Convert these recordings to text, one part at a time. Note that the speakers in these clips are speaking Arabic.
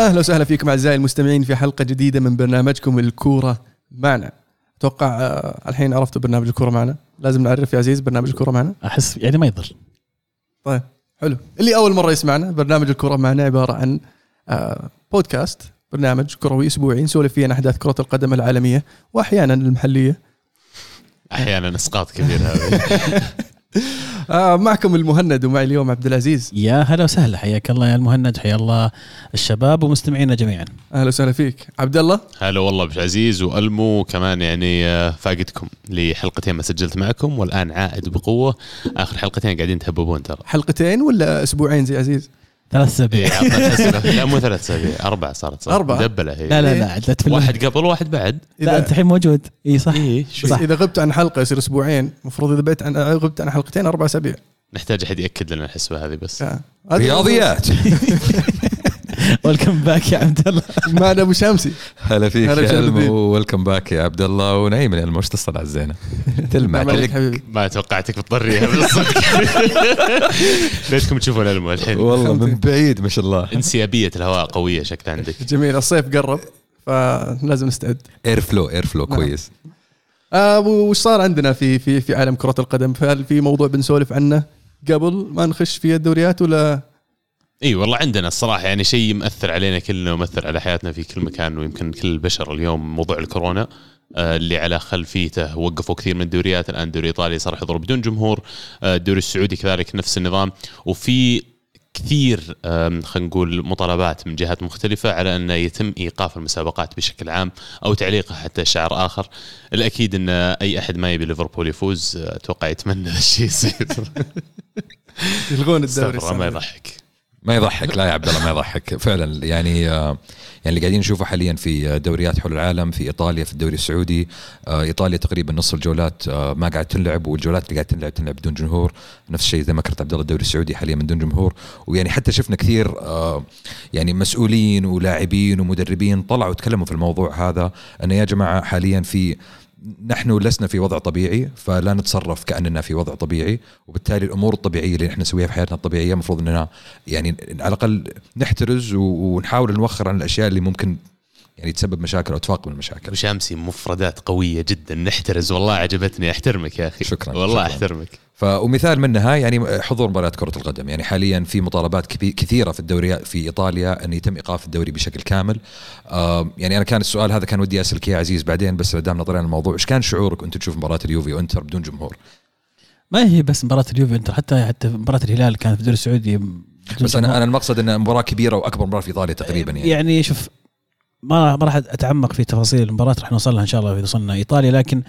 أهلا وسهلا فيكم أعزائي المستمعين في حلقة جديدة من برنامجكم الكورة معنا. أتوقع الحين عرفتوا برنامج الكورة معنا. لازم نعرف يا عزيز برنامج الكورة معنا. أحس يعني ما يضر. طيب حلو. اللي أول مرة يسمعنا، برنامج الكورة معنا عبارة عن بودكاست، برنامج كروي أسبوعي نسولف فيه عن أحداث كرة القدم العالمية وأحيانا المحلية، أحيانا إسقاط كبير هذا. معكم المهند ومعي اليوم عبد العزيز. يا هلا وسهلا، حياك الله يا المهند، حيا الله الشباب ومستمعينا جميعا. أهلا وسهلا فيك عبد الله. هلا والله بش عزيز وألمو كمان، يعني فاقدكم لحلقتين ما سجلت معكم والآن عائد بقوة. آخر حلقتين قاعدين تهببون ترى. حلقتين ولا أسبوعين زي عزيز؟ 3 أسابيع. لا مو 3 أسابيع، 4 صارت 4 دبلة هي. لا واحد قبل واحد بعد. لا أنت الحين موجود. إيه صح. صح. إذا غبت عن حلقة يصير أسبوعين، مفروض إذا غبت عن حلقتين 4 أسابيع. نحتاج أحد يأكد لنا الحسبة هذه بس. رياضيات. ويلكم باك يا عبد الله. معنا أبو شامسي. هلا فيك يا ألمو، ويلكم باك يا عبد الله، ونعيم المش تصل على الزينة تلمع حبيبي. ما توقعتك بتضريها بالصدق. ليتكم تشوفون ألمو الحين والله من بعيد ما شاء الله. انسيابية الهواء قوية شكل عندك. جميل. الصيف قرب فلازم نستعد. اير فلو كويس. وش صار عندنا في عالم كرة القدم؟ فهل في موضوع بنسولف عنه قبل ما نخش في الدوريات ولا؟ اي والله عندنا الصراحه يعني شيء مؤثر علينا كلنا ومؤثر على حياتنا في كل مكان، ويمكن كل البشر اليوم موضوع الكورونا اللي على خلفيته وقفوا كثير من الدوريات. الان دوري ايطالي صار يحضر بدون جمهور، الدوري السعودي كذلك نفس النظام، وفي كثير خلينا نقول مطالبات من جهات مختلفة على أن يتم إيقاف المسابقات بشكل عام أو تعليقها حتى شعار آخر. الأكيد أن أي أحد ما يبي ليفربول يفوز أتوقع يتمنى الشيء يصير. يلغون الدوري. ما يضحك لا يا عبد الله، ما يضحك فعلا. يعني اللي قاعدين نشوفه حاليا في دوريات حول العالم، في إيطاليا في الدوري السعودي، إيطاليا تقريبا نص الجولات ما قاعد تلعب، والجولات اللي قاعد تلعب بدون جمهور. نفس الشيء زي ما كرت عبد الله الدوري السعودي حاليا من دون جمهور. ويعني حتى شفنا كثير يعني مسؤولين ولاعبين ومدربين طلعوا تكلموا في الموضوع هذا، أن يا جماعة حاليا نحن لسنا في وضع طبيعي، فلا نتصرف كأننا في وضع طبيعي، وبالتالي الأمور الطبيعية اللي نحن نسويها في حياتنا الطبيعية مفروض أننا يعني على الأقل نحترز ونحاول نوخر عن الأشياء اللي ممكن يعني تسبب مشاكل أو تفاقم المشاكل. وشامسي مفردات قوية جدا، نحترز والله عجبتني، أحترمك يا أخي. شكرا والله شكرا. أحترمك. ومثال منها يعني حضور مباريات كرة القدم. يعني حاليا في مطالبات كثيرة في الدوريات في إيطاليا أن يتم إيقاف الدوري بشكل كامل. يعني أنا كان السؤال هذا كان ودي أسألك يا عزيز بعدين، بس دامنا طلعنا الموضوع، إيش كان شعورك وأنت تشوف مباراة اليوفي وإنتر بدون جمهور؟ ما هي بس مباراة اليوفي إنتر، حتى مباراة الهلال كانت في الدوري السعودي. بس أنا المقصد أن مباراة كبيرة وأكبر مباراة في إيطاليا تقريبا. يعني شوف، ما راح أتعمق في تفاصيل المباراة، راح نوصل لها إن شاء الله إذا وصلنا إيطاليا. لكن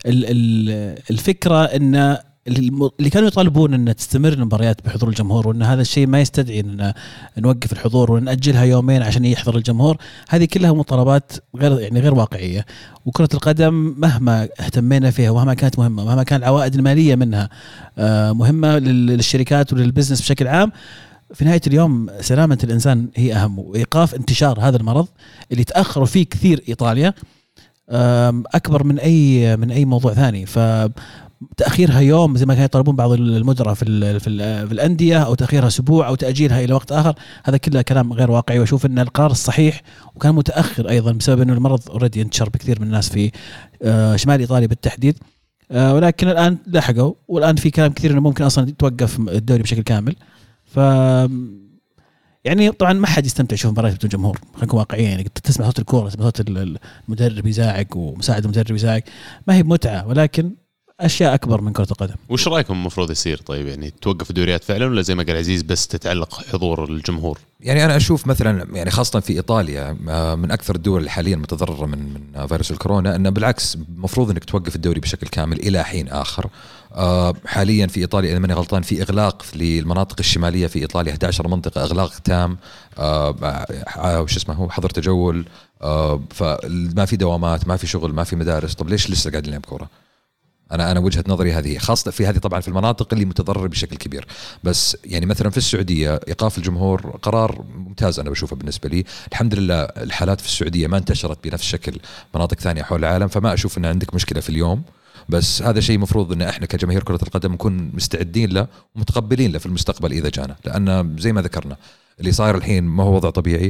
الفكرة إن اللي كانوا يطالبون أن تستمر المباريات بحضور الجمهور، وأن هذا الشيء ما يستدعي أن نوقف الحضور ونأجلها يومين عشان يحضر الجمهور، هذه كلها مطالبات غير واقعية. وكرة القدم مهما اهتمينا فيها ومهما كانت مهمة، ومهما كان العوائد المالية منها مهمة للشركات وللبزنس بشكل عام، في نهاية اليوم سلامة الإنسان هي أهم، وإيقاف انتشار هذا المرض اللي تأخروا فيه كثير إيطاليا أكبر من أي موضوع ثاني. فتأخيرها يوم زي ما كانوا يطالبون بعض المدراء في الأندية، أو تأخيرها أسبوع أو تأجيلها إلى وقت آخر، هذا كله كلام غير واقعي. وأشوف أن القرار الصحيح وكان متأخر أيضا بسبب أنه المرض أوريدي انتشر بكثير من الناس في شمال إيطاليا بالتحديد. ولكن الآن لحقوا، والآن في كلام كثير أنه ممكن أصلا يتوقف الدوري بشكل كامل. يعني طبعا ما حد يستمتع يشوف مباريات بدون جمهور، خلينا نكون واقعيين. يعني تسمع صوت الكورة، تسمع صوت المدرب يزاعق ومساعد المدرب يزاعق، ما هي بمتعة، ولكن أشياء أكبر من كرة القدم. وش رأيكم المفروض يصير طيب؟ يعني توقف الدوريات فعلا، ولا زي ما قال عزيز بس تتعلق حضور الجمهور؟ يعني أنا أشوف مثلا يعني خاصة في إيطاليا من أكثر الدول اللي حاليا متضررة من فيروس الكورونا، أنه بالعكس مفروض أنك توقف الدوري بشكل كامل إلى حين آخر. حاليا في إيطاليا إذا ماني غلطان في إغلاق للمناطق الشمالية في إيطاليا، 11 منطقة إغلاق تام، وش اسمه هو حظر تجول، فما في دوامات، ما في شغل، ما في مدارس. طب ليش لسه قاعد نلعب كورة؟ أنا وجهة نظري هذه، خاصة في هذه طبعا في المناطق اللي متضررة بشكل كبير. بس يعني مثلا في السعودية إيقاف الجمهور قرار ممتاز أنا بشوفه بالنسبة لي. الحمد لله الحالات في السعودية ما انتشرت بنفس الشكل مناطق ثانية حول العالم، فما أشوف أن عندك مشكلة في اليوم. بس هذا شيء مفروض أن إحنا كجماهير كرة القدم نكون مستعدين له ومتقبلين له في المستقبل إذا جانا، لأن زي ما ذكرنا اللي صاير الحين ما هو وضع طبيعي.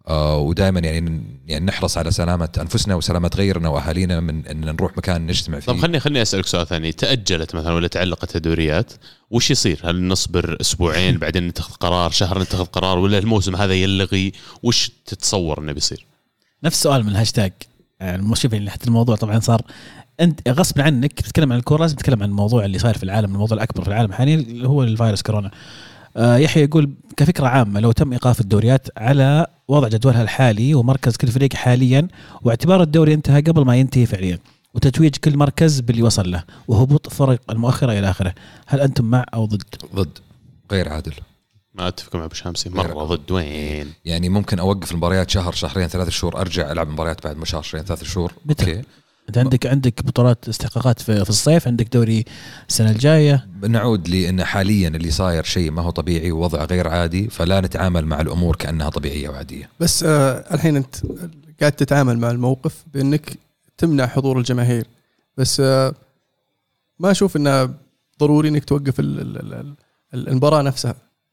ودائما يعني نحرص على سلامة أنفسنا وسلامة غيرنا وأهالينا من أن نروح مكان نجتمع فيه. طب خلني أسألك سؤال ثاني. تأجلت مثلا ولا تعلقت الدوريات، وش يصير؟ هل نصبر أسبوعين بعدين نتخذ قرار، شهر نتخذ قرار، ولا الموسم هذا يلغي؟ وش تتصور إنه بيصير؟ نفس سؤال من الهاشتاج يعني المشرف اللي حتى الموضوع طبعا صار أنت غصب عنك تتكلم عن الكورة لازم تتكلم عن الموضوع اللي صاير في العالم، الموضوع الأكبر في العالم حاليا اللي هو الفيروس كورونا. يحيى يقول كفكرة عامة لو تم إيقاف الدوريات على وضع جدولها الحالي ومركز كل فريق حاليا واعتبار الدوري انتهى قبل ما ينتهي فعليا وتتويج كل مركز باللي وصل له وهبوط فرق المؤخرة إلى آخره، هل أنتم مع أو ضد؟ ضد. غير عادل. ما أتفق مع أبو شامسي مرة ضد. وين يعني ممكن أوقف المباريات شهر شهرين 3 شهور أرجع ألعب مباريات بعد شهر شهرين 3 شهور. أوكي. أنت عندك بطولات استحقاقات في الصيف، عندك دوري السنة الجاية. نعود لأن حاليا اللي صاير شيء ما هو طبيعي ووضع غير عادي، فلا نتعامل مع الأمور كأنها طبيعية وعادية. بس الحين أنت قاعد تتعامل مع الموقف بأنك تمنع حضور الجماهير، بس ما أشوف أنه ضروري أنك توقف المباراة نفسها.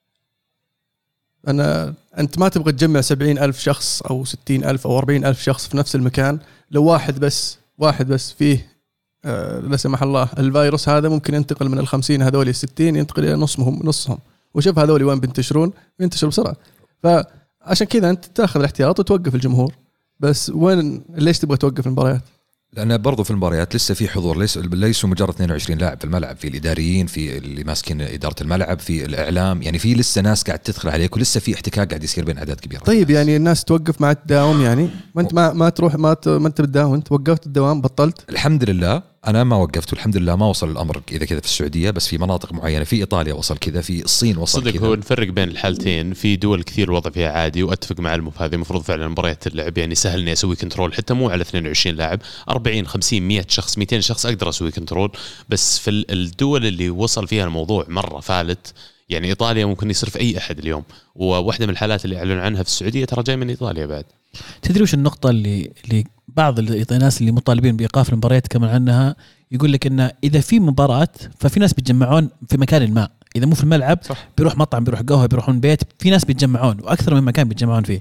أنت ما تبغى تجمع 70,000 شخص أو 60,000 أو 40,000 شخص في نفس المكان، لو واحد بس فيه لا سمح الله الفيروس هذا ممكن ينتقل من 50 هذول 60 ينتقل إلى نصهم، وشوف هذول وين بينتشرون بسرعة. فعشان كذا أنت تأخذ الاحتياط وتوقف الجمهور. بس وين ليش تبغى توقف المباريات؟ لأن برضو في المباريات لسه في حضور، ليسوا مجرد 22 لاعب في الملعب، في الإداريين، في اللي ماسكين إدارة الملعب، في الإعلام، يعني في لسه ناس قاعد تدخل عليك ولسه في احتكاك قاعد يصير بين أعداد كبيرة. طيب يعني الناس توقف مع الدوام، يعني ما أنت ما تروح ما أنت بالدوام، أنت وقفت الدوام بطلت. الحمد لله أنا ما وقفت، والحمد لله ما وصل الأمر إذا كذا في السعودية، بس في مناطق معينة في إيطاليا وصل كذا، في الصين وصل كذا. صدق هو نفرق بين الحالتين، في دول كثير الوضع فيها عادي وأتفق مع هذه المفروض فعلا مباريات اللعب يعني سهل إني أسوي كنترول حتى مو على 22 لاعب، 40 50 100 شخص 200 شخص أقدر أسوي كنترول. بس في الدول اللي وصل فيها الموضوع مرة فالت، يعني إيطاليا ممكن يصير في أي أحد اليوم، وواحدة من الحالات اللي أعلن عنها في السعودية ترى جاي من إيطاليا بعد. تدري وش النقطة اللي بعض الناس اللي مطالبين بإيقاف المباريات كمان عنها يقول لك إنه إذا في مباراة ففي ناس بيتجمعون في مكان ما، إذا مو في الملعب صح. بيروح مطعم، بيروح قهوة، بيروحون بيت، في ناس بيتجمعون وأكثر من مكان بيتجمعون فيه.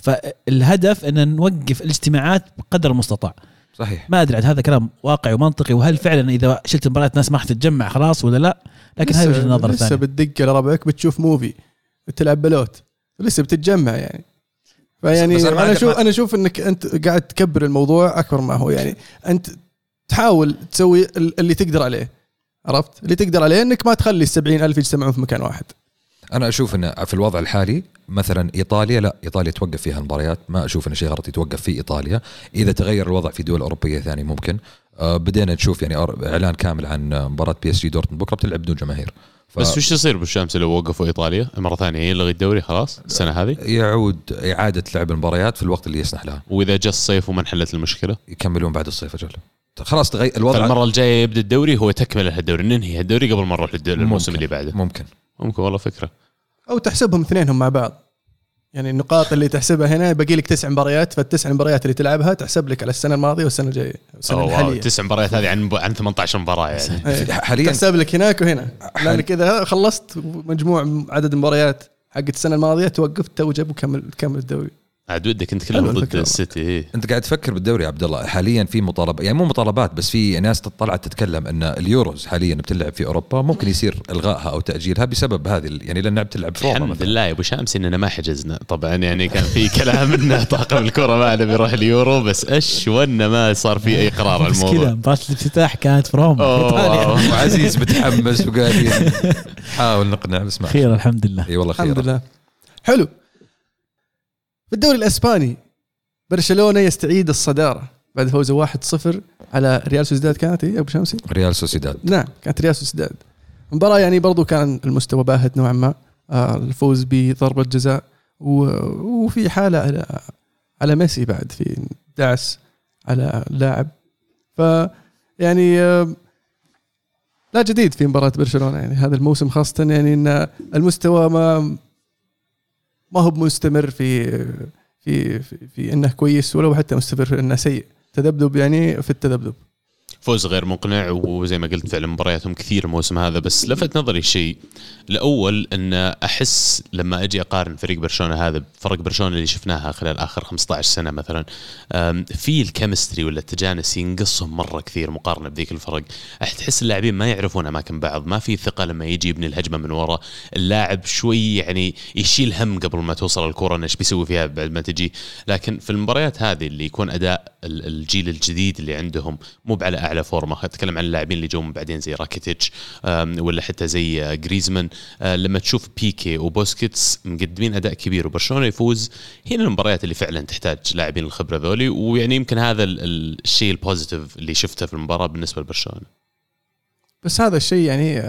فالهدف إن نوقف الاجتماعات بقدر المستطاع. صحيح. ما أدري هذا كلام واقعي ومنطقي، وهل فعلا إذا شلت مباراة ناس ما حتتجمع خلاص ولا لا؟ لكن هذه وجهة النظر الثانية. لسه بتدق لربعك، بتشوف موفي، بتلعب بلوت، لسه بتتجمع يعني. فيعني أنا أشوف إنك أنت قاعد تكبر الموضوع أكبر ما هو. يعني أنت تحاول تسوي اللي تقدر عليه، عرفت؟ اللي تقدر عليه إنك ما تخلي 70,000 يجتمعون في مكان واحد. أنا أشوف إن في الوضع الحالي مثلا إيطاليا، لا إيطاليا توقف فيها المباريات، ما أشوف إن شيء غلط يتوقف في إيطاليا. إذا تغير الوضع في دول أوروبية ثانية ممكن. بدينا نشوف يعني إعلان كامل عن مباراة PSG دورتموند بكرة بتلعب بدون جماهير. بس وش يصير بالشمس لو وقفوا إيطاليا مرة ثانية؟ يلغي الدوري خلاص السنة هذه؟ يعود إعادة لعب المباريات في الوقت اللي يسنح لها. وإذا جاء الصيف وما انحلت المشكلة يكملون بعد الصيف أجل. خلاص تغير الوضع. المرة الجاية يبدأ الدوري هو تكمل الدوري، ننهي الدوري قبل ما نروح للموسم اللي بعده. ممكن والله فكرة. أو تحسبهم اثنينهم مع بعض، يعني النقاط اللي تحسبها هنا باقي لك 9 مباريات، فال9 مباريات اللي تلعبها تحسب لك على السنة الماضية والسنة الجاية والسنة الحالية. 9 مباريات هذه عن 18 مباراة يعني. حاليا تحسب لك هناك وهنا، لأنك إذا خلصت مجموع عدد المباريات حقت السنة الماضية توقفت توجب وكمل الدوري. عاد ودك انت كله ضد السيتي. انت قاعد تفكر بالدوري يا عبد الله. حاليا في مطالبه، يعني مو مطالبات بس في ناس طلعت تتكلم ان اليوروز حاليا بتلعب في اوروبا ممكن يصير الغائها او تاجيلها بسبب هذه، يعني لانها بتلعب في روما. الحمد لله يا ابو شامس اننا ما حجزنا طبعا، يعني كان في كلام ان طاقم الكره معنا بيروح اليورو، بس ايش ونا ما صار في اي قرار على الموضوع. كذا مباراه الافتتاح كانت في روما وعزيز متحمس وقاعدين نحاول نقنع بس ما خير الحمد لله. اي والله خير الحمد لله. حلو. في الدوري الإسباني برشلونة يستعيد الصدارة بعد فوزه 1-0 على ريال سوسيداد. كانت يا أبو شمسي ريال سوسيداد. نعم كانت ريال سوسيداد. مباراة يعني برضو كان المستوى باهت نوعا ما. الفوز بضربة جزاء وفي حالة على ميسي بعد في دعس على لاعب. يعني لا جديد في مباراة برشلونة يعني هذا الموسم خاصة، يعني إن المستوى ما هو مستمر في انه كويس، ولو حتى مستمر انه سيء. تذبذب يعني في التذبذب. فوز غير مقنع، وزي ما قلت فعلا مبارياتهم كثير الموسم هذا. بس لفت نظري شيء الأول، أن أحس لما أجي أقارن فريق برشلونة هذا بفرق برشلونة اللي شفناها خلال آخر 15 سنة مثلا، في الكيمستري ولا التجانس ينقصهم مرة كثير مقارنة بذيك الفرق. تحس اللاعبين ما يعرفون أماكن بعض، ما في ثقة لما يجي يبني الهجمة من وراء اللاعب، شوي يعني يشيل هم قبل ما توصل الكرة إيش بيسوي فيها بعد ما تجي. لكن في المباريات هذه اللي يكون أداء الجيل الجديد اللي عندهم مو على أعلى فورمة، أتكلم عن اللاعبين اللي جوا بعدين زي راكيتيتش ولا حتى زي غريزمان، لما تشوف بيكي وبوسكيتس مقدمين أداء كبير وبرشلونة يفوز، هنا المباريات اللي فعلا تحتاج لاعبين الخبرة ذولي. ويعني يمكن هذا الشيء البوزيتيف اللي شفته في المباراة بالنسبة لبرشلونة. بس هذا الشيء يعني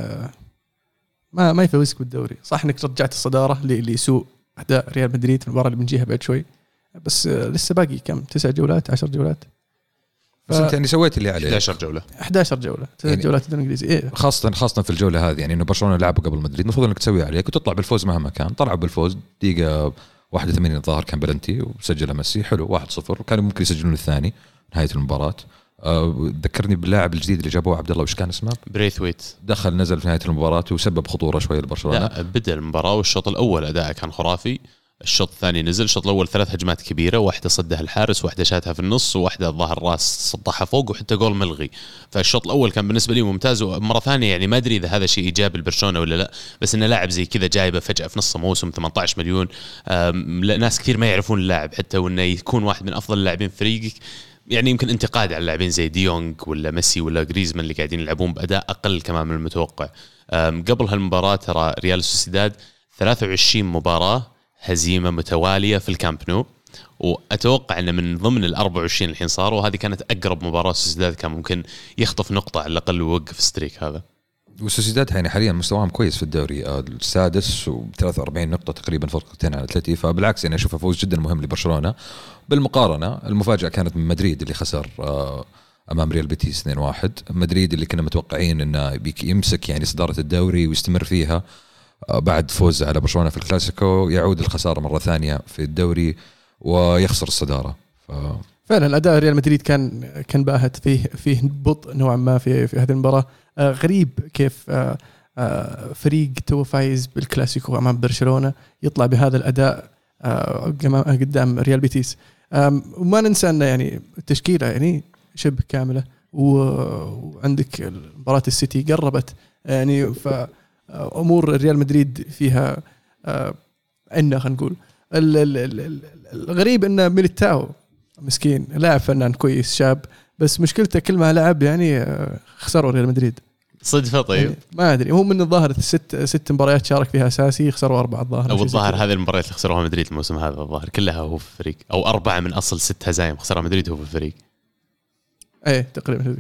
ما يفوزك بالدوري. صح انك رجعت الصدارة اللي يسوء أداء ريال مدريد في المباراة اللي بنجيها بعد شوي، بس لسه باقي كم 9 جولات 10 جولات، بس انت يعني سويت اللي عليك. 11 جولة 9 يعني جولات الدوري الانجليزي. إيه؟ خاصة في الجولة هذه، يعني انه برشلونة لعبوا قبل مدريد، المفروض انك تسوي عليك وتطلع بالفوز مهما كان. طلعوا بالفوز دقيقة 81 الظاهر كان بلنتي وسجلها ميسي، حلو 1-0، وكانوا ممكن يسجلون الثاني نهاية المباراة. ذكرني باللاعب الجديد اللي جابوه عبد الله، وش كان اسمه؟ بريثويت، دخل نزل في نهاية المباراة وسبب خطورة شوية لبرشلونة. لا بدأ المباراة والشوط الأول أداءه كان خرافي، الشوط الثاني نزل. الشوط الأول 3 هجمات كبيرة، واحدة صدها الحارس، واحدة شاتها في النص، وواحدة ظهر راس سطحها فوق، وحتى جول ملغي. فالشوط الأول كان بالنسبة لي ممتاز. ومرة ثانية يعني ما أدري إذا هذا شيء إيجابي لبرشلونة ولا لا، بس إنه لاعب زي كذا جايبه فجأة في نص موسم 18 مليون، ناس كثير ما يعرفون اللاعب حتى، وإنه يكون واحد من أفضل اللاعبين في فريقك. يعني يمكن انتقاد على اللاعبين زي ديونج ولا ميسي ولا غريزمان اللي قاعدين يلعبون بأداء أقل كمان من المتوقع. قبل هالمباراة ترى ريال سوسيداد 23 مباراة هزيمة متوالية في الكامب نو، وأتوقع أن من ضمن 24 الحين صاروا، وهذه كانت أقرب مباراة سوسيداد كان ممكن يخطف نقطة على الأقل ويوقف ستريك هذا. وسوسيداد يعني حاليا مستواهم كويس في الدوري، السادس و43 نقطة تقريبا، فرقتين على الأتلتي. فبالعكس يعني أشوفه فوز جدا مهم لبرشلونة. بالمقارنة المفاجأة كانت من مدريد اللي خسر أمام ريال بيتيس 2-1. مدريد اللي كنا متوقعين أنه يمسك يعني صدارة الدوري ويستمر فيها، بعد فوز على برشلونة في الكلاسيكو يعود الخسارة مرة ثانية في الدوري ويخسر الصدارة. فعلا أداء ريال مدريد كان باهت فيه بطء نوعا ما في هذه المباراة. غريب كيف فريق تو فايز بالكلاسيكو أمام برشلونة يطلع بهذا الأداء قدام ريال بيتيس. وما ننسى أن يعني التشكيلة يعني شبه كاملة، وعندك مباراة السيتي قربت يعني. أمور ريال مدريد فيها عندنا خلينا نقول الغريب إن ميليتاو مسكين لاعب فنان كويس شاب، بس مشكلته كل ما لعب يعني خسروا ريال مدريد صدفة. طيب يعني ما أدري، هو من الظاهر 6 مباريات شارك فيها أساسي، خسروا 4 الظاهر. أو الظاهر هذه المباريات اللي خسروها مدريد الموسم هذا الظاهر كلها هو في الفريق، أو 4 من أصل 6 هزايم خسرها مدريد هو في الفريق. إيه تقريبا.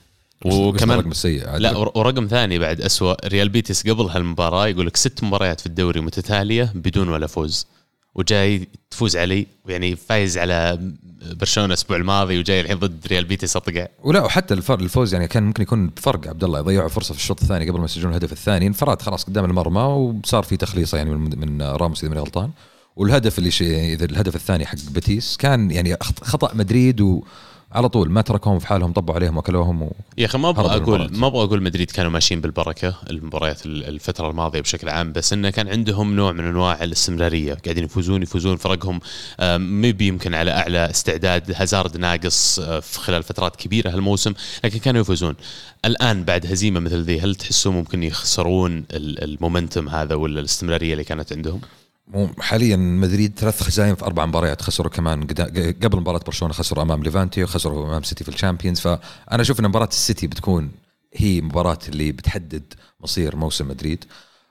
وكمان رقم سيء. لا، ورقم ثاني بعد أسوأ، ريال بيتيس قبل هالمباراة يقول لك 6 مباريات في الدوري متتالية بدون ولا فوز، وجاي تفوز علي، يعني فايز على برشلونة الأسبوع الماضي، وجاي الحين ضد ريال بيتيس أطقع. ولا وحتى الفوز يعني كان ممكن يكون بفرق. عبد الله يضيعوا فرصة في الشوط الثاني قبل ما يسجلون الهدف الثاني، انفراد خلاص قدام المرمى وصار في تخليصة يعني من راموس إذا ماني غلطان. والهدف اللي إذا الهدف الثاني حق بيتيس كان يعني خطأ مدريد، وعلى طول ما تركوهم في حالهم، طبوا عليهم وكلوهم. يا أخي ما أبغى أقول مدريد كانوا ماشيين بالبركة المباريات الفترة الماضية بشكل عام، بس إنه كان عندهم نوع من أنواع الاستمرارية، قاعدين يفوزون فرقهم مبي يمكن على أعلى استعداد، هازارد ناقص في خلال فترات كبيرة هالموسم، لكن كانوا يفوزون. الآن بعد هزيمة مثل ذي هل تحسوا ممكن يخسرون المومنتم هذا ولا الاستمرارية اللي كانت عندهم؟ حاليا مدريد 3 هزايم في 4 مباريات، خسروا كمان قبل مباراة برشلونة، خسروا أمام ليفانتي وخسروا أمام سيتي في الشامبيونز. فأنا أشوف أن مباراة السيتي بتكون هي مباراة اللي بتحدد مصير موسم مدريد.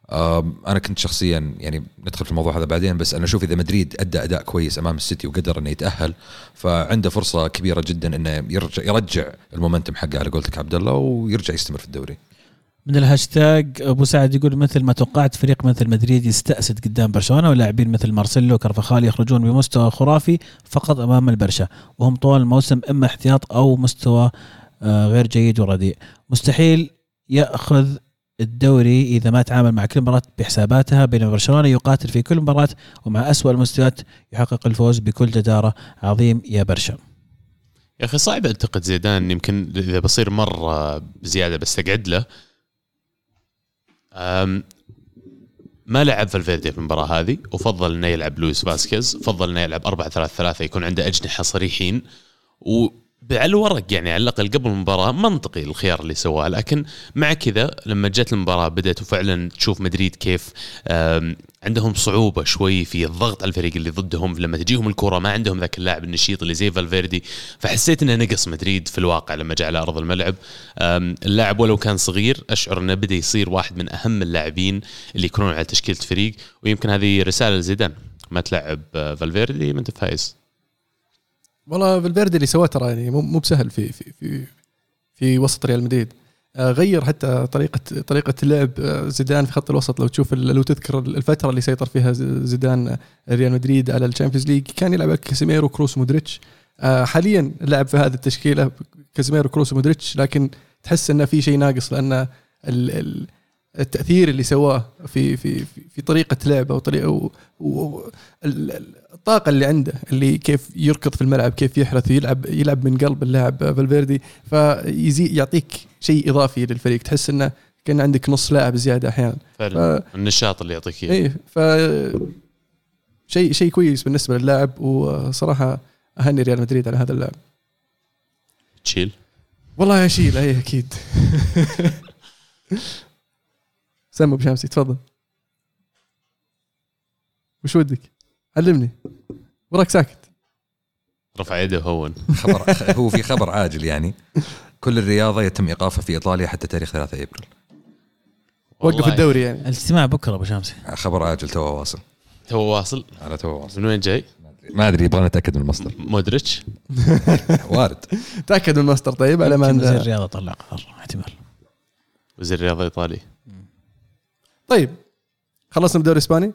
أنا كنت شخصيا يعني ندخل في الموضوع هذا بعدين، بس أنا أشوف إذا مدريد أدى أداء كويس أمام السيتي وقدر أنه يتأهل، فعنده فرصة كبيرة جدا أنه يرجع المومنتم حقه على قولتك عبد الله، ويرجع يستمر في الدوري. من الهاشتاج أبو سعد يقول مثل ما توقعت فريق مثل مدريد يستأسد قدام برشلونة، ولاعبين مثل مارسيلو وكارفاخال يخرجون بمستوى خرافي فقط أمام البرشا، وهم طوال الموسم إما احتياط أو مستوى غير جيد ورديء. مستحيل يأخذ الدوري إذا ما تعامل مع كل مباراة بحساباتها، بين برشلونة يقاتل في كل مباراة ومع أسوأ المستويات يحقق الفوز بكل جدارة. عظيم يا برشا. يا اخي صعب اعتقد زيدان يمكن اذا بصير مره بزياده بستقعد له. ما لعب فالفيردي في المباراه هذه وفضل انه يلعب لويس فاسكيز، فضل انه يلعب 4-3-3 يكون عنده اجنحه صريحين. وعلى الورق يعني على الاقل قبل المباراه منطقي الخيار اللي سواه، لكن مع كذا لما جت المباراه بدأت وفعلا تشوف مدريد كيف عندهم صعوبه شوي في الضغط على الفريق اللي ضدهم، لما تجيهم الكره ما عندهم ذاك اللاعب النشيط اللي زي فالفيردي. فحسيت انه نقص مدريد في الواقع لما جاء على ارض الملعب. اللاعب ولو كان صغير اشعر انه بدا يصير واحد من اهم اللاعبين اللي يكونون على تشكيله فريق، ويمكن هذه رساله لزيدان، ما تلعب فالفيردي ما انت فايز. والله فالفيردي اللي سواه ترى يعني مو بسهل في وسط ريال مدريد. غير حتى طريقة اللعب زيدان في خط الوسط. لو تذكر الفترة اللي سيطر فيها زيدان ريال مدريد على الشامبيونز ليج كان يلعب كاسيميرو كروس مودريتش. حاليا لعب في هذه التشكيلة كاسيميرو كروس مودريتش، لكن تحس انه في شيء ناقص، لان التأثير اللي سواه في طريقة لعبه وطريقة الطاقة اللي عنده، اللي كيف يركض في الملعب، كيف يحرث يلعب من قلب اللاعب فالفيردي، فيزيد يعطيك شيء إضافي للفريق. تحس إنه كان عندك نص لاعب زيادة أحيانا. النشاط اللي يعطيك إيه، شيء كويس بالنسبة للاعب. وصراحة أهني ريال مدريد على هذا اللاعب. تشيل والله يشيل أيه أكيد. سامو بشامسي تفضل، وش ودك؟ علمني، وراك ساكت. رفع يده هون. هو في خبر عاجل يعني كل الرياضة يتم إيقافها في إيطاليا حتى تاريخ 3 أبريل. وقف الدوري يعني. الاجتماع بكرة أبو شامسي. خبر عاجل تو واصل. من وين جاي؟ ما أدري، يبغى نتأكد من المصدر. مودريتش وارد. تأكد من المصدر. طيب على ما وزير الرياضة طلع قرار احتمال. وزير الرياضة الإيطالي. طيب خلصنا بالدوري الإسباني.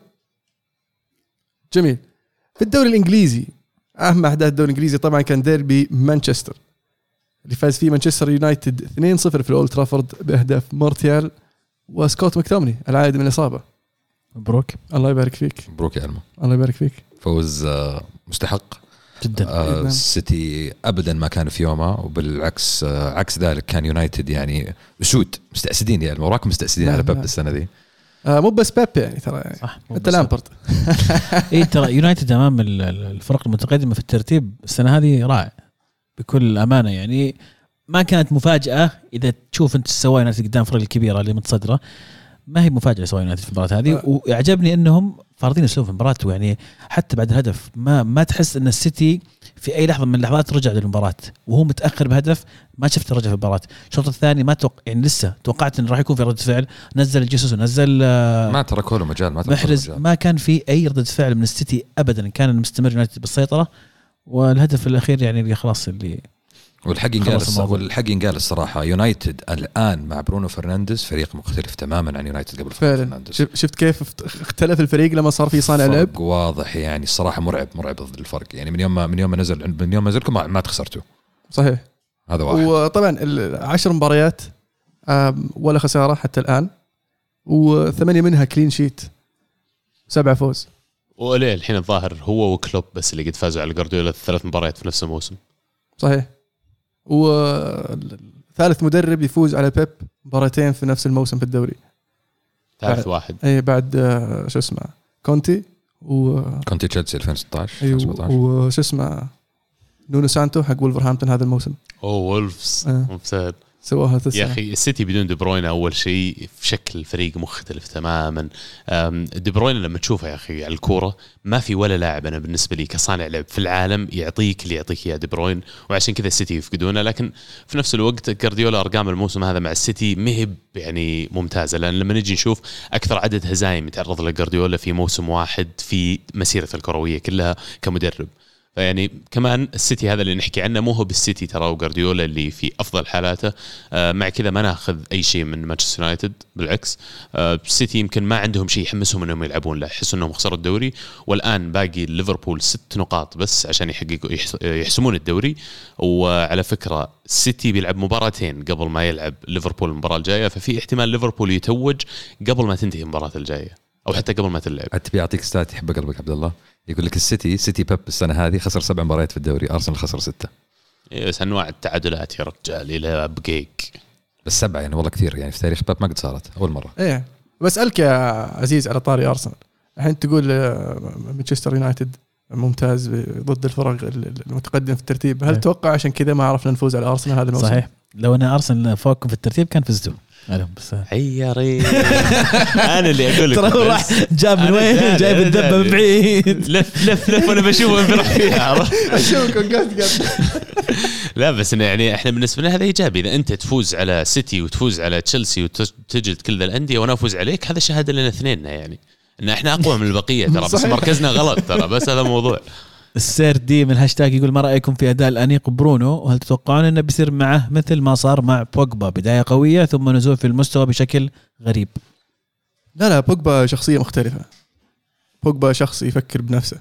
جميل. في الدوري الإنجليزي أهم أحداث الدوري الإنجليزي طبعا كان ديربي مانشستر اللي فاز فيه مانشستر يونايتد 2-0 في الأولد ترافورد بأهداف مارتيال وسكوت مكتومني العائد من الإصابة. مبروك. الله يبارك فيك. مبروك يا ألما. الله يبارك فيك. فوز مستحق جدا. السيتي أبدا ما كان في يومه، وبالعكس عكس ذلك كان يونايتد يعني أسود مستأسدين يا ألما، وراكم مستأسدين على بيب السنة دي. مو بس بيب يعني ترى يعني. صح. انت لامبرد. اي ترى يونايتد امام الفرق المتقدمه في الترتيب السنه هذه رائع بكل امانه. يعني ما كانت مفاجاه اذا تشوف انت سوى يونايتد قدام الفرق الكبيره اللي متصدره، ما هي مفاجاه سوى يونايتد في المباراه هذه. ويعجبني انهم فارضين اسلوب في المباراه، يعني حتى بعد الهدف ما تحس ان السيتي في اي لحظه من اللحظات رجع للمباراه وهو متاخر بهدف. ما شفت رجع في المباراه. الشوط الثاني ما يعني لسه توقعت انه راح يكون في رده فعل، نزل جيسوس ونزل ما تركوا له مجال، محرز. ما كان في اي رده فعل من السيتي ابدا. كان المستمر يونايتد بالسيطره، والهدف الاخير يعني اللي خلاص اللي والحق ينقال الصراحه يونايتد الان مع برونو فرنانديز فريق مختلف تماما عن يونايتد قبل فرنانديز. شفت كيف اختلف الفريق لما صار في صانع لعب واضح يعني الصراحه مرعب ضد الفرق. يعني من يوم ما نزلكم ما تخسرتوا. صحيح. هذا واحد. وطبعا 10 مباريات ولا خساره حتى الان، و8 منها كلين شيت، 7 فوز. وليه الحين الظاهر هو وكلوب بس اللي قد فازوا على جوارديولا 3 مباريات في نفس الموسم. صحيح. وثالث مدرب يفوز على بيب مباراتين في نفس الموسم في الدوري. ثالث واحد. اي بعد شو اسمه كونتي تشيلسي 2016 2017 وشو اسمه نونو سانتو حق وولفرهامبتون هذا الموسم. وولفز ممتاز سواها 9. يا اخي السيتي بدون دي بروين اول شيء في شكل الفريق مختلف تماما. دي بروين لما تشوفه يا اخي على الكوره ما في ولا لاعب انا بالنسبه لي كصانع لعب في العالم يعطيك اللي يعطيك اياه دي بروين، وعشان كذا السيتي يفقدونه. لكن في نفس الوقت جوارديولا ارقام الموسم هذا مع السيتي مهب يعني ممتازه، لان لما نجي نشوف اكثر عدد هزايم يتعرض لجوارديولا في موسم واحد في مسيرته الكرويه كلها كمدرب. فيعني كمان السيتي هذا اللي نحكي عنه مو هو بالسيتي ترى وغارديولا اللي في أفضل حالاته. مع كذا ما ناخذ أي شيء من مانشستر يونايتد، بالعكس السيتي يمكن ما عندهم شيء يحمسهم أنهم يلعبون له، يحسوا أنهم خسروا الدوري، والآن باقي ليفربول 6 نقاط بس عشان يحسمون الدوري. وعلى فكرة السيتي بيلعب مباراتين قبل ما يلعب ليفربول المباراة الجاية، ففي احتمال ليفربول يتوج قبل ما تنتهي المباراة الجاية أو حتى قبل ما تلعب. أتبي أعطيك ستات يحب قلبك عبد الله. يقول لك السيتي بيب السنة هذه خسر 7 مباريات في الدوري، أرسنال خسر 6. بس انواع التعادلات يا رجال الى بقيك بس 7 يعني والله كثير يعني في تاريخ باب ما قد صارت اول مره. ايه بسألك يا عزيز على طاري ارسنال الحين تقول مانشستر يونايتد ممتاز ضد الفرق المتقدم في الترتيب، هل تتوقع عشان كذا ما عرفنا نفوز على ارسنال هذا الموسم؟ صحيح، لو انا ارسنال فوقكم في الترتيب كان فزتوا بس عياري. انا اللي اقول لك ترى راح جاب من وين جايب الدبه من بعيد لف وانا بشوفه وين بروح فيها. اشوفكم قاعد لا بس يعني احنا بالنسبه لنا هذا ايجابي، اذا انت تفوز على سيتي وتفوز على تشيلسي وتجد كل ذا الانديه وانا افوز عليك، هذا شهاده لنا اثنين يعني ان احنا اقوى من البقيه ترى، بس مركزنا غلط ترى، بس هذا موضوع. السير دي من الهاشتاج يقول ما رايكم في اداء الانيق برونو، وهل تتوقعون انه بيصير معه مثل ما صار مع بوجبا بدايه قويه ثم نزول في المستوى بشكل غريب؟ لا بوجبا شخصيه مختلفه، بوجبا شخص يفكر بنفسه،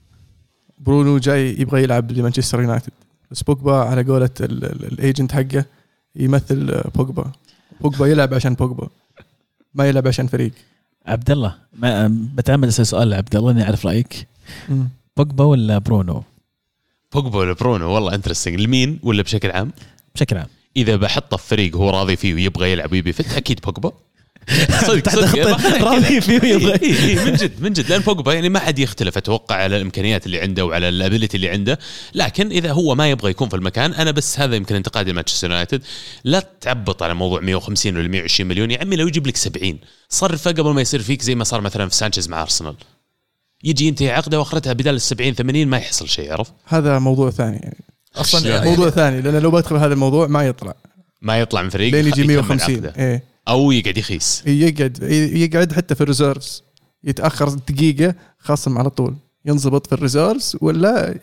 برونو جاي يبغى يلعب لمانشستر يونايتد، بس بوجبا على قولة الايجنت حقه يمثل بوجبا يلعب عشان بوجبا ما يلعب عشان فريق. عبد الله بتعمل اسال سؤال لعبد الله اني اعرف رايك، بوجبا ولا برونو؟ بوجبا ولا برونو؟ والله انترستنج. لمين ولا بشكل عام؟ بشكل عام. اذا بحطه في فريق هو راضي فيه ويبغى يلعب ويبي فت اكيد بوجبا. صدق راضي فيه ويبغى من جد لان بوجبا يعني ما حد يختلف اتوقع على الامكانيات اللي عنده وعلى الابيليتي اللي عنده، لكن اذا هو ما يبغى يكون في المكان، انا بس هذا يمكن انتقادي لمانشستر يونايتد، لا تعبط على موضوع 150 ولا 120 مليون يا عمي، لو يجيب لك 70 صرفه قبل ما يصير فيك زي ما صار مثلا في سانشيز مع ارسنال، يجي ينتهي عقده واخرتها بدال 70-80 ما يحصل شيء. عرف هذا موضوع ثاني يعني. اصلا يعني موضوع ثاني، لان لو بدخل هذا الموضوع ما يطلع من فريق لين يجي 150 إيه. او يقعد يخيس يقعد حتى في الريزيرفز يتاخر دقيقه خاصم على طول ينضبط في الريزيرفز ولا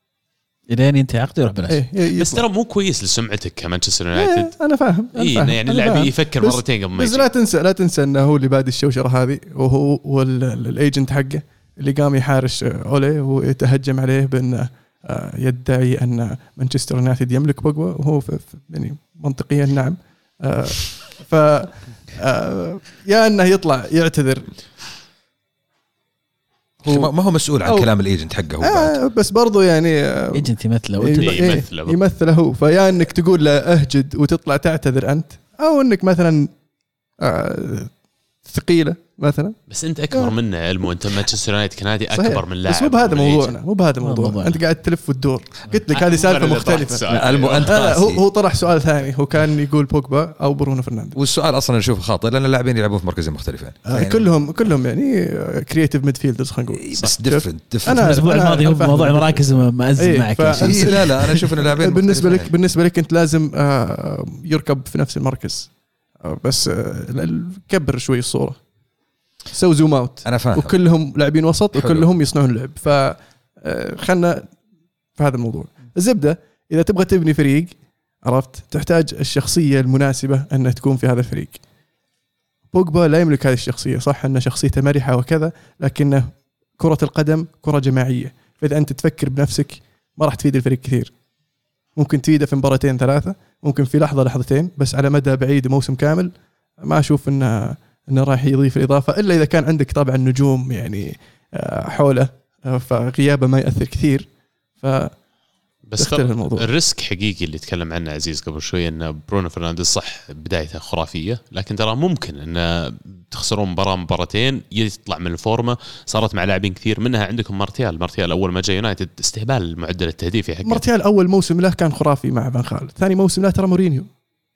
لين ينتهي عقده يروح بلاش. بس ترى مو كويس لسمعتك كمانشستر يونايتد. انا فاهم يعني اللاعب يفكر مرتين قبل ما يجي. بس لا تنسى انه هو اللي بادي الشوشره هذه، وهو والايجنت حقه اللي قام يحارش اولي ويتهجم عليه بانه يدعي ان مانشستر يونايتد يملك بوجبا، وهو يعني منطقيا نعم. ف يا انه يطلع يعتذر، هو ما هو مسؤول عن كلام الايجنت حقه هو بس برضو يعني ايجنت يمثله هو، فيا انك تقول له اهجد وتطلع تعتذر انت، او انك مثلا ثقيله مثلا، بس انت اكبر منه علمه، انت مانشستر يونايتد كنادي اكبر من لاعب. بس مو بهذا موضوعنا انت قاعد تلف وتدور. قلت لك هذه سالفه مختلفه. هو طرح سؤال ثاني، هو كان يقول بوجبا او برونو فرنانديز، والسؤال اصلا اشوفه خاطئ لان اللاعبين يلعبون في مركزين مختلفين يعني كلهم يعني كرييتيف ميدفيلدرز خلينا نقول، بس ديفرنت. انا الاسبوع الماضي هو موضوع المراكز ما ازل معك لا انا اشوف ان اللاعبين بالنسبه لك انت لازم يركب في نفس المركز، بس كبر شوي الصوره، سوي زوم اوت. انا فاهم وكلهم لاعبين وسط وكلهم يصنعون لعب، فخلنا في هذا الموضوع. الزبده اذا تبغى تبني فريق، عرفت، تحتاج الشخصيه المناسبه انها تكون في هذا الفريق. بوجبا لا يملك هذه الشخصيه، صح ان شخصيته مرحه وكذا، لكنه كره القدم كره جماعيه، فاذا انت تفكر بنفسك ما راح تفيد الفريق كثير. ممكن تفيده في مباراتين ثلاثه، ممكن في لحظه لحظتين، بس على مدى بعيد موسم كامل ما اشوف انه راح يضيف الإضافة، إلا إذا كان عندك طبعا نجوم يعني حوله، فغيابه ما يأثر كثير. بس الريسك حقيقي اللي تكلم عنه عزيز قبل شوي، أن برونو فرنانديز صح بدايته خرافية، لكن ترى ممكن أن تخسرون مباراتين يطلع من الفورمة. صارت مع لاعبين كثير، منها عندكم مارتيال أول ما جاء يونايتد استهبال معدل التهديفي حقه. مارتيال أول موسم له كان خرافي مع فان خال، ثاني موسم له ترى مورينيو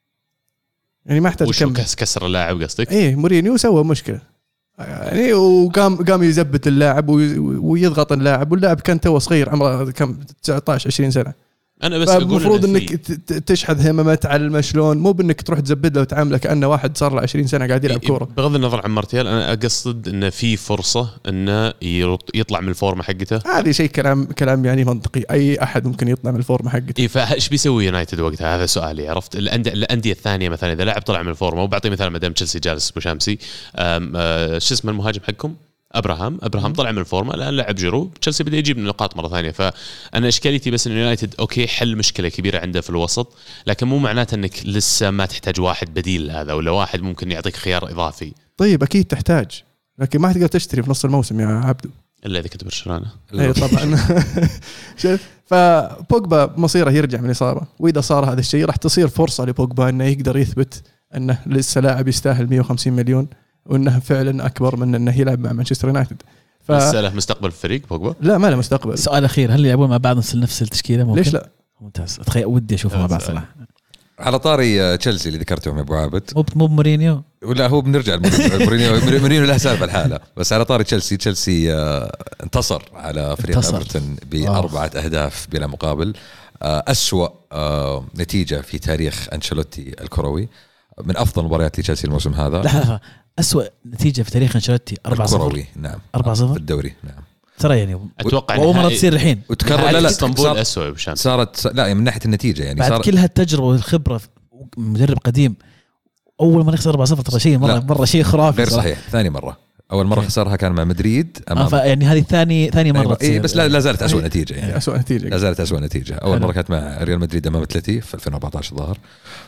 يعني ما احتاج كم كسر اللاعب قصدك؟ ايه مورينيو سوى مشكله يعني، وقام يزبط اللاعب ويضغط اللاعب، واللاعب كان توه صغير عمره كم 19-20 سنة. انا بس اقول المفروض انك تشحذ هممه، تعلم شلون، مو بانك تروح تزبد له وتعامله كانه واحد صار له 20 سنه قاعد يلعب كوره. بغض النظر عن مارتيال، انا اقصد انه في فرصه انه يطلع من الفورمه حقته. هذا شيء كلام يعني منطقي، اي احد ممكن يطلع من الفورمه حقته. فايش بيسوي يونايتد وقتها؟ هذا سؤالي. عرفت الانديه الثانيه مثلا اذا لاعب طلع من الفورمه، وبعطي مثال مدام تشيلسي جالس بشامسي، شو اسمه المهاجم حقكم ابراهام طلع من الفورمه، الان لعب جيرو، تشيلسي بده يجيب النقاط مره ثانيه. فانا اشكاليتي بس ان يونايتد اوكي حل مشكله كبيره عنده في الوسط، لكن مو معناته انك لسه ما تحتاج واحد بديل هذا، ولا واحد ممكن يعطيك خيار اضافي. طيب اكيد تحتاج، لكن ما تقدر تشتري في نص الموسم يا عبدو، الا اذا كنت برشلونه. اي طبعا. فبوجبا مصيره يرجع من الإصابة، وإذا صار هذا الشيء راح تصير فرصة لبوجبا أنه يقدر يثبت أنه لسه لاعب يستاهل 150 مليون، وأنه فعلا أكبر من أنه يلعب مع مانشستر يونايتد. لسه له مستقبل في الفريق بوجبا؟ لا، ما له مستقبل. سؤال أخير، هل يلعبون مع بعض نفس التشكيلة ممكن؟ ليش لا؟ ممتاز، أتخيل ودي أشوفه مع بعض صراحة. على طاري تشيلسي اللي ذكرته يا ابو عابد، مو مورينيو ولا هو بنرجع مورينيو له سالفه الحاله. بس على طاري تشيلسي انتصر على فريق ايفرتون ب4 أهداف بلا مقابل. أسوأ نتيجه في تاريخ أنشيلوتي الكروي، من افضل مباريات لتشيلسي الموسم هذا. لا، أسوأ نتيجه في تاريخ أنشيلوتي 4-0. نعم 4-0 في الدوري. نعم ترى يعني اتوقع اول مره تصير الحين وتكرر. لا اسطنبول اسوء بشان صارت لا من ناحيه النتيجه يعني بعد كل هالتجربه والخبره، مدرب قديم اول ما يخسر 4-0 ترى شيء مره شيء خرافي. غير صحيح. ثاني مره، اول مره خسرها كان مع مدريد يعني هذه ثاني مره تصير. بس لا زالت اسوء نتيجه يعني لا زالت اسوء نتيجه. اول مره كانت مع ريال مدريد امام أتلتي في 2014 ظهر.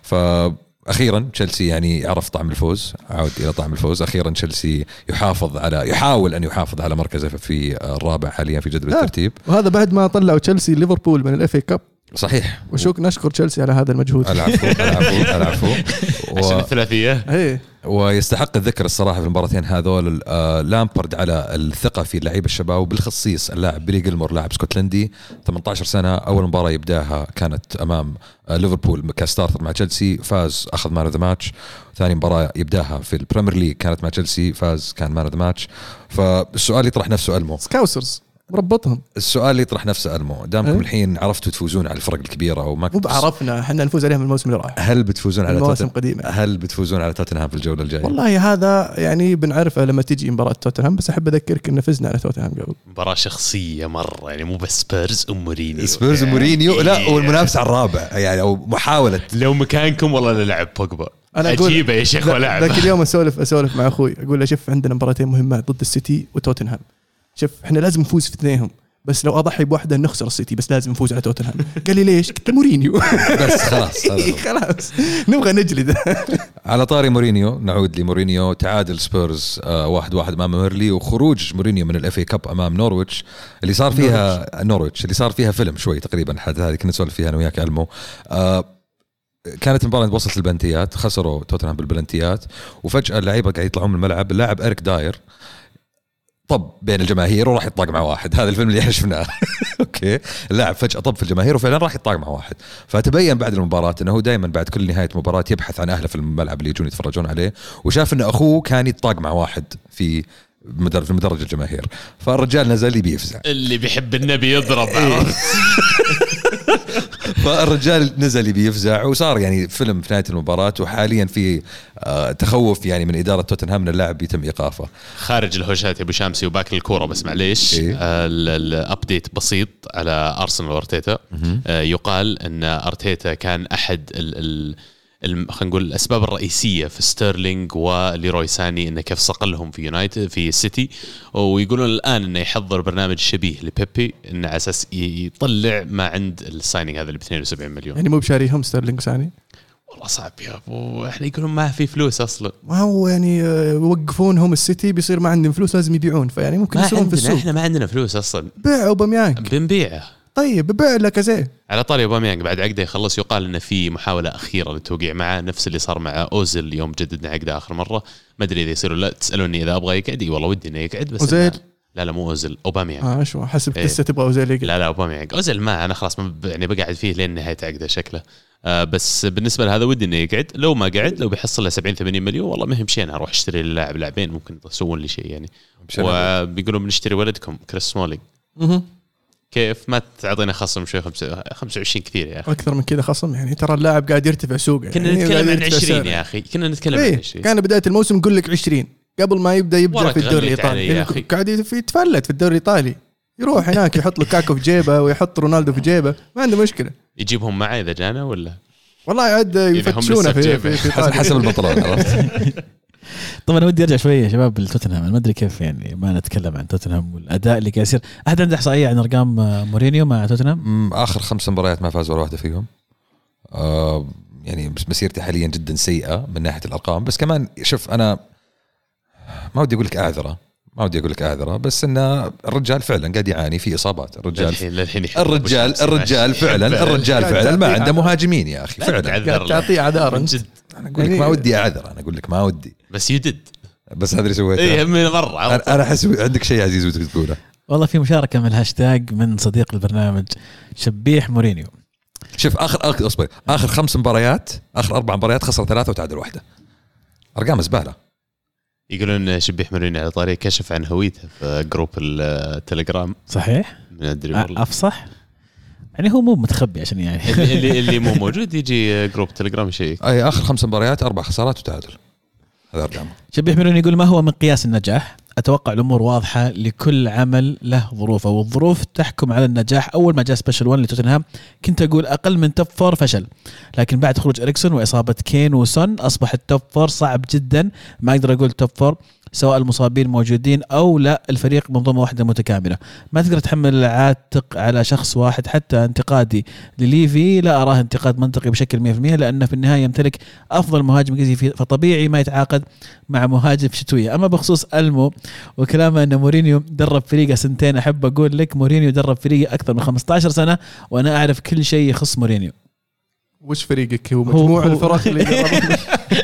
أخيرا تشيلسي يعني عرف طعم الفوز، عود إلى طعم الفوز. أخيرا تشيلسي يحاول أن يحافظ على مركزه في الرابع حاليا في جدول الترتيب، وهذا بعد ما طلعوا تشيلسي ليفربول من الFA كاب. صحيح. نشكر تشيلسي على هذا المجهود. العفو عشان الثلاثية. ويستحق الذكر الصراحة في المباراتين هذول لامبارد على الثقة في اللعيبة الشباب، وبالخصيص اللاعب بيلي جيلمور، لاعب اسكتلندي 18 سنة. أول مباراة يبداها كانت أمام ليفربول كستارتر مع تشيلسي، فاز أخذ مان اوف ذا ماتش. ثاني مباراة يبداها في البريمير ليج كانت مع تشيلسي، فاز كان مان اوف ذا ماتش. فالسؤال يطرح نفسه ألمو، سكاوسرز مربطهم. السؤال اللي يطرح نفسه ألمو، دامكم الحين عرفتوا تفوزون على الفرق الكبيرة أو ما عرفنا احنا نفوز عليهم الموسم اللي راح، هل بتفوزون على توتنهام في الجولة الجاية؟ والله هذا يعني بنعرفه لما تيجي مباراة توتنهام، بس أحب أذكرك إن فزنا على توتنهام قبل. مباراة شخصية مرة يعني، مو بس سبيرز ومورينيو لا، والمنافس على الرابع يعني، أو محاولة. لو مكانكم والله للعب بوجبا أنا أجيبه يا شيخ ولعب. ذاك اليوم أسولف مع أخوي، أقول له شوف عندنا مباراتين مهمة ضد السيتي وتوتنهام، شوف إحنا لازم نفوز في اثنينهم، بس لو أضحي بواحدة نخسر السيتي، بس لازم نفوز على توتنهام. قال لي ليش؟ قلت مورينيو. بس خلاص نبغى نجلد. على طاري مورينيو، نعود لمورينيو. تعادل سبيرز 1-1 أمام ميرلي، وخروج مورينيو من الFA كاب أمام نورويتش اللي صار فيها فيلم شوي تقريبا. هذه كنا نسولف فيها أنا وياك ألمو. كانت المباراة وصلت البلنتيات، خسروا توتنهام بالبلنتيات، وفجأة اللعيبة قاعد يطلعون من الملعب. اللاعب إريك داير طب بين الجماهير وراح يطاق مع واحد. هذا الفيلم اللي احنا شفناه. اوكي، اللاعب فجأة طب في الجماهير وفعلا راح يطاق مع واحد. فتبين بعد المباراة انه هو دائما بعد كل نهاية مباراة يبحث عن اهله في الملعب اللي يجون يتفرجون عليه، وشاف ان اخوه كان يطاق مع واحد في مدرج الجماهير. فالرجال نزل يبي يفزع، اللي بيحب النبي يضرب. فالرجال نزل يبي يفزع، وصار يعني فيلم في نهاية المباراة. وحاليا في تخوف يعني من إدارة توتنهام من اللاعب يتم إيقافه. خارج الهوشات يا أبو شامسي وباكل الكورة، بس معليش الأبديت بسيط على أرسنال وأرتيتا. يقال أن أرتيتا كان أحد خلينا نقول الأسباب الرئيسية في ستيرلينج وليروي ساني إنه كيف صقلهم في يونايتد في السيتي، ويقولون الآن إنه يحضر برنامج شبيه لبيبي إنه على أساس يطلع ما عند الساينينج هذا اللي ب72 مليون. يعني مو بشاريهم ستيرلينج ساني؟ والله صعب يا أبو، إحنا يقولون ما في فلوس أصلا. ما هو يعني يوقفونهم السيتي بيصير ما عندهم فلوس لازم يبيعون، فيعني ممكن يصيرون في السوق. إحنا ما عندنا فلوس أصلا. بيع أوباميانج. بنبيعه. طيب ببيع لك زي على طاري أوباميانج بعد عقده يخلص، يقال إنه في محاولة أخيرة للتوقيع معه، نفس اللي صار مع أوزيل يوم جددنا عقده آخر مرة. ما أدري إذا يصيروا لا. تسألوني إذا أبغى يقعد، والله ودي إنه يقعد، بس أوزيل لا مو أوزيل، أوباميانج. شو حسب لسه تبغى أوزيل يقعد؟ لا أوباميانج. أوزيل ما أنا خلاص يعني بقعد فيه لين نهاية عقده شكله. بس بالنسبة لهذا ودي إنه يقعد. لو ما قعد، لو بيحصل له 70-80 مليون، والله ما يمشي، أنا أروح أشتري اللاعب لاعبين ممكن يسوون لي شيء يعني. وبيقولوا بنشتري ولدكم كريس سمولينج. كيف ما تعطينا خصم شوي؟ 25 كثير يا أخي. أكثر من كذا خصم يعني، ترى اللاعب قاعد يرتفع سوقه. كنا يعني نتكلم عن 20 يا أخي، كنا نتكلم عن 20. كان بداية الموسم نقول لك 20 قبل ما يبدأ في الدوري الإيطالي. قاعد يتفلت في الدوري الإيطالي، يروح هناك يحط له كاكو في جيبه ويحط رونالدو في جيبه، ما عنده مشكلة. يجيبهم معه إذا جانا ولا والله عاد يفتشونه في حسب البطولات. طبعا انا ودي ارجع شويه يا شباب لتوتنهام. ما ادري كيف يعني ما نتكلم عن توتنهام والاداء اللي قاعد يصير. احد عنده احصائيه عن ارقام مورينيو مع توتنهام؟ اخر 5 مباريات ما فاز ولا واحده فيهم. يعني مسيرتي حاليا جدا سيئه من ناحيه الارقام. بس كمان شوف، انا ما ودي اقول لك اعذره، ما ودي اقول لك اعذره، بس ان الرجال فعلا قاعد يعاني في اصابات. الرجال فعلا ما عنده مهاجمين يا اخي فعلا. تعطيه عذار انا اقول لك ما ودي اعذر، انا اقول لك ما ودي، بس يدد بس هذا اللي سويته. ايه من مره انا احس عندك شيء عزيز ودك تقوله. والله في مشاركه من الهاشتاج من صديق البرنامج شبيح مورينيو. شوف اخر 5 مباريات، اخر 4 مباريات خسر 3 وتعادل 1. ارقام زباله. يقولون شبيح مورينيو على طريق كشف عن هويته في جروب التليجرام. صحيح من ادري والله افصح يعني هو مو متخبي عشان يعني اللي مو موجود يجي جروب تليجرام شيء. اي اخر 5 مباريات 4 خسارات وتعادل. هذا ارقام. شبيح مورينيو يقول ما هو مقياس النجاح؟ اتوقع الامور واضحه، لكل عمل له ظروفه والظروف تحكم على النجاح. اول ما جاء سبيشال 1 لتوتنهام كنت اقول اقل من توب 4 فشل، لكن بعد خروج إريكسون واصابه كين وسون اصبح التوب 4 صعب جدا. ما اقدر اقول توب 4 سواء المصابين موجودين او لا، الفريق منظومه واحده متكامله، ما تقدر تحمل العاتق على شخص واحد. حتى انتقادي لليفي لا اراه انتقاد منطقي بشكل 100%، لانه في النهايه يمتلك افضل مهاجم انجليزي فطبيعي ما يتعاقد مع مهاجم شتويه. اما بخصوص المو وكلامه ان مورينيو درب فريقه 2 سنين، احب اقول لك مورينيو درب فريقه اكثر من 15 سنه وانا اعرف كل شيء يخص مورينيو. وش فريقك؟ هو مجموع الفرق اللي قربوا.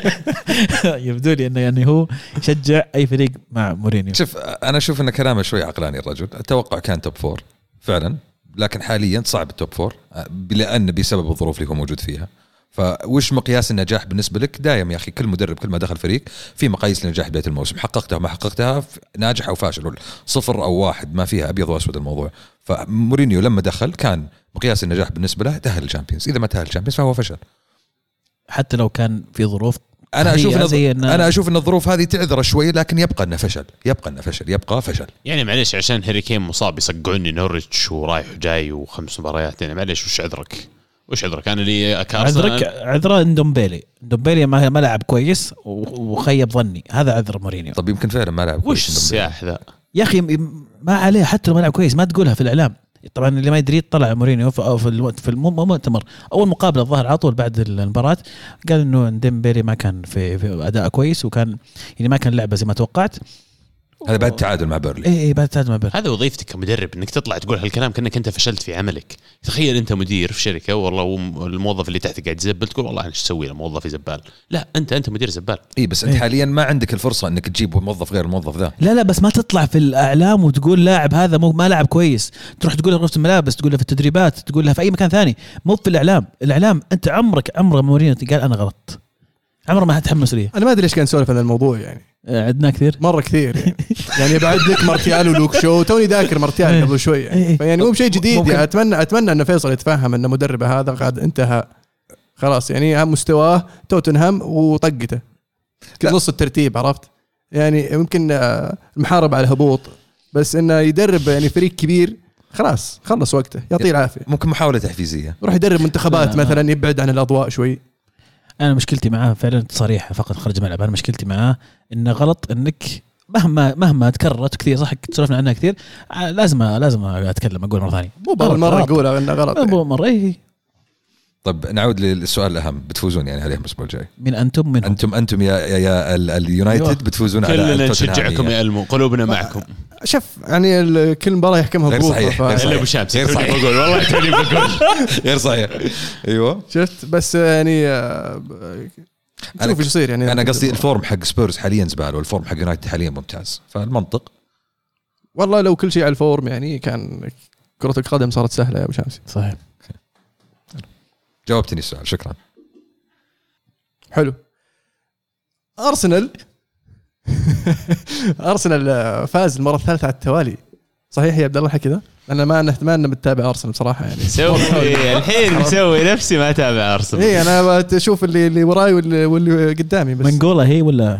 يبدو لي انه يعني هو يشجع اي فريق مع مورينيو. شوف انا اشوف ان كلامه شوي عقلاني الرجل. التوقع كان توب 4 فعلا، لكن حاليا صعب التوب 4 لان بسبب الظروف اللي هو موجود فيها. فوش مقياس النجاح بالنسبه لك؟ دايم يا اخي كل مدرب كل ما دخل فريق في مقاييس لنجاح بدايه الموسم، حققتها ما حققتها ناجح او فاشل، 0 أو 1 ما فيها ابيض واسود الموضوع. فمورينيو لما دخل كان مقياس النجاح بالنسبه له تاهل الشامبيونز، اذا ما تاهل الشامبيونز فهو فشل. حتى لو كان في ظروف انا اشوف ان الظروف هذه تعذر شوي، لكن يبقى انه فشل. يعني معليش عشان هاري كين مصاب يصقعوني نوريتش ورايح وجاي و5 مباريات، يعني معليش وش عذرك انا اللي عذره دومبيلي ما لعب كويس وخيب ظني، هذا عذر مورينيو. طب يمكن فعلا ما لعب كويس. وش السياح ذا يا اخي؟ ما عليه حتى لو ما لعب كويس ما تقولها في الاعلام. طبعا اللي ما يدري طلع مورينيو في المؤتمر اول مقابله الظاهر على طول بعد المباراه قال انه ديمبيلي ما كان في اداء كويس، وكان يعني ما كان لعبه زي ما توقعت. هذا بعد تعادل مع بيرلي. اي بعد تعادل مع بيرلي. هذا وظيفتك كمدرب انك تطلع تقول هالكلام كأنك انت فشلت في عملك. تخيل انت مدير في شركه والله الموظف اللي تحتك قاعد يزبل، تقول والله انا ايش اسوي لموظفي زبال. لا انت مدير زبال. اي بس انت حاليا ما عندك الفرصه انك تجيب موظف غير الموظف ذا. لا بس ما تطلع في الاعلام وتقول لاعب هذا ما لعب كويس، تروح تقول له في غرفه الملابس، تقول له في التدريبات، تقول له في اي مكان ثاني، مو في الاعلام. انت عمره مورينيو قال انا غلط، عمره ما هتحمل مسؤوليه. انا ما ادري ليش كان سولف عن الموضوع، يعني عندنا كثير مره كثير يعني بعد لك مارتيال ولوك شو، توني ذاكر مارتيال قبل شوي يعني. فيعني مو بشيء جديد يعني. اتمنى ان فيصل يتفهم ان مدربه هذا قاعد انتهى خلاص، يعني مستواه توتنهام وطقته نص الترتيب، عرفت يعني. يمكن المحاربه على الهبوط، بس انه يدرب يعني فريق كبير خلاص خلص وقته، يعطيه العافيه. ممكن محاوله تحفيزيه، يروح يدرب منتخبات مثلا، يبعد عن الاضواء شوي. انا مشكلتي معاه فعلا صريحه، فقط خرج ملعب. انا مشكلتي معاه انه غلط انك مهما تكررت كثير، صح سولفنا عنها كثير، لازم اتكلم اقول مره ثانيه، مو مره اقولها انه غلط مو مره. ايه طب نعود للسؤال الاهم، بتفوزون يعني عليهم الاسبوع الجاي؟ من انتم يا اليونايتد بتفوزون على كلنا نشجعكم يا المو، قلوبنا معكم. شوف يعني كل مباراه يحكمها بروحه، الا ابو شامس غير صحيح بقول والله توني بقول غير صحيح. ايوه شفت، بس يعني شوف ايش يصير يعني. انا قصدي الفورم حق سبيرز حاليا زباله، والفورم حق يونايتد حاليا ممتاز، فالمنطق والله لو كل شيء على الفورم يعني كان كرة القدم صارت سهله يا ابو شامس. صحيح، جاوبتني السؤال، شكرا. حلو. أرسنال فاز المرة الثالثة على التوالي، صحيح يا عبد الله الحكي ذا؟ أنا ما نتمنى بتتابع أرسنال بصراحة يعني. الحين مسوي نفسي ما أتابع أرسنال. إيه أنا بشوف اللي وراي واللي قدامي بس. منقولة هي ولا؟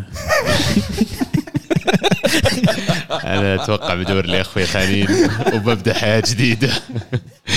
أنا أتوقع بدور لي أخوي ثانيين وببدأ حياة جديدة.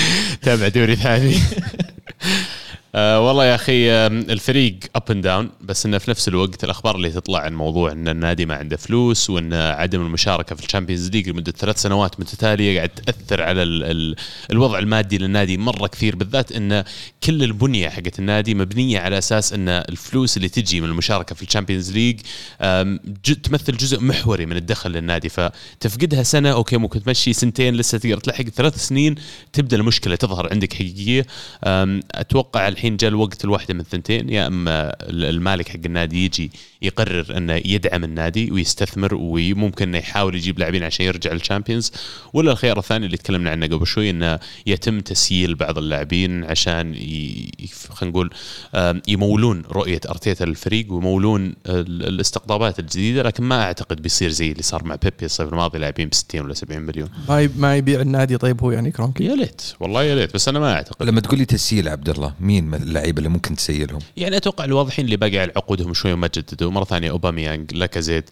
تابع دوري ثاني. والله يا أخي الفريق up and down، بس انه في نفس الوقت الاخبار اللي تطلع عن موضوع ان النادي ما عنده فلوس وان عدم المشاركه في الشامبيونز ليج لمده 3 سنوات متتاليه قاعد تاثر على الوضع المادي للنادي مره كثير، بالذات ان كل البنيه حقت النادي مبنيه على اساس ان الفلوس اللي تجي من المشاركه في الشامبيونز ليج تمثل جزء محوري من الدخل للنادي، فتفقدها سنه اوكي ممكن تمشي، سنتين لسه تقدر تلحق، 3 سنين تبدا المشكله تظهر عندك حقيقيه. اتوقع الحين جاء الوقت الواحده من ثنتين، يا اما المالك حق النادي يجي يقرر انه يدعم النادي ويستثمر وممكن انه يحاول يجيب لاعبين عشان يرجع للشامبيونز، ولا الخيار الثاني اللي تكلمنا عنه قبل شوي انه يتم تسييل بعض اللاعبين عشان خلينا نقول يمولون رؤيه ارتيتا للفريق ويمولون الاستقطابات الجديده، لكن ما اعتقد بيصير زي اللي صار مع بيبي الصيف الماضي لاعبين ب 60 ولا 70 مليون. ما يبيع النادي. طيب هو يعني كرونكي يا ليت والله يا ليت، بس انا ما اعتقد. لما تقول لي تسييل عبد الله مين اللعيبه اللي ممكن تسيلهم؟ يعني اتوقع الواضحين اللي باقي على عقودهم شويه ما جددوا، مره ثانيه اوباميانج، لاكازيت،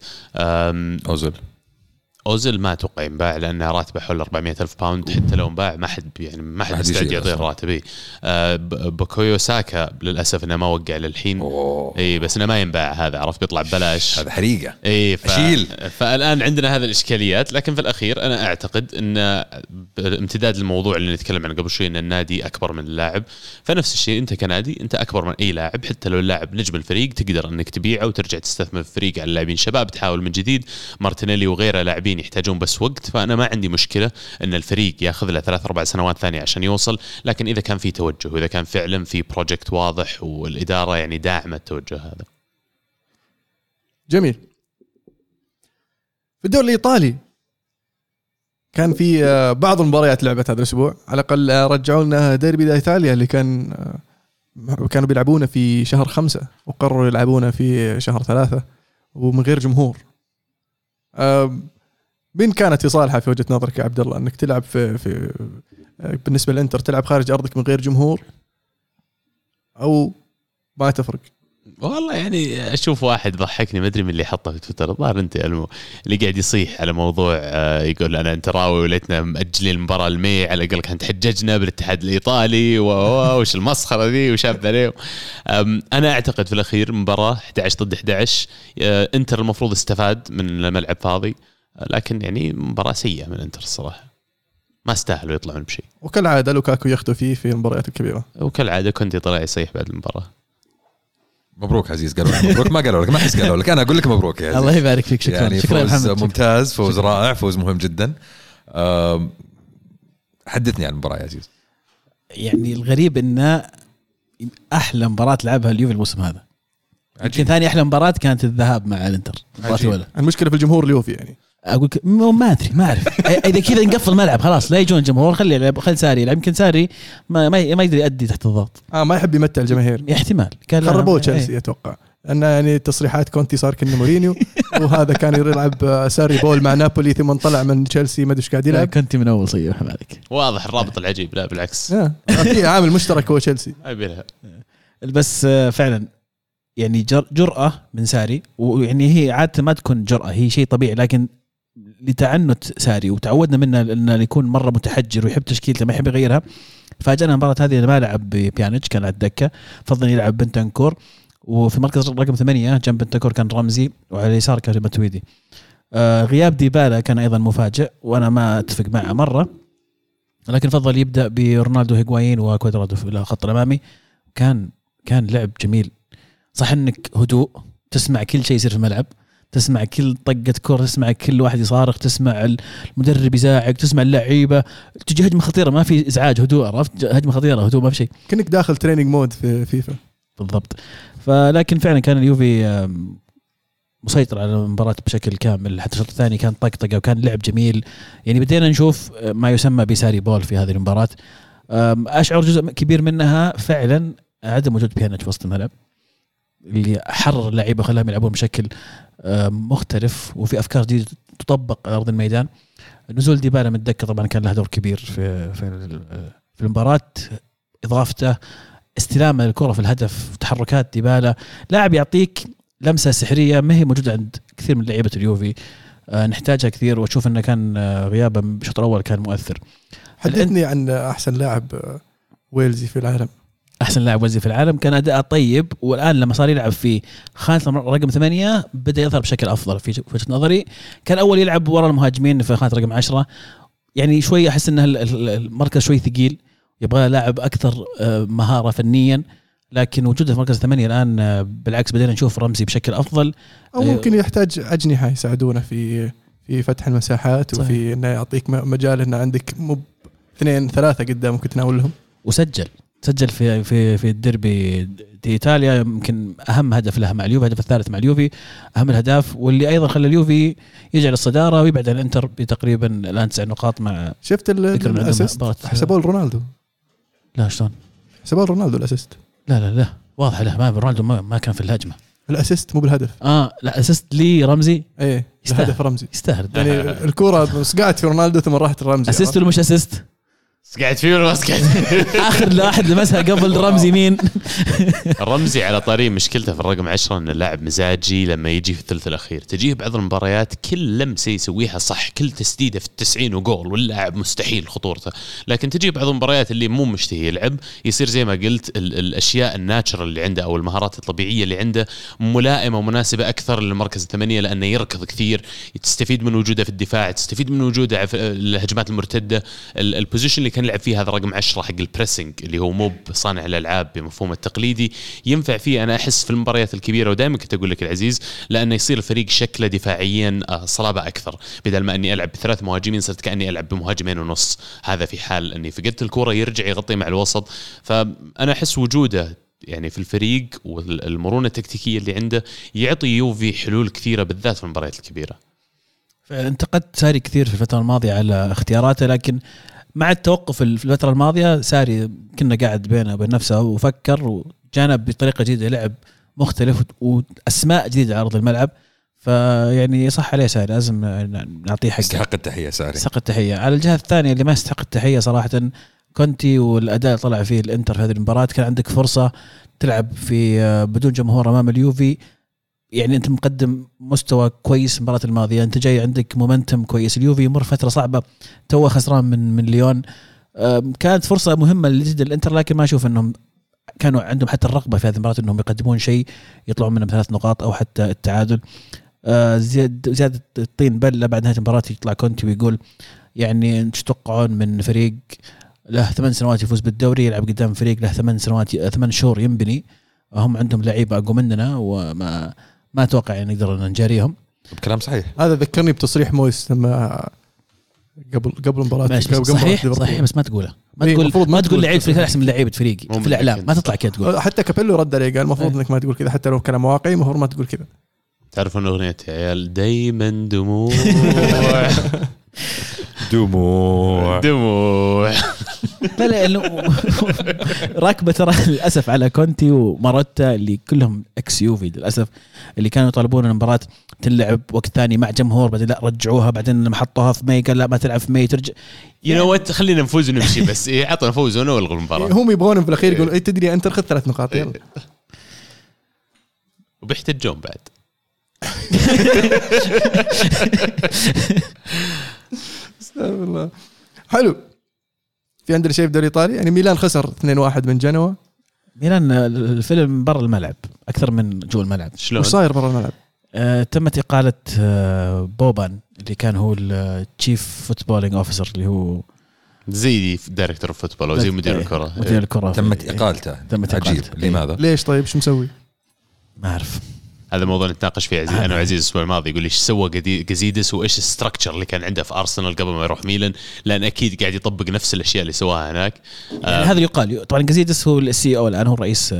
أوزيل ما أتوقع ينباع لأنه راتبه حول 400,000 باوند، حتى لو انباع ما حد يستعد يعطيه راتبه. بوكويو ساكا للأسف إنه ما وقع للحين، إيه بس إنه ما ينباع، هذا عرف بيطلع ببلاش، هذا حريقة. إيه فالآن عندنا هذه الإشكاليات، لكن في الأخير أنا أعتقد إن امتداد الموضوع اللي نتكلم عنه قبل شوي إن النادي أكبر من اللاعب، فنفس الشيء أنت كنادي أنت أكبر من أي لاعب، حتى لو اللاعب نجم الفريق تقدر إنك تبيعه وترجع تستثمر في الفريق على اللاعبين شباب، تحاول من جديد. مارتينيلي وغيره لاعبين يحتاجون بس وقت، فأنا ما عندي مشكلة إن الفريق يأخذ له 3-4 سنوات ثانية عشان يوصل، لكن إذا كان في توجه وإذا كان فعلا في بروجكت واضح والإدارة يعني داعمة التوجه هذا. جميل. في الدوري الإيطالي كان في بعض المباريات لعبت هذا الأسبوع، على الأقل رجعوا لنا ديربي دا إيطاليا اللي كانوا بيلعبونه في شهر 5 وقرروا يلعبونه في شهر 3 ومن غير جمهور. مين كانت صالحة في وجهة نظرك يا عبد الله انك تلعب في بالنسبة للإنتر تلعب خارج أرضك من غير جمهور او ما تفرق؟ والله يعني اشوف واحد ضحكني ما ادري من اللي حطه في تويتر، الظاهر انت اللي قاعد يصيح على موضوع يقول انا انتراوي وليتنا مأجلين المباراة المي، على الاقل كان تحججنا بالاتحاد الايطالي وش المسخرة ذي وشاب عليهم. انا اعتقد في الاخير مباراة 11 ضد 11 انتر المفروض استفاد من الملعب فاضي، لكن يعني مباراة سيئة من انتر الصراحة، ما استاهلوا يطلعون بشيء. وكالعادة لوكاكو يخطو في المباريات الكبيرة، وكالعادة كنت طلع يصيح بعد المباراة. مبروك عزيز، قالوا لك مبروك، ما قالوا لك، ما حس قالوا لك، انا اقول لك مبروك يا عزيز. الله يبارك فيك، شكرا يعني شكرا فوز محمد، ممتاز، فوز رائع، فوز مهم جدا. حدثني عن المباراة يا عزيز. يعني الغريب انه احلى مباراة لعبها اليوفي الموسم هذا، يمكن ثاني احلى مباراة كانت الذهاب مع الانتر. المشكلة في الجمهور اليوفي، يعني اقول ما ادري ما اعرف اذا كذا نقفل الملعب خلاص لا يجون الجمهور، خلي ساري يلعب، يمكن ساري ما يقدر يؤدي تحت الضغط، ما يحب يمتع الجماهير، احتمال خربوه تشيلسي اتوقع أن يعني تصريحات كونتي صار كأنه مورينيو وهذا كان يلعب ساري بول مع نابولي ثم طلع من تشيلسي ما ادري ايش قاعد يلعب. كنت من اول صيح مالك واضح الرابط العجيب، لا بالعكس في عامل مشترك هو تشيلسي. بس فعلا يعني جرأة من ساري، ويعني هي عادة ما تكون جرأة، هي شيء طبيعي، لكن لتعنت ساري وتعودنا منه انه يكون مرة متحجر ويحب تشكيلته ما يحب يغيرها. فاجأنا المباراة هذه ما لعب بيانيتش، كان على الدكة، فضل يلعب بنتنكور، وفي مركز رقم 8 جنب بنتنكور كان رمزي، وعلى اليسار كان متويدي. غياب ديبالا كان ايضا مفاجئ وانا ما اتفق معه مرة، لكن فضل يبدأ برونالدو هيغوايين وكوادرادو في الخط الامامي. كان لعب جميل، صح انك هدوء، تسمع كل شيء يصير في الملعب، تسمع كل طقة كرة، تسمع كل واحد يصارخ، تسمع المدرب يزاعق، تسمع اللعيبة، تجي هجمة خطيرة ما في إزعاج، هدوء، عرفت؟ هجمة خطيرة هدوء، ما في شيء، كأنك داخل تريننج مود في فيفا بالضبط. فلكن فعلا كان اليوفي مسيطر على المباراة بشكل كامل، حتى الشوط الثاني كان طقطقة وكان لعب جميل. يعني بدينا نشوف ما يسمى بساري بول في هذه المباراة. أشعر جزء كبير منها فعلا عدم وجود بيانيتش في وسط الملعب، اللي حرر اللعيبة خلاهم يلعبون بشكل مختلف وفي أفكار جديدة تطبق على أرض الميدان. نزول ديبالا من الدكة طبعا كان له دور كبير في المباراة، إضافته، استلامه الكرة في الهدف، تحركات ديبالا، لاعب يعطيك لمسة سحرية ما هي موجودة عند كثير من لعيبة اليوفي، نحتاجها كثير، وأشوف أنه كان غيابه بالشوط الأول كان مؤثر. حدثني عن أحسن لاعب ويلزي في العالم. احسن لاعب وزي في العالم، كان اداء طيب، والان لما صار يلعب في خانه رقم 8 بدا يظهر بشكل افضل في وجهه نظري. كان اول يلعب ورا المهاجمين في خانه رقم 10، يعني شوي احس ان المركز شوي ثقيل، يبغى لاعب اكثر مهاره فنيا، لكن وجوده في مركز 8 الان بالعكس بدينا نشوف رمزي بشكل افضل. او ممكن يحتاج اجنحه يساعدونه في فتح المساحات. صحيح. وفي انه يعطيك مجال ان عندك 2-3 قدامك تناولهم. وسجل في الديربي دي إيطاليا يمكن أهم هدف له مع اليوفي، الهدف الثالث مع اليوفي أهم الأهداف، واللي أيضا خلى اليوفي يجعل الصدارة ويبعد عن الإنتر بتقريبا الآن 9 نقاط. مع شفت الأسيست حسبوه رونالدو؟ لا شلون حسبوه رونالدو الأسيست؟ لا واضح له، ما رونالدو ما كان في الهجمة. الأسيست مو بالهدف. لا أسيست لي رمزي. إيه الهدف رمزي يستاهل يعني الكرة سقعت في رونالدو ثم راحت الرمزي. أسيست ولا مش أسيست؟ قاعد فيه ولا قاعد اخر واحد لمسها قبل رمزي مين؟ رمزي على طريق مشكلته في الرقم 10 ان اللاعب مزاجي لما يجي في الثلث الاخير، تجيه بعض المباريات كل لمسه يسويها صح، كل تسديده في 90 وجول واللاعب مستحيل خطورته، لكن تجي بعض المباريات اللي مو مشتهي يلعب يصير زي ما قلت الاشياء الناتشرال اللي عنده او المهارات الطبيعيه اللي عنده ملائمه ومناسبه اكثر للمركز 8 لانه يركض كثير، تستفيد من وجوده في الدفاع، تستفيد من وجوده في الهجمات المرتده. البوزيشن اللي كان يلعب فيه هذا رقم 10 حق البريسنج اللي هو مو بصانع الالعاب بمفهوم التقليدي، ينفع فيه انا احس في المباريات الكبيره. ودائما كنت اقول لك العزيز لانه يصير الفريق شكله دفاعيا صلابه اكثر، بدل ما اني العب ب3 مهاجمين صرت كاني العب بمهاجمين ونص، هذا في حال اني فقدت الكره يرجع يغطي مع الوسط. فانا احس وجوده يعني في الفريق والمرونه التكتيكيه اللي عنده يعطي يوفي حلول كثيره بالذات في المباريات الكبيره. انتقدت ساري كثير في الفتره الماضيه على اختياراته، لكن مع التوقف في الفترة الماضية ساري كنا قاعد بينه وبين نفسه وفكر وجانب بطريقة جديدة، لعب مختلف وأسماء جديدة على أرض الملعب، فيعني صح عليه ساري، لازم نعطيه حقه، يستحق التحية ساري، يستحق التحية. على الجهة الثانية اللي ما يستحق التحية صراحة كونتي والأداء طلع فيه الإنتر في هذه المباراة. كان عندك فرصة تلعب في بدون جمهور أمام اليوفي، يعني أنت مقدم مستوى كويس المباراة الماضية، أنت جاي عندك مومنتم كويس، اليوفي يمر فترة صعبة توه خسران من ليون، كانت فرصة مهمة جدا الانتر، لكن ما أشوف أنهم كانوا عندهم حتى الرغبة في هذه المباراة أنهم يقدمون شيء يطلعون منه ب3 نقاط أو حتى التعادل. زيادة الطين بلة بعد نهاية المباراة يطلع كونتي ويقول يعني أنتم تتوقعون من فريق له 8 سنوات يفوز بالدوري يلعب قدام فريق له 8 شهور ينبني، هم عندهم لعيبة أقوى مننا وما أتوقع يعني نقدر نجاريهم. بكلام صحيح. هذا ذكرني بتصريح مويس لما قبل مباراة صحيح بس ما تقوله، ما تقول لعيب فريق أحسن من لعيبة فريقي في الإعلام، ما تطلع كذا تقول. حتى كابيلو رد عليه قال المفروض إنك ما تقول كذا، حتى لو كلام واقعي المفروض ما تقول كذا. تعرفون أغنية يا عيال دايما دموع دموع لا راكبة ترى للأسف على كونتي وماروتا اللي كلهم اكس يوفي للأسف، اللي كانوا يطالبون المباراة تلعب وقت ثاني مع جمهور، بعدين لا رجعوها، بعدين لما حطوها في ماي قال لا ما تلعب في ماي ترجع. وات خلينا نفوز ونمشي بس عطنا فوز ونلغي المباراة. هم يبغون في الأخير يقولوا تدري أنت خذ 3 نقاط يلا، وبيحتجون بعد. استغفر الله. حلو. في عندنا شيء في الدوري الإيطالي، يعني ميلان خسر 2-1 من جنوا. ميلان الفيلم برا الملعب أكثر من جوا الملعب. شلون؟ وش صاير برا الملعب؟ تمت إقالة بوبان اللي كان هو التشيف فوتبولينج أوفيسر اللي هو زي دايركتور فوتبول أو زي مدير الكرة. مدير الكرة تمت إقالته. عجيب. لماذا؟ ليش طيب شو مسوي؟ ما أعرف. هذا موضوع نتناقش فيه عزيز أنا وعزيز الأسبوع الماضي، يقول لي إيش سوى جازيدس وإيش الستركتشر اللي كان عنده في أرسنال قبل ما يروح ميلان، لأن أكيد قاعد يطبق نفس الأشياء اللي سواها هناك. يعني هذا يقال طبعا جازيدس هو السي او الآن، هو الرئيس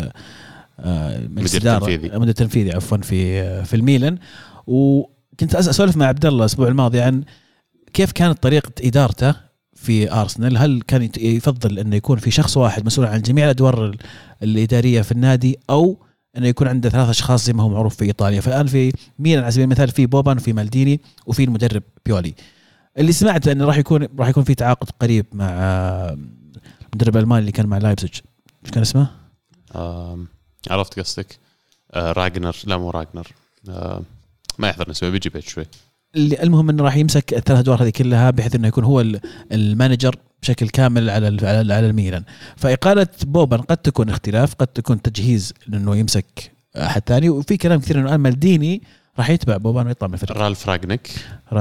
مدير التنفيذي عفوا في الميلان. وكنت أسولف مع عبد الله الأسبوع الماضي عن كيف كانت طريقة إدارته في أرسنال، هل كان يفضل أنه يكون في شخص واحد مسؤول عن جميع الأدوار الإدارية في النادي، أو أنه يكون عنده 3 أشخاص زي ما هو معروف في إيطاليا. فالآن في ميلان على سبيل المثال في بوبان وفي مالديني وفي المدرب بيولي، اللي سمعت أنه راح يكون في تعاقد قريب مع المدرب الألماني اللي كان مع لايبزيج، إيش كان اسمه؟ عرفت قصدك. راجنر، لا مو راجنر، ما يحضر نسوي بيجي بعد شوي. المهم انه راح يمسك ال3 ادوار هذه كلها، بحيث انه يكون هو المانجر بشكل كامل على الميلان. فإقالة بوبان قد تكون اختلاف، قد تكون تجهيز لأنه يمسك أحد ثاني، وفي كلام كثير إنه الآن مالديني راح يتبع بوبان ويطلع من الفريق. رالف راغنيك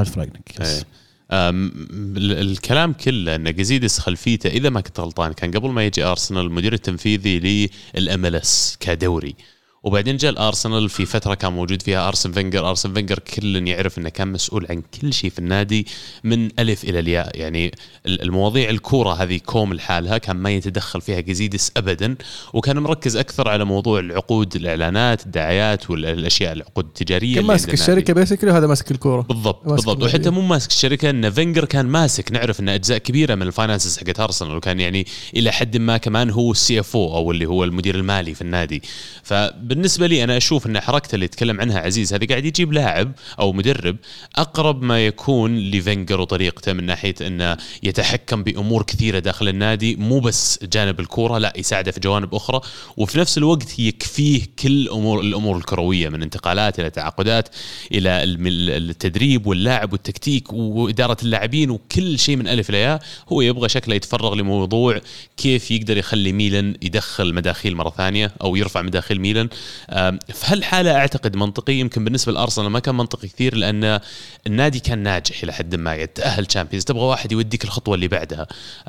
الكلام كله أن جازيدس خلفيته إذا ما كنت غلطان كان قبل ما يجي أرسنال المدير التنفيذي للMLS كدوري، وبعدين جاء الأرسنال في فترة كان موجود فيها أرسن فينجر كل يعرف أنه كان مسؤول عن كل شيء في النادي من ألف إلى الياء، يعني المواضيع الكورة هذه كوم لحالها كان ما يتدخل فيها جازيدس أبدا، وكان مركز أكثر على موضوع العقود، الإعلانات، الدعايات والأشياء، العقود التجارية. كان ماسك الشركة بيسكلي وهذا ماسك الكورة. بالضبط. وحتى مو ماسك الشركة، إن فينجر كان ماسك، نعرف أن أجزاء كبيرة من الفاينانسز حقت أرسنال، وكان يعني إلى حد ما كمان هو CFO أو اللي هو المدير المالي في النادي. فبالنسبة لي أنا أشوف أن حركته اللي يتكلم عنها عزيز هذه قاعد يجيب لاعب أو مدرب أقرب ما يكون لفينجر وطريقته، من ناحية أنه يتحكم بأمور كثيرة داخل النادي، مو بس جانب الكورة، لا يساعده في جوانب أخرى، وفي نفس الوقت يكفيه كل الأمور الكروية، من انتقالات إلى تعاقدات إلى التدريب واللاعب والتكتيك وإدارة اللاعبين وكل شيء من ألف لياء. هو يبغى شكله يتفرغ لموضوع كيف يقدر يخلي ميلان يدخل مداخيل مرة ثانية أو يرفع مداخيل ميلان. في هالحالة أعتقد منطقي، يمكن بالنسبة للأرسنال ما كان منطقي كثير، لأن النادي كان ناجح إلى حد ما، يتأهل تشامبيونز، تبغى واحد يوديك الخطوة اللي بعدها.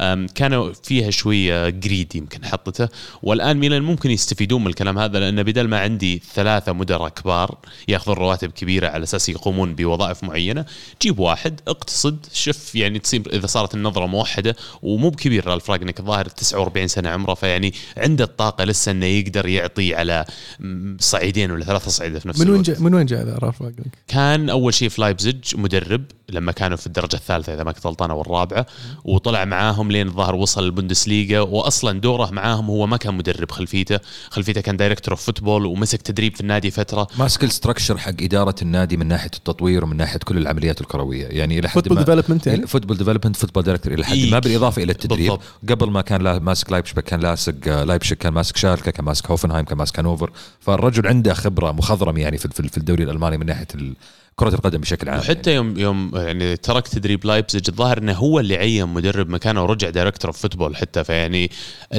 كانوا فيها شوية جريد يمكن حطته، والآن ميلان ممكن يستفيدون من الكلام هذا، لأن بدل ما عندي 3 مدراء كبار يأخذون رواتب كبيرة على أساس يقومون بوظائف معينة، جيب واحد اقتصد، شوف يعني تصير إذا صارت النظرة موحدة. ومو بكبير رالف راغنيك، الظاهر 49 سنة عمره، فيعني عنده الطاقة لسه إنه يقدر يعطي على صعيدين ولا 3 صعيدة في نفس الوقت. من وين جاء ذا رالف راغنيك؟ كان أول شيء في لايبزيج مدرب لما كانوا في الدرجة الثالثة إذا ما كنت غلطان أو الرابعة، وطلع معاهم لين الظاهر وصل البوندسليغا، وأصلا دوره معاهم هو ما كان مدرب، خلفيته كان دايركتور اوف فوتبول، ومسك تدريب في النادي فترة، ماسك الستراكشر حق إدارة النادي من ناحية التطوير ومن ناحية كل العمليات الكروية، يعني إلى حد فوتبول ديفلوبمنت، يعني فوتبول ديفلوبمنت، فوتبول دايركتور إلى حد ما، بالإضافة إلى التدريب. بالضبط. قبل ما كان ماسك لايبشبك، كان لايبشبك، كان ماسك شالكة، كان ماسك هوفنهايم، كان ماسك هانوفر، فالرجل عنده خبرة مخضرم يعني في الدوري الألماني من ناحية كرة القدم بشكل عام. وحتى يعني يوم يعني ترك تدريب لايبزيج الظاهر انه هو اللي عين مدرب مكانه ورجع دايركتور اوف فوتبول حتى، فيعني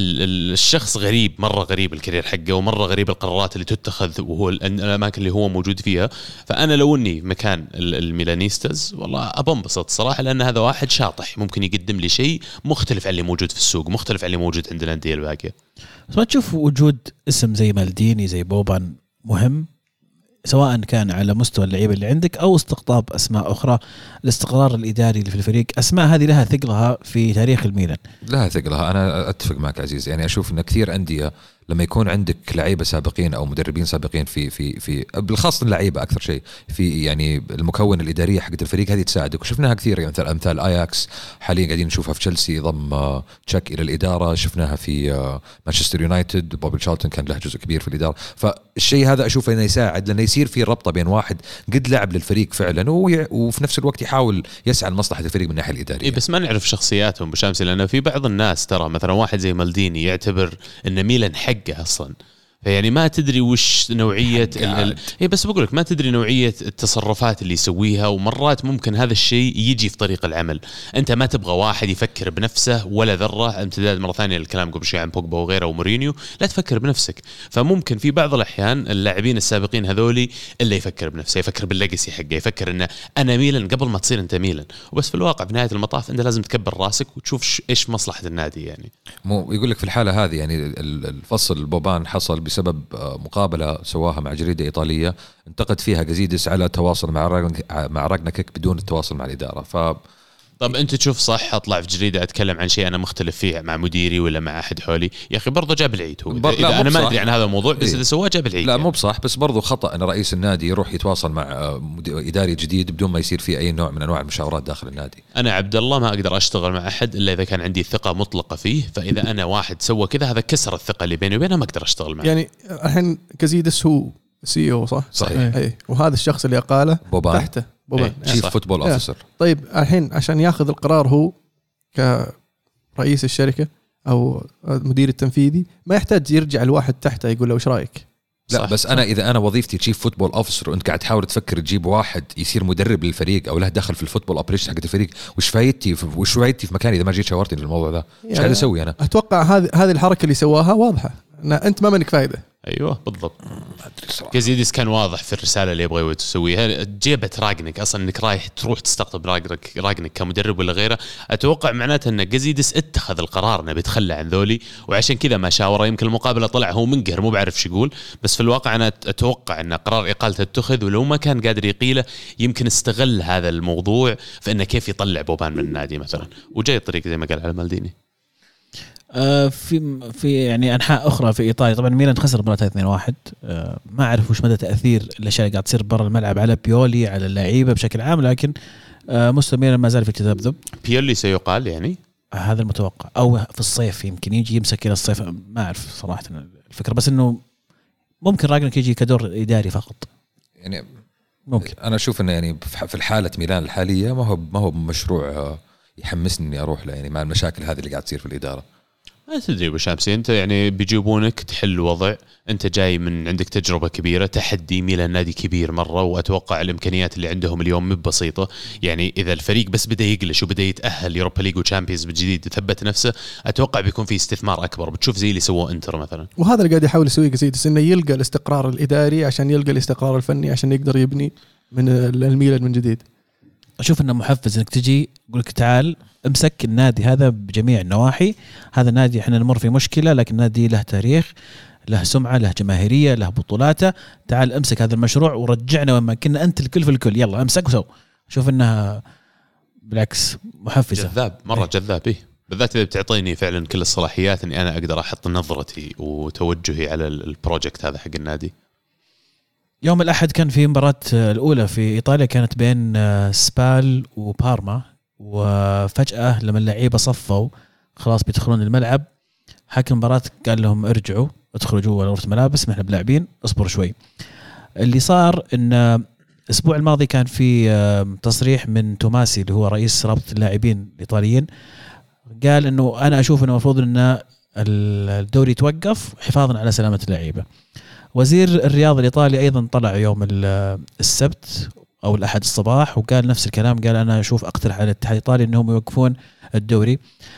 الشخص غريب، مرة غريب الكارير حقه، ومرة غريب القرارات اللي تتخذ وهو الاماكن اللي هو موجود فيها. فانا لو اني مكان الميلانيستاز والله ابنبسط صراحة، لان هذا واحد شاطح ممكن يقدم لي شيء مختلف عن اللي موجود في السوق، مختلف عن اللي موجود عند الانديه الباقيه. بس ما تشوف وجود اسم زي مالديني زي بوبان مهم، سواء كان على مستوى اللعيبه اللي عندك او استقطاب اسماء اخرى، الاستقرار الاداري اللي في الفريق، اسماء هذه لها ثقلها في تاريخ الميلان، لها ثقلها. انا اتفق معك عزيز، يعني اشوف ان كثير انديه لما يكون عندك لعيبه سابقين او مدربين سابقين في بالخاص اللعيبه اكثر شيء في يعني المكون الاداريه حقت الفريق، هذه تساعدك، وشفناها كثير يعني امثال اياكس حاليا قاعدين نشوفها في تشيلسي، ضم تشيك الى الاداره، شفناها في مانشستر يونايتد، بوبي تشارلتون كان له جزء كبير في الاداره. فالشيء هذا اشوفه انه يساعد، لانه يصير في ربطه بين واحد قد لعب للفريق فعلا وفي نفس الوقت يحاول يسعى لمصلحه الفريق من الناحيه الاداريه. بس ما نعرف شخصياتهم بشامسي، لانه في بعض الناس ترى مثلا واحد زي مالديني يعتبر ان ميلان حقه اصلا، يعني ما تدري وش نوعية بس بقول لك ما تدري نوعية التصرفات اللي يسويها، ومرات ممكن هذا الشيء يجي في طريق العمل. أنت ما تبغى واحد يفكر بنفسه ولا ذرة، امتداد مرة ثانية للكلام قبل شوي عن بوجبا وغيره ومورينيو، لا تفكر بنفسك. فممكن في بعض الأحيان اللاعبين السابقين هذولي اللي يفكر بنفسه، يفكر بالليجاسي حقه، يفكر إنه أنا ميلان قبل ما تصير أنت ميلان، وبس في الواقع في نهاية المطاف أنت لازم تكبر راسك وتشوف إيش مصلحة النادي. يعني مو يقول لك في الحالة هذه يعني الفصل بوبان حصل بسبب مقابلة سواها مع جريدة إيطالية انتقد فيها جازيدس على التواصل مع راغنيك بدون التواصل مع الإدارة. طب أنت تشوف صح أطلع في جريدة أتكلم عن شيء أنا مختلف فيه مع مديري ولا مع أحد حولي؟ يا أخي برضو جاب العيد هو، إذا أنا ما أدري عن هذا الموضوع بس إذا سواه جاب العيد. لا مو بصح، بس برضو خطأ أن رئيس النادي يروح يتواصل مع إداري جديد بدون ما يصير فيه أي نوع من أنواع المشاورات داخل النادي. أنا عبد الله ما أقدر أشتغل مع أحد إلا إذا كان عندي ثقة مطلقة فيه، فإذا أنا واحد سوى كذا هذا كسر الثقة اللي بيني وبينه، ما أقدر أشتغل معه. يعني الحين جازيدس هو CEO صحيح. أي. وهذا الشخص اللي أقاله تحته بوبان شيف فوتبول أوفيسر. طيب الحين عشان ياخذ القرار هو كرئيس الشركة أو المدير التنفيذي ما يحتاج يرجع الواحد تحته يقول له وش رأيك؟ لا بس انا اذا انا وظيفتي تشيف فوتبول اوفيسر وانت قاعد تحاول تفكر تجيب واحد يصير مدرب للفريق او له دخل في الفوتبول اوبريشن حق الفريق، وش فايدتي في مكاني اذا ما جيت شاورتني في الموضوع ذا؟ ايش قاعد اسوي انا؟ اتوقع هذه الحركه اللي سواها واضحه ان انت ما منك فايده. ايوه بالضبط. كازيدس كان واضح في الرساله اللي يبغى يسويها. جيبت راجنك اصلا انك رايح تروح تستقطب راجنك كمدرب ولا غيره، اتوقع معناته ان كازيدس اتخذ القرار انه بيتخلى عن ذولي، وعشان كذا ما شاوره. يمكن المقابله طلع هو منقهر مو بعرف شو يقول، بس في الواقع انا اتوقع ان قرار اقالته اتخذ، ولو ما كان قادر يقيله يمكن استغل هذا الموضوع في انه كيف يطلع بوبان من النادي مثلا، وجاي الطريق زي ما قال على مالديني. في يعني انحاء اخرى في ايطاليا طبعا ميلان خسر مباراه 2-1. ما اعرف وش مدى تاثير الاشياء اللي قاعد تصير برا الملعب على بيولي على اللعيبه بشكل عام، لكن مستوى ميلان ما زال في تذبذب. بيولي سيقال يعني هذا المتوقع، او في الصيف يمكن يجي يمسك الى الصيف، ما اعرف صراحه الفكره، بس انه ممكن راجنك يجي كدور اداري فقط يعني. ممكن انا اشوف انه يعني في الحاله ميلان الحاليه ما هو مشروع يحمسني اني اروح له، يعني مع المشاكل هذه اللي قاعد تصير في الاداره. ما تدري ابو شامسي، انت يعني بيجيبونك تحل وضع، انت جاي من عندك تجربه كبيره، تحدي. ميلان نادي كبير مره، واتوقع الامكانيات اللي عندهم اليوم مو بسيطه. يعني اذا الفريق بس بدا يقلش وبدا يتاهل يوروبا ليج وتشامبيونز بالجديد وثبت نفسه، اتوقع بيكون في استثمار اكبر. بتشوف زي اللي سووه انتر مثلا، وهذا اللي قاعد يحاول يسويه كازيدس، انه يلقى الاستقرار الاداري عشان يلقى الاستقرار الفني عشان يقدر يبني من الميلان من جديد. اشوف انه محفز انك تجي يقول لك تعال امسك النادي هذا بجميع النواحي. هذا النادي احنا نمر في مشكله، لكن النادي له تاريخ، له سمعه، له جماهيريه، له بطولاته. تعال امسك هذا المشروع ورجعنا وما كنا انت الكل في الكل، يلا امسك وسو. شوف انها بالعكس محفزه، جذاب مره جذاب. إيه بالذات اذا بتعطيني فعلا كل الصلاحيات اني انا اقدر احط نظرتي وتوجهي على البروجكت هذا حق النادي. يوم الأحد كان في مباراة الأولى في إيطاليا، كانت بين سبال وبارما، وفجأة لما اللعيبة صفوا خلاص بيدخلون الملعب، حكم المباراة قال لهم ارجعوا ادخلوا جوا غرفة الملابس، ما احنا بلاعبين اصبروا شوي. اللي صار ان الأسبوع الماضي كان في تصريح من توماسي اللي هو رئيس رابطة اللاعبين الإيطاليين، قال انه انا اشوف انه المفروض ان الدوري يتوقف حفاظا على سلامة اللعيبة. وزير الرياضة الإيطالي أيضا طلع يوم السبت أو الأحد الصباح وقال نفس الكلام، قال أنا أشوف أقترح على الاتحاد الإيطالي أنهم يوقفون الدوري.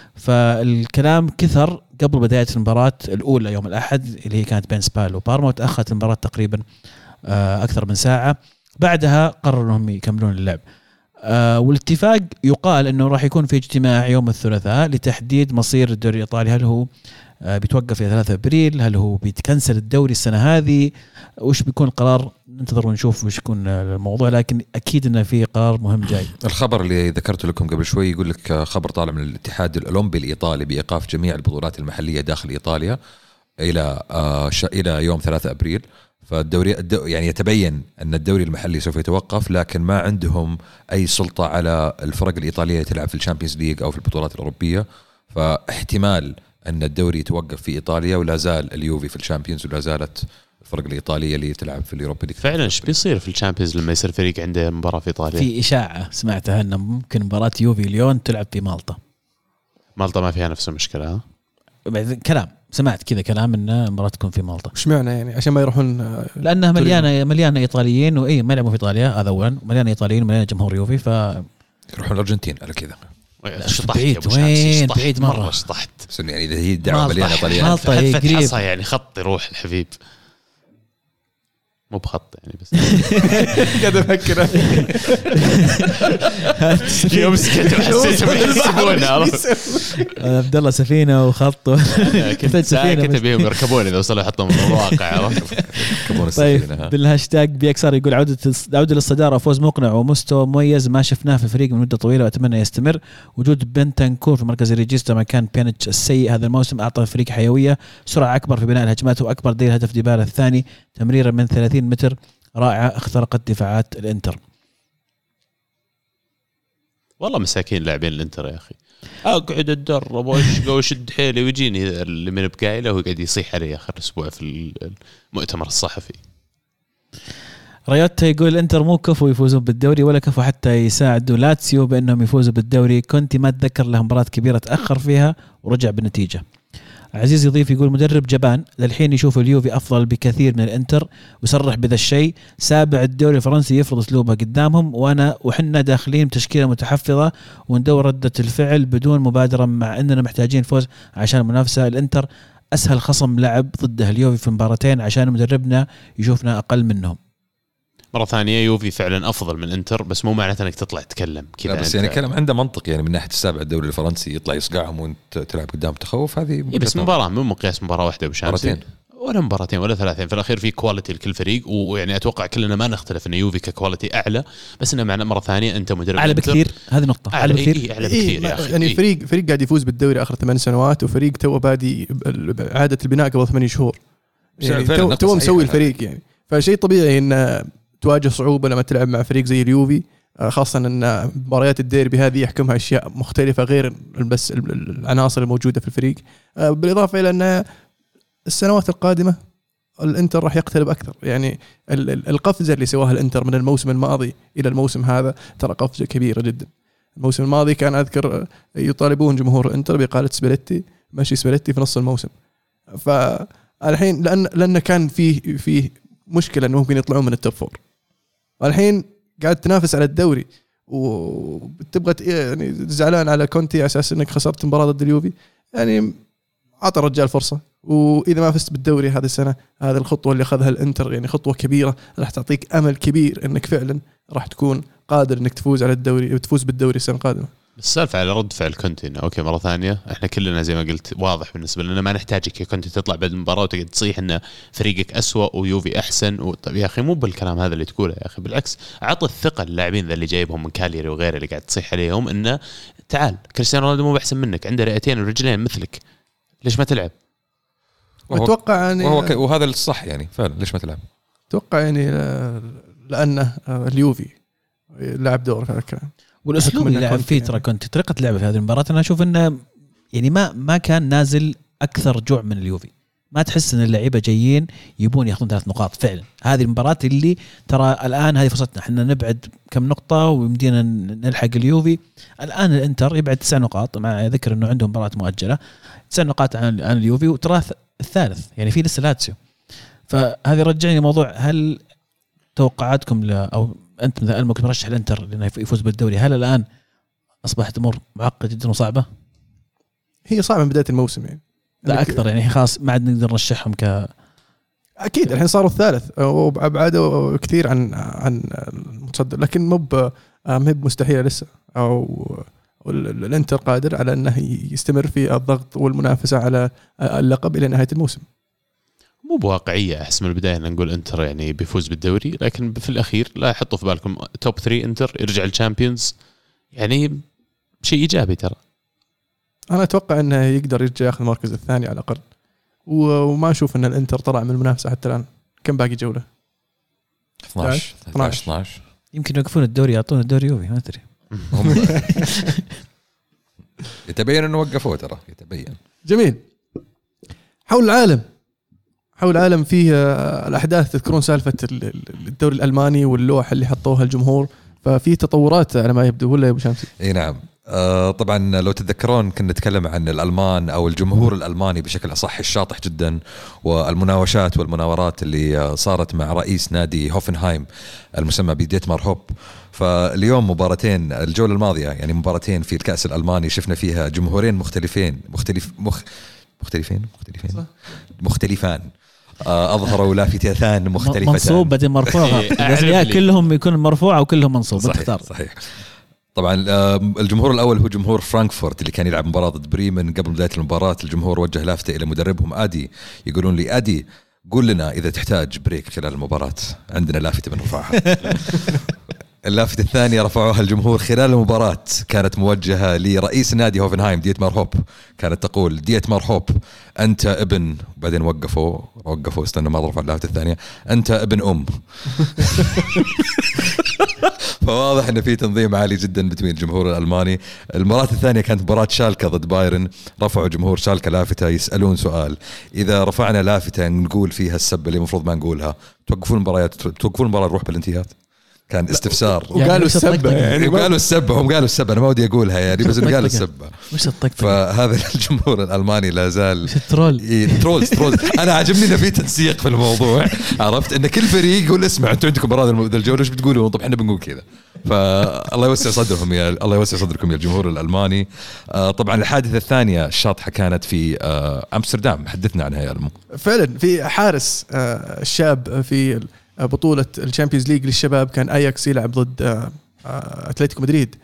فالكلام كثر قبل بداية المباراة الأولى يوم الأحد اللي هي كانت بين سبال وبارما، وتأخرت المباراة تقريبا أكثر من ساعة. بعدها قرروا أنهم يكملون اللعب. والاتفاق يقال أنه راح يكون في اجتماع يوم الثلاثاء لتحديد مصير الدوري الإيطالي، هل هو بيتوقف في 3 أبريل، هل هو بيتكنسل الدوري السنة هذه، وش بيكون القرار. ننتظر ونشوف وش يكون الموضوع، لكن أكيد أنه في قرار مهم جاي. الخبر اللي ذكرته لكم قبل شوي يقول لك خبر طالع من الاتحاد الأولمبي الإيطالي بإيقاف جميع البطولات المحلية داخل إيطاليا إلى يوم 3 أبريل. فالدوري يعني يتبين أن الدوري المحلي سوف يتوقف، لكن ما عندهم أي سلطة على الفرق الإيطالية تلعب في الشامبيونز ليج أو في البطولات الأوروبية. فاحتمال أن الدوري يتوقف في إيطاليا، ولا زال اليوفي في الشامبيونز، ولا زالت الفرق الإيطالية اللي تلعب في اليوروبا ليج. فعلا ايش بيصير في الشامبيونز لما يصير فريق عنده مباراة في إيطاليا؟ في إشاعة سمعتها أنه ممكن مباراة يوفي ليون تلعب في مالطا. مالطا ما فيها نفس المشكلة ها؟ كلام سمعت كذا كلام إنه مباراة تكون في مالطا. إيش معنى يعني؟ عشان ما يروحون لأنها مليانة إيطاليين، وإيه ما يلعبوا في إيطاليا هذا أولا، مليانة إيطاليين ومليانة جمهور يوفي، يروحون الأرجنتين على كذا. بعيد وين بعيد مرة شطحت. يعني إذا هي الدعوة مليانة طليان مالطا هي قريب يعني خط يروح الحبيب، مو بخط يعني بس قاعد أفكر يوم سكت وحسيت بيحسبونها. عبد الله سفينة وخط كنت ساكت بيهم يركبون إذا وصلوا يحطهم في الواقع. طيب بالهاشتاج بيكسر يقول عودة للصدارة وفوز مقنع ومستوى مميز ما شفناه في الفريق من مدة طويلة، وأتمنى يستمر. وجود بنتنكور في مركز الريجيستا مكان بيانيتش السيء هذا الموسم أعطى الفريق حيوية، سرعة أكبر في بناء الهجمات، وأكبر دليل هدف ديبالا الثاني تمريرا من 30 متر رائعة اخترقت دفاعات الانتر. والله مساكين لاعبين الانتر يا أخي، أقعد أتدرب وأشد حيلي ويجيني اللي من بقايله وهو قاعد يصيح علي آخر أسبوع في المؤتمر الصحفي. ريوتا يقول الانتر مو كفو يفوزون بالدوري ولا كفو حتى يساعدوا لاتسيو بأنهم يفوزوا بالدوري. كنت ما أتذكر لهم مباراة كبيرة تأخر فيها ورجع بالنتيجة. عزيز يضيف يقول مدرب جبان للحين يشوف اليوفي أفضل بكثير من الإنتر ويصرح بذا الشيء. سابع الدوري الفرنسي يفرض أسلوبه قدامهم وحنا داخلين بتشكيلة متحفظة وندور ردة الفعل بدون مبادرة مع أننا محتاجين فوز عشان المنافسة. الإنتر أسهل خصم لعب ضده اليوفي في مباراتين عشان مدربنا يشوفنا أقل منهم. مرة ثانية يوفي فعلا أفضل من إنتر بس مو معناته أنك تطلع تتكلم كذا. بس يعني كلام عنده منطق يعني من ناحية السابع الدوري الفرنسي يطلع يصقعهم وانت تلعب قدام تخوف هذه بس مباراة مو مقياس مباراة واحدة بشامسي مرتين ولا مباراتين ولا ثلاثين. في الأخير في كواليتي لكل فريق ويعني أتوقع كلنا ما نختلف إن يوفي ككواليتي أعلى بس إنه معنى مرة ثانية أنت مدرب أعلى بكثير. هذه نقطة أعلى بكثير. أعلى بكثير يا أخي. يعني فريق قاعد يفوز بالدوري آخر 8 سنوات وفريق تو بادي عادة البناء قبل 8 شهور يعني تو مسوي الفريق يعني. فشيء طبيعي إن تواجه صعوبة لما تلعب مع فريق زي اليوفي خاصة أن مباريات الديربي هذه يحكمها أشياء مختلفة غير بس العناصر الموجودة في الفريق. بالإضافة إلى أن السنوات القادمة الانتر راح يقترب أكثر. يعني القفزة اللي سواها الانتر من الموسم الماضي إلى الموسم هذا ترى قفزة كبيرة جدا. الموسم الماضي كان أذكر يطالبون جمهور الانتر بإقالة سباليتي ماشي سباليتي في نص الموسم. فالحين لأن كان فيه مشكلة أنه ممكن يطلعون من التوب فور والحين قاعد تنافس على الدوري وتبغى يعني زعلان على كونتي على أساس أنك خسرت مباراة ضد اليوفي. يعني عطى الرجال فرصة وإذا ما فزت بالدوري هذه السنة هذه الخطوة اللي أخذها الانتر يعني خطوة كبيرة راح تعطيك أمل كبير أنك فعلا راح تكون قادر أنك تفوز على الدوري وتفوز بالدوري السنة القادمة. السالفة على رد فعل كونتي أوكي مرة ثانية إحنا كلنا زي ما قلت واضح بالنسبة لنا ما نحتاجك يا كونتي تطلع بعد المباراة وتقعد تصيح إن فريقك أسوأ ويوفي أحسن. طيب يا أخي مو بالكلام هذا اللي تقوله يا أخي بالعكس عطى الثقة للاعبين ذا اللي جايبهم من كاليري وغيره اللي قاعد تصيح عليهم إنه تعال كريستيانو رونالدو مو بأحسن منك عنده رئتين ورجلين مثلك ليش ما تلعب. أتوقع يعني وهذا الصح يعني فعلا ليش ما تلعب. أتوقع يعني لأنه اليوفي لعب دور في هذا الكلام والاسلوب اللي لعب فيه ترى كنت طريقه لعبه في هذه المباراه انا اشوف انه يعني ما كان نازل اكثر جوع من اليوفي. ما تحس ان اللعيبه جايين يبون ياخذون 3 نقاط فعلا. هذه المباراه اللي ترى الان هذه فرصتنا احنا نبعد كم نقطه ويمدينا نلحق اليوفي. الان الانتر يبعد 9 نقاط مع ذكر انه عندهم مباراه مؤجله 9 نقاط عن اليوفي وترى الثالث يعني في لسه لاتسيو. فهذه رجعني موضوع هل توقعاتكم او أنت مثلا ممكن ترشح الانتر لأنه يفوز بالدوري هل الآن أصبحت أمور معقدة جدا وصعبة؟ هي صعبة من بداية الموسم يعني لا أكثر يعني خلاص ما عاد نقدر نرشحهم أكيد الحين صاروا الثالث وأبعدوا كثير عن المتصدر لكن مو مستحيل لسه أو الانتر قادر على أنه يستمر في الضغط والمنافسة على اللقب إلى نهاية الموسم. مو بواقعية أحس من البداية أن نقول إنتر يعني بيفوز بالدوري لكن في الأخير لا يحطوا في بالكم توب 3 إنتر يرجع الشامبيونز يعني شيء إيجابي ترى. أنا أتوقع أنه يقدر يرجع يأخذ المركز الثاني على الأقل وما أشوف أن الإنتر طلع من المنافسة حتى الآن. كم باقي جولة 12 يمكن يوقفون الدوري يعطون الدوري يوفي ما أدري. يتبين أنه وقفوه ترى يتبين. جميل. حول العالم فيه الأحداث تذكرون سالفة الدوري الألماني واللوح اللي حطوها الجمهور ففي تطورات على ما يبدو ولا يا أبو شمسي؟ إيه نعم. طبعا لو تتذكرون كنا نتكلم عن الألمان أو الجمهور الألماني بشكل أصح الشاطح جدا والمناوشات والمناورات اللي صارت مع رئيس نادي هوفنهايم المسمى بديتمار هوب. فاليوم مباراتين الجولة الماضية يعني مباراتين في الكأس الألماني شفنا فيها جمهورين مختلفان أظهروا لافتتان مختلفتان منصوب بعدين مرفوع كلهم يكون مرفوع أو كلهم منصوب صحيح. طبعا الجمهور الأول هو جمهور فرانكفورت اللي كان يلعب مباراة ضد بريمن. قبل بداية المباراة الجمهور وجه لافتة إلى مدربهم آدي يقولون لي آدي قول لنا إذا تحتاج بريك خلال المباراة عندنا لافتة بنرفعها. اللافتة الثانية رفعوها الجمهور خلال المباراة كانت موجهة لرئيس نادي هوفنهايم ديتمار هوب كانت تقول ديتمار هوب أنت ابن بعدين وقفوا استنى ما رفعوا اللافتة الثانية أنت ابن فواضح أن في تنظيم عالي جدا بين الجمهور الألماني. المباراة الثانية كانت مباراة شالكة ضد بايرن. رفعوا جمهور شالكة لافتة يسألون سؤال إذا رفعنا لافتة نقول فيها السب اللي المفروض ما نقولها توقفون المباراة نروح بالانتهاءات. كان استفسار. وقالوا السبة يعني قالوا السبة، هم قالوا السبة، أنا ما ودي أقولها يعني، بس قالوا السبة. وش الطقطقة؟ فهذا الجمهور الألماني لا زال ترول. ترول. أنا عجبني إنه في تنسيق في الموضوع، عرفت إن كل فريق يقول اسمع أنتوا عندكم مباراة ذا الجولة إيش بتقولوا؟ طب إحنا بنقول كذا. فالله يوسع صدرهم الله يوسع صدركم يا الجمهور الألماني. طبعا الحادثة الثانية الشاطحة كانت في أمستردام، حدثنا عنها يا ألمو. فعلا في حارس الشاب في بطولة الشامبيونز ليج للشباب، كان أياكس يلعب ضد أتلتيكو مدريد،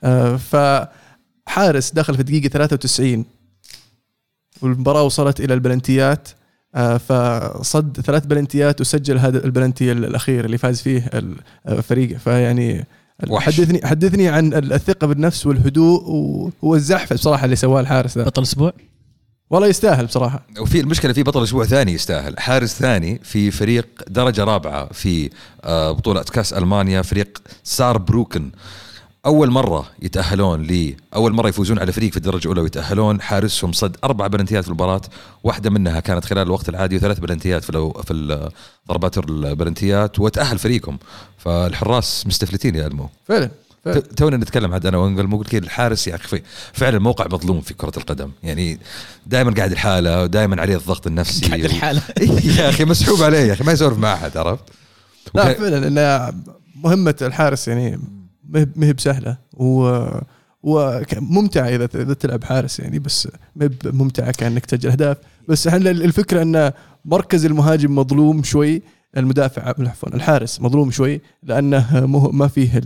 فحارس دخل في الدقيقة 93 والمباراة وصلت إلى البلنتيات، فصد 3 بلنتيات وسجل هذا البلنتي الأخير اللي فاز فيه الفريق. فيعني حدثني عن الثقة بالنفس والهدوء والزحفة بصراحة اللي سواه الحارس ذا. بطل أسبوع والله يستاهل بصراحة. وفي المشكلة في بطل أسبوع ثاني يستاهل، حارس ثاني في فريق درجة رابعة في بطولة كأس ألمانيا، فريق ساربروكن. أول مرة أول مرة يفوزون على فريق في الدرجة الأولى ويتأهلون. حارسهم صد 4 بلنتيات في المباراة، واحدة منها كانت خلال الوقت العادي، و3 بلنتيات في ضربات البلنتيات، وتأهل فريقهم. فالحراس مستفلتين يا ألمو فعلا. تونا نتكلم عاد أنا وانقل مو قلت كده الحارس يا أخي فعلا الموقع مظلوم في كرة القدم، يعني دائما قاعد الحالة ودائما عليه الضغط النفسي قاعد الحالة يا أخي مسحوب عليه يا أخي، ما يسولف مع أحد، عرفت؟ لا فعلا إن مهمة الحارس يعني مهب سهلة وممتعة إذا تلعب حارس يعني، بس ممتعة كأنك تسجل أهداف. بس احنا الفكرة أن مركز المهاجم مظلوم شوي، المدافع عفوا الحارس مظلوم شوي، لأنه ما فيه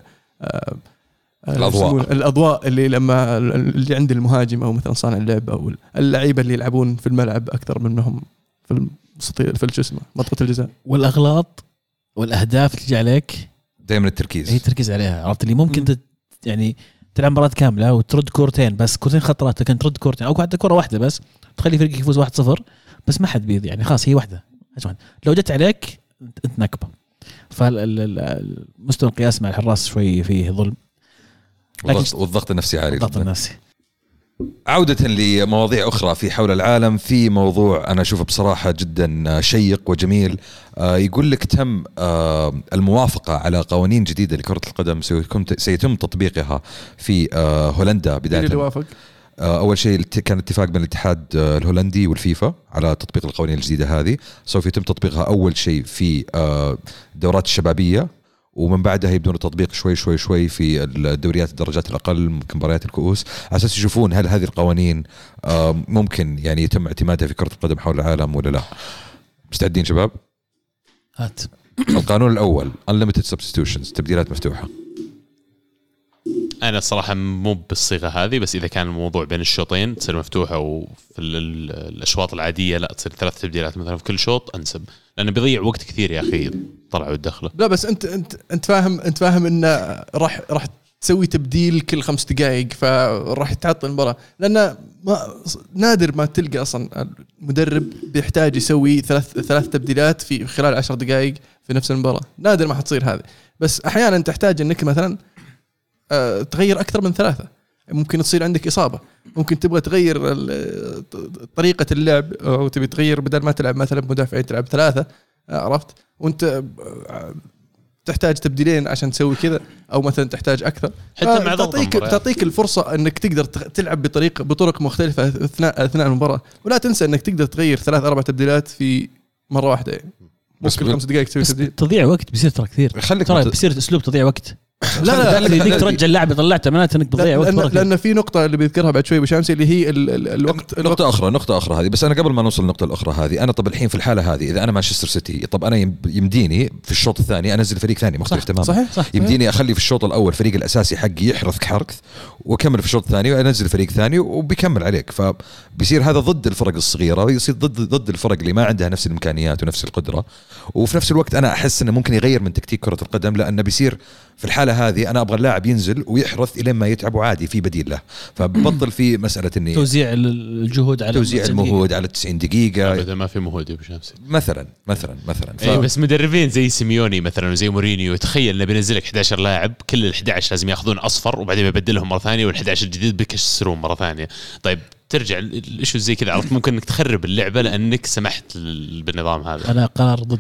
الأضواء اللي عند المهاجم أو مثلا صانع اللعب أو اللعيبة اللي يلعبون في الملعب أكثر منهم في الجسم منطقة الجزاء. والأغلاط والأهداف تجي عليك دائما التركيز، هي تركيز عليها، عرفت اللي ممكن يعني تلعب مباراة كاملة وترد كورتين، بس كورتين خطرات، لكن ترد كورتين أو حتى كرة واحدة بس تخلي فريقك يفوز 1-0، بس ما حد بيض يعني، خلاص هي واحدة لو جت عليك أنت نكبة. فالمستوى القياس مع الحراس شوي فيه ظلم، والضغط النفسي عالي. الضغط النفسي. عودة لمواضيع أخرى في حول العالم، في موضوع أنا أشوفه بصراحة جدا شيق وجميل. يقول لك تم الموافقة على قوانين جديدة لكرة القدم سيتم تطبيقها في هولندا بداية. أول شيء كان اتفاق بين الاتحاد الهولندي والفيفا على تطبيق القوانين الجديدة هذه، سوف يتم تطبيقها أول شيء في الدورات الشبابية، ومن بعدها يبدون التطبيق شوي في الدوريات الدرجات الأقل، ممكن مباريات الكؤوس، على أساس يشوفون هل هذه القوانين ممكن يعني يتم اعتمادها في كرة القدم حول العالم ولا لا. مستعدين شباب؟ هات. القانون الأول Unlimited Substitutions، تبديلات مفتوحة. أنا الصراحة مو بالصيغة هذه، بس إذا كان الموضوع بين الشوطين تصير مفتوحة، وفي الأشواط العادية لا تصير 3 تبديلات مثلا في كل شوط أنسب، لأنه بيضيع وقت كثير يا أخي طلعوا الدخلة. لا بس أنت فاهم إن راح تسوي تبديل كل 5 دقائق، فراح تعطل المباراة، لأن نادر ما تلقى أصلا المدرب بيحتاج يسوي 3 تبديلات في خلال 10 دقائق في نفس المباراة، نادر ما حتصير هذه. بس أحيانا تحتاج إنك مثلا تغير أكثر من 3، ممكن تصير عندك إصابة، ممكن تبغى تغير طريقة اللعب، أو تبي تغير بدل ما تلعب مثلا مدافعين تلعب 3، عرفت؟ وأنت تحتاج تبديلين عشان تسوي كذا، أو مثلا تحتاج أكثر، حتى مع تعطيك الفرصة أنك تقدر تلعب بطرق مختلفة أثناء المباراة، ولا تنسى أنك تقدر تغير 3-4 تبديلات في مرة واحدة يعني. ممكن 5 دقائق تسوي تبديل. تضيع وقت بيصير ترى كثير، ترى بيصير أسلوب تضيع وقت. لا انك ترجع اللاعب طلعته معناته انك بتضيع وقت، لأن في نقطة اللي بيذكرها بعد شوي بشامسي اللي هي الوقت. نقطة أخرى هذه، بس أنا قبل ما نوصل للنقطة الأخرى هذه، أنا طب الحين في الحالة هذه إذا أنا مانشستر سيتي، طب أنا يمديني في الشوط الثاني أنزل فريق ثاني مختلف تماما. صحيح. يمديني أخلي في الشوط الأول فريق الأساسي حقي يحرث كحرث، وكمل في الشوط الثاني وأنزل فريق ثاني وبيكمل عليك، فبيصير هذا ضد الفرق الصغيرة، ويصير ضد الفرق اللي ما عندها نفس الإمكانيات ونفس القدرة. وفي نفس الوقت أنا أحس إنه ممكن يغير من تكتيك كرة القدم، لأنه بيصير في الحالة هذه أنا أبغى اللاعب ينزل ويحرث إلى ما يتعب وعادي في بديل له، فبطل في مسألة إني توزيع الجهود على المهود على 90 دقيقة بدل ما في مهود بشامسي مثلا بس مدربين زي سيميوني مثلا وزي مورينيو يتخيل إنه بينزلك 11 لاعب، كل ال11 لازم يأخذون أصفر وبعدين يبدلهم مرة ثانية، وال11 الجديد بيكسرون مرة ثانية. طيب ترجع الإيش زي كذا، عرفت ممكن إنك تخرب اللعبة لأنك سمحت بالنظام هذا. أنا قرار ضد.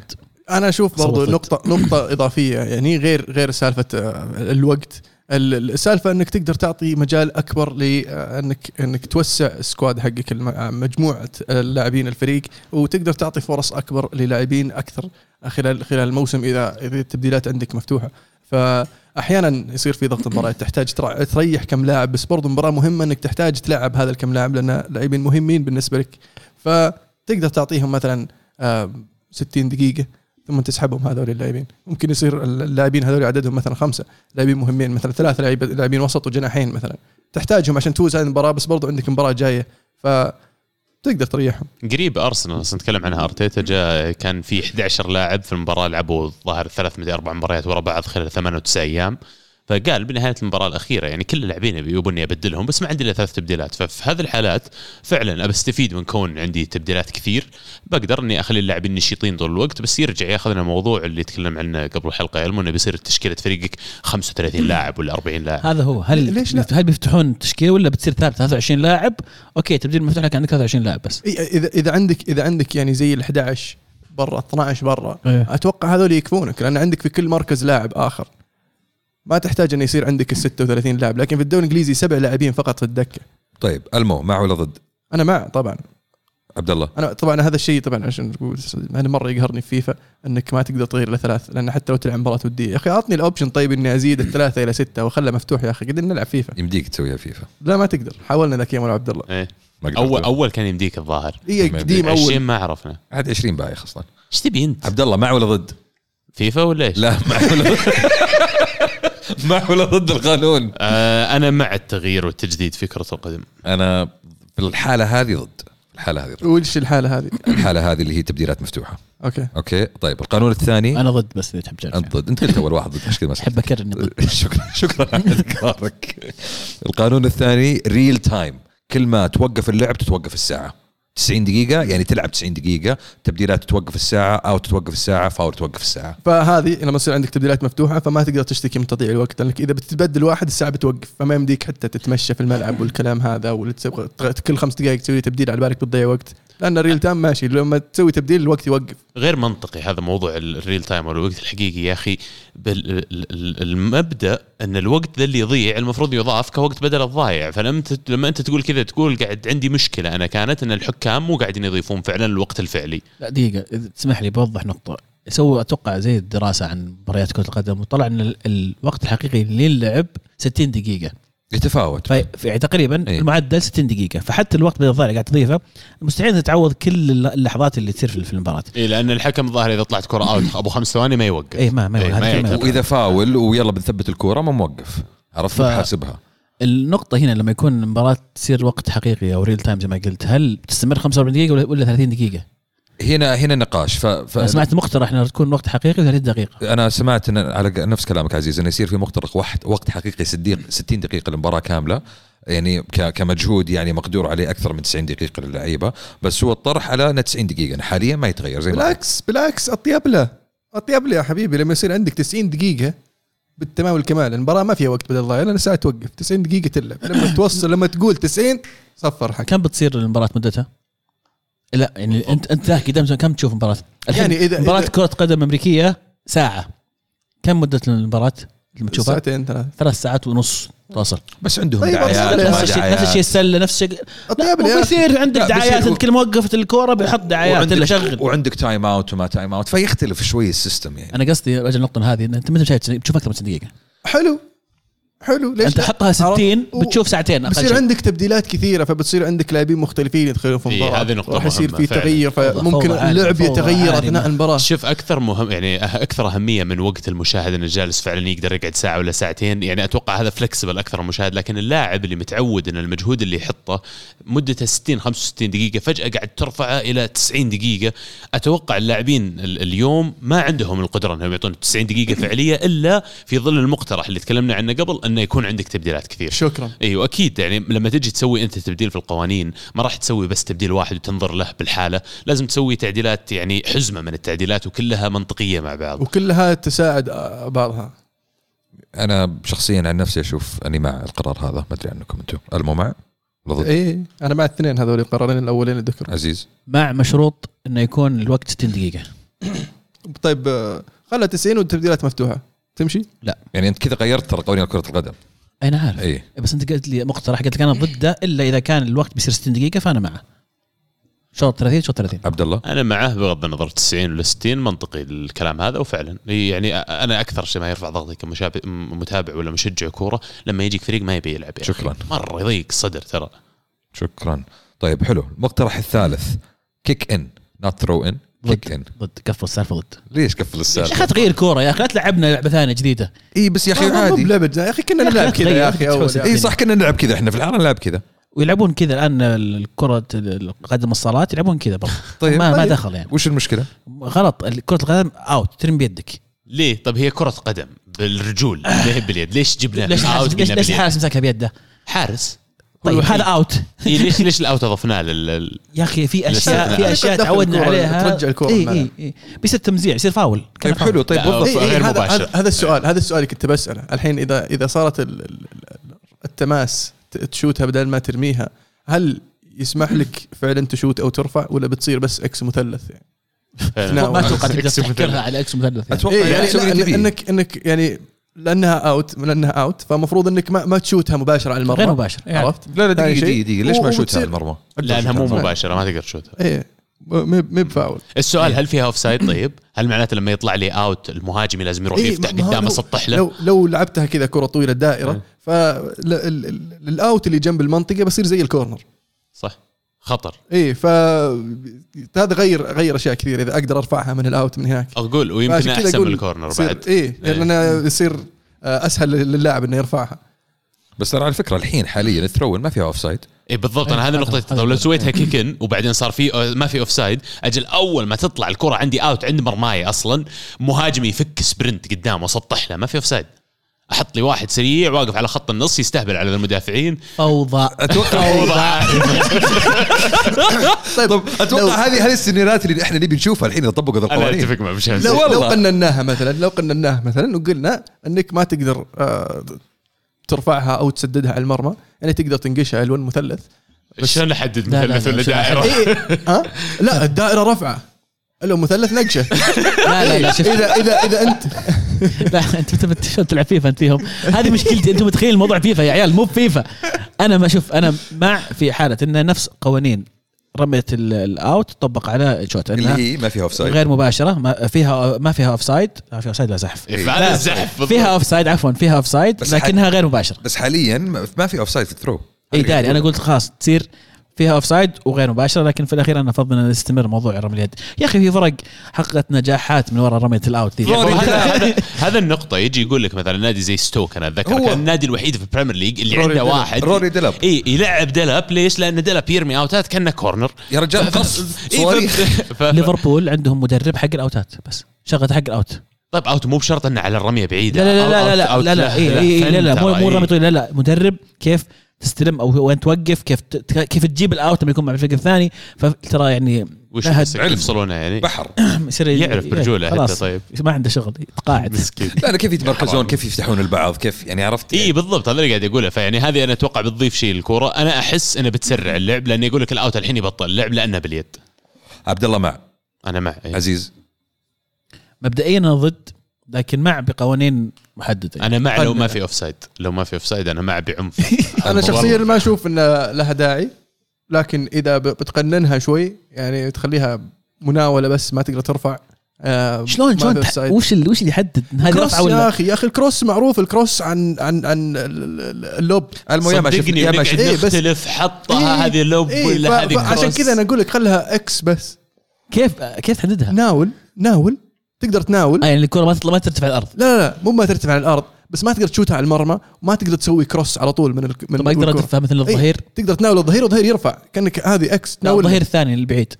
انا اشوف برضو نقطه اضافيه، يعني غير سالفه الوقت. السالفه انك تقدر تعطي مجال اكبر لانك توسع السكواد حقك، مجموعه اللاعبين الفريق، وتقدر تعطي فرص اكبر للاعبين اكثر خلال الموسم اذا التبديلات عندك مفتوحه. فاحيانا يصير في ضغط مباريات تحتاج تريح كم لاعب، بس برضو مباراه مهمه انك تحتاج تلعب هذا الكم لاعب لان لاعبين مهمين بالنسبه لك، فتقدر تعطيهم مثلا 60 دقيقه ثم تسحبهم هذول اللاعبين. ممكن يصير اللاعبين هذول عددهم مثلا 5 لاعبين مهمين، مثلا 3 لاعبين وسط وجناحين مثلا، تحتاجهم عشان تفوز هذه المباراة، بس برضو عندك مباراة جاية فتقدر تريحهم. قريب أرسنال نتكلم عنها، أرتيتا جاء كان في 11 لاعب في المباراة لعبوا ظاهر 3-4 مباريات ورا بعض خلال 8 و9 أيام، فقال بنهاية المباراة الأخيرة يعني كل اللاعبين يبوني أبدلهم بس ما عندي إلا 3 تبديلات. ففي هذه الحالات فعلا أبستفيد من كون عندي تبديلات كثير، بقدر إني أخلي اللاعبين نشيطين طول الوقت، بس يرجع ياخذنا الموضوع اللي تكلم عنه قبل الحلقة، يعلمون إنه بيصير تشكيلة فريقك 35 لاعب ولا 40 لاعب. هذا هو. هل بيفتحون تشكيلة ولا بتصير ثابت 23 لاعب؟ أوكي تبديل مفتوح لك عندك 23 لاعب بس. إذا عندك يعني زي ال11 برا 12 برا، أتوقع هذول يكفونك، لأن عندك في كل مركز لاعب آخر، ما تحتاج أن يصير عندك 36 لاعب. لكن في الدوري الإنجليزي 7 لاعبين فقط في الدكة. طيب المو مع ولا ضد؟ أنا مع طبعا. عبد الله؟ أنا طبعا هذا الشيء طبعا عشان هذه مرة يقهرني في فيفا أنك ما تقدر تغير ل3، لأن حتى لو تلعب مباراة ودية يا أخي أعطني الأوبشن، طيب إني أزيد 3 إلى 6 وخلها مفتوح يا أخي، قدرنا نلعب فيفا. يمديك تسويها فيفا؟ لا ما تقدر، حاولنا ذاك يوم عبد الله. إيه. أول كان يمديك الظاهر. إيه قديم أول 20 ما عرفنا عاد 20 بايخ أصلا. إيش تبي أنت؟ عبد الله مع ولا ضد؟ فيفا ولا إيش؟ لا مع ولا مع ولا ضد القانون؟ أنا مع التغيير والتجديد في كرة القدم. أنا في الحالة هذه ضد. الحالة هذه ضد. وش الحالة هذه؟ الحالة هذه اللي هي تبديلات مفتوحة. أوكي. طيب القانون الثاني. أنا ضد، بس إذا تحب أنت ضد. أنت قلت أول واحد ضد، مش كذا أحب أكرر إني ضد. شكرا على إذكارك. القانون الثاني ريل تايم، كل ما توقف اللعب تتوقف الساعة. 90 دقيقة يعني تلعب 90 دقيقة، تبديلات توقف الساعة أو تتوقف الساعة، فاول توقف الساعة. فهذه لما يصير عندك تبديلات مفتوحة فما تقدر تشتكي من تضييع الوقت، لأنك إذا بتبدل واحد الساعة بتوقف، فما يمديك حتى تتمشى في الملعب والكلام هذا، ولا كل 5 دقائق تسوي تبديل على بالك بتضيع وقت، لأن الريل تايم ماشي، لما تسوي تبديل الوقت يوقف. غير منطقي هذا موضوع الريل تايم والوقت الحقيقي يا أخي. المبدأ أن الوقت ذا اللي يضيع المفروض يضاف كوقت بدل الضايع. فلما أنت تقول كذا تقول قاعد عندي مشكلة أنا، كانت أن الحكام مو قاعدين يضيفون فعلا الوقت الفعلي. لا دقيقة تسمح لي بوضح نقطة. سووا أتوقع زي الدراسة عن مباريات كرة القدم، وطلع أن الوقت الحقيقي للعب 60 دقيقة يتفاوت في تقريبا المعدل 60 دقيقة. فحتى الوقت بدل الضائع قاعد تضيفه مستحيل تتعوض كل اللحظات اللي تصير في المباراة. إيه لأن الحكم الظاهر إذا طلعت كرة أوت أبو 5 ثواني ما يوقف. إيه ما يوقف. وإذا فاول ويلا بنثبت الكرة ما موقف، عرفت حاسبها. النقطة هنا لما يكون المباراة تصير وقت حقيقي أو ريل تايم زي ما قلت، هل تستمر 45 دقيقة ولا 30 دقيقة؟ هنا نقاش. أنا سمعت مقترح إنه تكون وقت حقيقي 30 دقيقة. أنا سمعت إن على نفس كلامك عزيز إنه يصير في مقترح وقت حقيقي 60 دقيقة المباراة كاملة، يعني كمجهود يعني مقدور عليه أكثر من 90 دقيقة للعيبة، بس هو الطرح على أن 90 دقيقة حاليا ما يتغير. زي بالعكس أطيب له يا حبيبي. لما يصير عندك 90 دقيقة بالتمام والكمال، المباراة ما فيها وقت بدل الضايع، لأن ساعة توقف 90 دقيقة تلعب. لما توصل لما تقول 90 صفر حق. كم بتصير المباراة مدتها؟ لا يعني انت قدام كم تشوف مباراة؟ يعني إذا مباراة كرة قدم أمريكية ساعة، كم مدة المباراة اللي تشوفها؟ 3 ساعات ونص تواصل. بس عندهم دعايات. نفس الشيء السلة، نفس الشيء. لا بيصير عندك دعايات، انت كل ما وقفت الكورة بيحط دعايات اللي شغل، وعندك تايم اوت وما تايم اوت، فيختلف شوي السيستم. يعني انا قصدي رجل النقطة هذه، انت متى شايف تشوف اكثر من 60 دقيقة؟ حلو ليش انت حطها 60 بتشوف ساعتين. بصير عندك تبديلات كثيرة، فبتصير عندك لاعبين مختلفين يدخلون في المباراة، راح يصير في تغيير، فممكن اللعب يتغير اثناء المباراة. شوف اكثر مهم يعني اكثر اهمية من وقت المشاهد ان الجالس فعلا يقدر يقعد ساعة ولا ساعتين، يعني اتوقع هذا فلكسبل اكثر المشاهد. لكن اللاعب اللي متعود ان المجهود اللي يحطه مدته 65 دقيقة فجأة قاعد ترفعه الى 90 دقيقة، اتوقع اللاعبين اليوم ما عندهم القدرة انهم يعطون 90 دقيقة فعلية الا في ظل المقترح اللي تكلمنا عنه قبل، انه يكون عندك تبديلات كثير. شكرا. ايوه اكيد. يعني لما تجي تسوي انت تبديل في القوانين ما راح تسوي بس تبديل واحد وتنظر له بالحاله، لازم تسوي تعديلات، يعني حزمه من التعديلات وكلها منطقيه مع بعض وكلها تساعد بعضها. انا شخصيا عن نفسي اشوف اني مع القرار هذا، ما ادري عنكم انتم. المو مع ضد؟ ايه انا مع الاثنين هذول القرارين الاولين الذكر. عزيز مع مشروط انه يكون الوقت 60 دقيقه. طيب خلها 90 والتبديلات مفتوحه تمشي. يعني انت كذا غيرت ترى قوانين كرة القدم. انا عارف اي بس انت قلت لي مقترح، قلت لك انا ضده الا اذا كان الوقت بيصير 60 دقيقه فانا معه. شوط 30 شوط 30. عبد الله انا معه بغض النظر 90 ولا 60 منطقي الكلام هذا، وفعلا يعني انا اكثر شيء ما يرفع ضغطي كمتابع ولا مشجع كوره لما يجيك فريق ما يبي يلعب. شكرا. مره يضيق الصدر ترى. شكرا. طيب حلو. المقترح الثالث كيك ان نوت ثرو ان. كيك ان ضد كفر السالفه ضد. ليش كفل يا السالفه؟ اخي تغير كوره يا اخي، لا تلعبنا لعبه ثانيه جديده. اي بس يا اخي مو عادي. بلعبة يا اخي كنا نلعب كذا يا اخي اول. اي صح كنا نلعب كذا احنا في الحاره نلعب كذا. ويلعبون كذا الان الكره القدم الصالات يلعبون كذا برضه. طيب ما دخل يعني. وش المشكله؟ غلط. كره القدم اوت ترمي بيدك. ليه؟ طب هي كره قدم بالرجول ليه باليد؟ ليش جبنا ليش الحارس مسكها بيده؟ حارس. طيب هذا اوت. ليش الاوت اضفناه يا اخي في اشياء تعودنا عليها. ترجع الكره. اي بيصير تمزيع يصير فاول. طيب حلو. طيب وظف غير مباشر. هذا السؤال اللي كنت بسأله الحين. اذا صارت التماس تشوتها بدل ما ترميها، هل يسمح لك فعلا تشوت او ترفع ولا بتصير بس اكس مثلث يعني؟ ما اتوقع تقدر تحكرها على اكس مثلث. اتوقع يعني انك يعني لانها اوت فمفروض انك ما تشوتها مباشره على المرمى. غير مباشر. عرفت؟ لا دقيقه ليش ما شوتها على المرمى؟ لانها مو مباشره ما تقدر تشوتها. ايه مو بفاول. السؤال هل فيها اوفسايد؟ طيب هل معناته لما يطلع لي اوت المهاجم لازم يروح يفتح قدام يسطح له؟ لو لعبتها كذا كره طويله دائره فالاوت اللي جنب المنطقه بصير زي الكورنر. صح. خطر. ايه هذا غير اشياء كثير. اذا اقدر ارفعها من الاوت من هناك اقول ويمكن احسن من الكورنر بعد. ايه لانه يصير اسهل للاعب انه يرفعها. بس ترى على فكره الحين حاليا الثرون ما فيها اوفسايد. ايه بالضبط. انا هذه نقطتي. لو سويتها كيكن وبعدين صار في ما في اوفسايد، اجل اول ما تطلع الكره عندي اوت عند مرماي اصلا مهاجم يفك سبرنت قدام وسطح له ما في اوفسايد. احط لي واحد سريع واقف على خط النص يستهبل على المدافعين. فوضى. اتوقع طيب اتوقع هذه السيناريوهات اللي احنا نبي نشوفها الحين اذا طبقوا القوانين. انا اتفق مع مشان. لو قنناها مثلا وقلنا انك ما تقدر ترفعها او تسددها على المرمى، يعني تقدر تنقشها الون مثلث. شلون نحدد مثلث ولا دائره؟ لا الدائره رفعه، لو مثلث نقشه. لا شوف اذا انت لا انت شلون تلعب فيفا انت فيهم. هذه مشكلتي. انتم متخيل الموضوع فيفا يا عيال مو فيفا. انا ما شوف انا مع في حاله ان نفس قوانين رميه الاوت تطبق على شوت اللي هي ما فيها اوفسايد غير مباشره. ما فيها اوفسايد. ما فيها اوفسايد. لا زحف. لا زحف. فيها اوفسايد عفوا فيها اوفسايد لكنها غير مباشره. بس حاليا ما في اوفسايد في الثرو. اي داري. انا قلت خلاص تصير فيها اوفسايد وغير مباشره، لكن في الاخير انا افضل ان نستمر موضوع رمي اليد. يا اخي في فرق حققت نجاحات من وراء رميه الاوت دي. هذا النقطه يجي يقول لك مثلا نادي زي ستوك انا اتذكر كان النادي الوحيد في البريمير ليج اللي عنده واحد روري ديلاب. يلعب ديلاب. ليش؟ لان ديلاب يرمي اوتات كانه كورنر يا رجال. قص صواريخ. ليفربول عندهم مدرب حق الاوتات بس شغله حق الاوت. طيب اوت مو بشرط انه على الرميه بعيده. لا مو رمي طويل. لا مدرب كيف تستلم او وين توقف، كيف تجيب الاوت لما يكون مع الفريق الثاني. فترى يعني وش يفصلونه يعني بحر يعرف برجوله حتى. طيب ما عنده شغل يتقاعد. لا كيف يتمركزون كيف يفتحون البعض كيف يعني عرفت اي بالضبط. هذا اللي قاعد اقوله. فيعني هذه انا اتوقع بتضيف شيء للكوره. انا احس انه بتسرع اللعب لانه يقول لك الاوت الحين يبطل اللعب لانه باليد. عبد الله مع انا مع عزيز. مبدئيا انا ضد لكن مع بقوانين محدده. انا مع لو ما في اوفسايد. لو ما في اوفسايد انا مع بعنف. انا شخصيا ما اشوف ان لها داعي، لكن اذا بتقننها شوي يعني تخليها مناوله بس ما تقدر ترفع. شلون وش اللي يحدد هذه رفعه ولا يا اخي الكروس معروف. الكروس عن اللوب المهم يختلف حطها هذه اللوب ولا هذه كروس. عشان كذا انا اقول لك خلها اكس بس. كيف تحددها؟ ناول تقدر تناول. يعني الكره ما ترتفع على الارض. لا مو ما ترتفع على الارض بس ما تقدر تشوتها على المرمى وما تقدر تسوي كروس على طول من ما اقدر ادفع مثل الظهير. تقدر تناول الظهير والظهير يرفع كانك هذه اكس. تناول الظهير الثاني البعيد.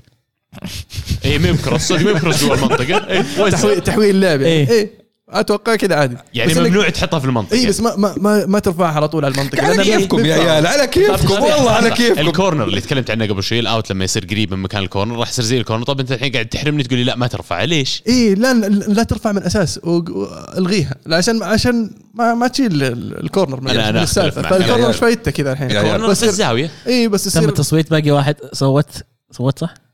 ميم كروس جوا المنطقه. تحويل اللعب ايه اتوقع كذا عادي. يعني ممنوع تحطها في المنطقه. بس ما ترفعها على طول على المنطقه. على كيفكم يا عيال على كيفكم والله على كيفكم. الكورنر اللي تكلمت عنه قبل شوي الاوت لما يصير قريب من مكان الكورنر راح يصير زي الكورنر. طب انت الحين قاعد تحرمني تقول لي لا ما ترفع. ليش؟ لا ترفع من اساس والغيها عشان ما تشيل الكورنر من السالفه. فالكورنر شويته كذا الحين بس الزاويه بس تم التصويت باقي واحد صوت صح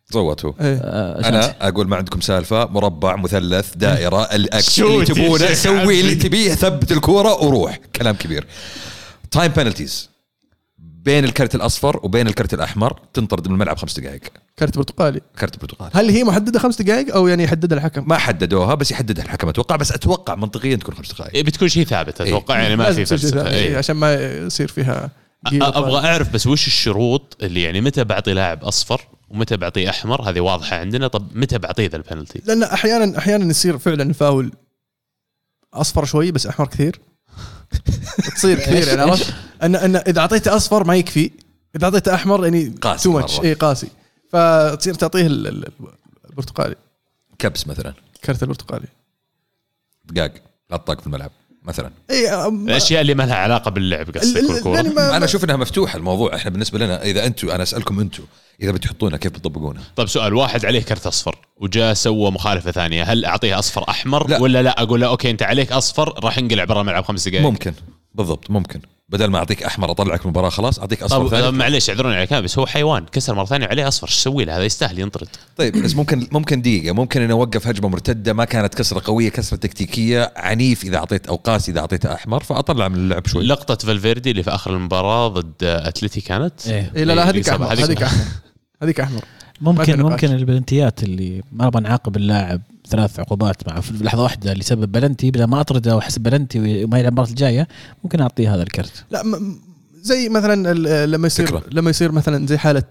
صوتوا. إيه. انا اقول ما عندكم سالفه، مربع مثلث دائره شوت اللي تبونه يا سوي شيخ اللي تبيه، ثبت الكوره وروح. كلام كبير. تايم بينالتيز بين الكرت الاصفر وبين الكرت الاحمر، تنطرد من الملعب 5 دقائق. كرت برتقالي. كرت برتقالي. هل هي محدده 5 دقائق او يعني يحددها الحكم؟ ما حددوها بس يحددها الحكم اتوقع، بس اتوقع منطقيا تكون 5 دقائق. بتكون شيء ثابت اتوقع يعني ما في فلسفه. إيه. عشان ما يصير فيها ابغى اعرف بس وش الشروط اللي يعني متى بعطي لاعب اصفر ومتى بعطيه احمر؟ هذه واضحه عندنا. طب متى بعطيه ذا البنالتي؟ لان احيانا يصير فعلا الفاول اصفر شوي بس احمر كثير. تصير كثير يعني. عرفت ان اذا اعطيته اصفر ما يكفي، اذا اعطيته احمر يعني قاسي تو ماتش. اي قاسي، فتصير تعطيه البرتقالي. كبس مثلا، كرت البرتقالي دقاق لا تطاق في الملعب مثلا. الاشياء اللي ما لها علاقه باللعب قصدك والكوره. انا اشوف انها مفتوحه الموضوع. احنا بالنسبه لنا اذا انتم، انا اسالكم انتم اذا بتحطونها كيف بتطبقونها؟ طيب سؤال، واحد عليه كرت اصفر وجاء سوى مخالفه ثانيه، هل اعطيه اصفر احمر لا. ولا لا اقول له اوكي انت عليك اصفر راح ينقلع برا الملعب 5 دقائق؟ ممكن بالضبط، ممكن بدل ما اعطيك احمر اطلعك من المباراه خلاص اعطيك اصفر ثاني. طب معليش اعذروني على كلامي بس هو حيوان كسر مره ثانيه عليه اصفر، ايش اسوي له؟ هذا يستاهل ينطرد. طيب بس ممكن دقيقه، ممكن انه اوقف هجمه مرتده ما كانت كسره قويه، كسره تكتيكيه عنيف اذا اعطيت، او قاسي اذا اعطيته احمر، فاطلع من اللعب شوي. لقطه فالفيردي اللي في اخر المباراه ضد اتلتي كانت إيه لا هذيك احمر. هذيك احمر. ممكن البلنتيات اللي ما نبغى نعاقب اللاعب 3 عقوبات مع في لحظه واحده اللي سبب بلنتي، بدل ما اطرده وحسب بلنتي وما يلعب المباراه الجايه ممكن اعطيه هذا الكرت. لا زي مثلا لما يصير مثلا زي حاله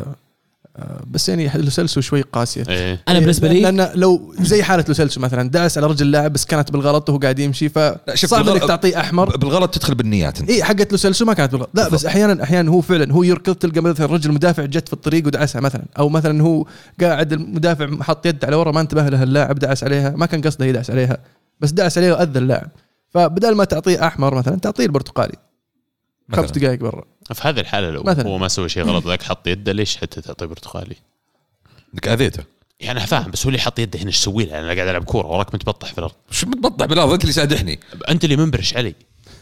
بس يعني لوسيلسو شوي قاسيه. إيه. انا بالنسبه لي لان لو زي حاله لوسيلسو مثلا دعس على رجل اللاعب بس كانت بالغلط وهو قاعد يمشي، فصعب انك تعطيه احمر. بالغلط تدخل بالنيات انت. اي حقت لوسيلسو ما كانت بالغلط. لا بس احيانا هو فعلا هو يركض، تلقى مثلا رجل مدافع جت في الطريق ودعسها مثلا، او مثلا هو قاعد المدافع حط يد على ورا ما انتبه له اللاعب دعس عليها، ما كان قصده يدعس عليها بس دعس عليها واذى اللاعب. فبدل ما تعطيه احمر مثلا تعطيه البرتقالي 5 دقائق برا. في هذه الحاله لو مثلاً. هو ما سوى شيء غلط ذاك حط يده، ليش حتى تعطيه برتقالي؟ انك اذيته يعني انا فاهم بس هو اللي حط يده هنا ايش اسوي له؟ انا قاعد العب كوره وراك متبطح في الارض. شو متبطح بالارض؟ انت اللي سادحني، انت اللي منبرش علي.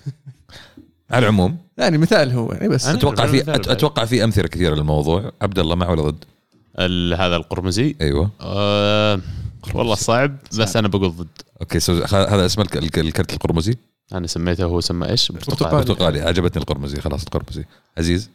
على العموم يعني مثال هو يعني بس اتوقع في امثله كثيره للموضوع. عبد الله مع ولا ضد هذا القرمزي؟ ايوه والله صعب بس انا بقول ضد. اوكي هذا اسمه الكرت القرمزي. انا سميته هو سمى ايش؟ برتقالي. عجبتني القرمزي. خلاص القرمزي. عزيز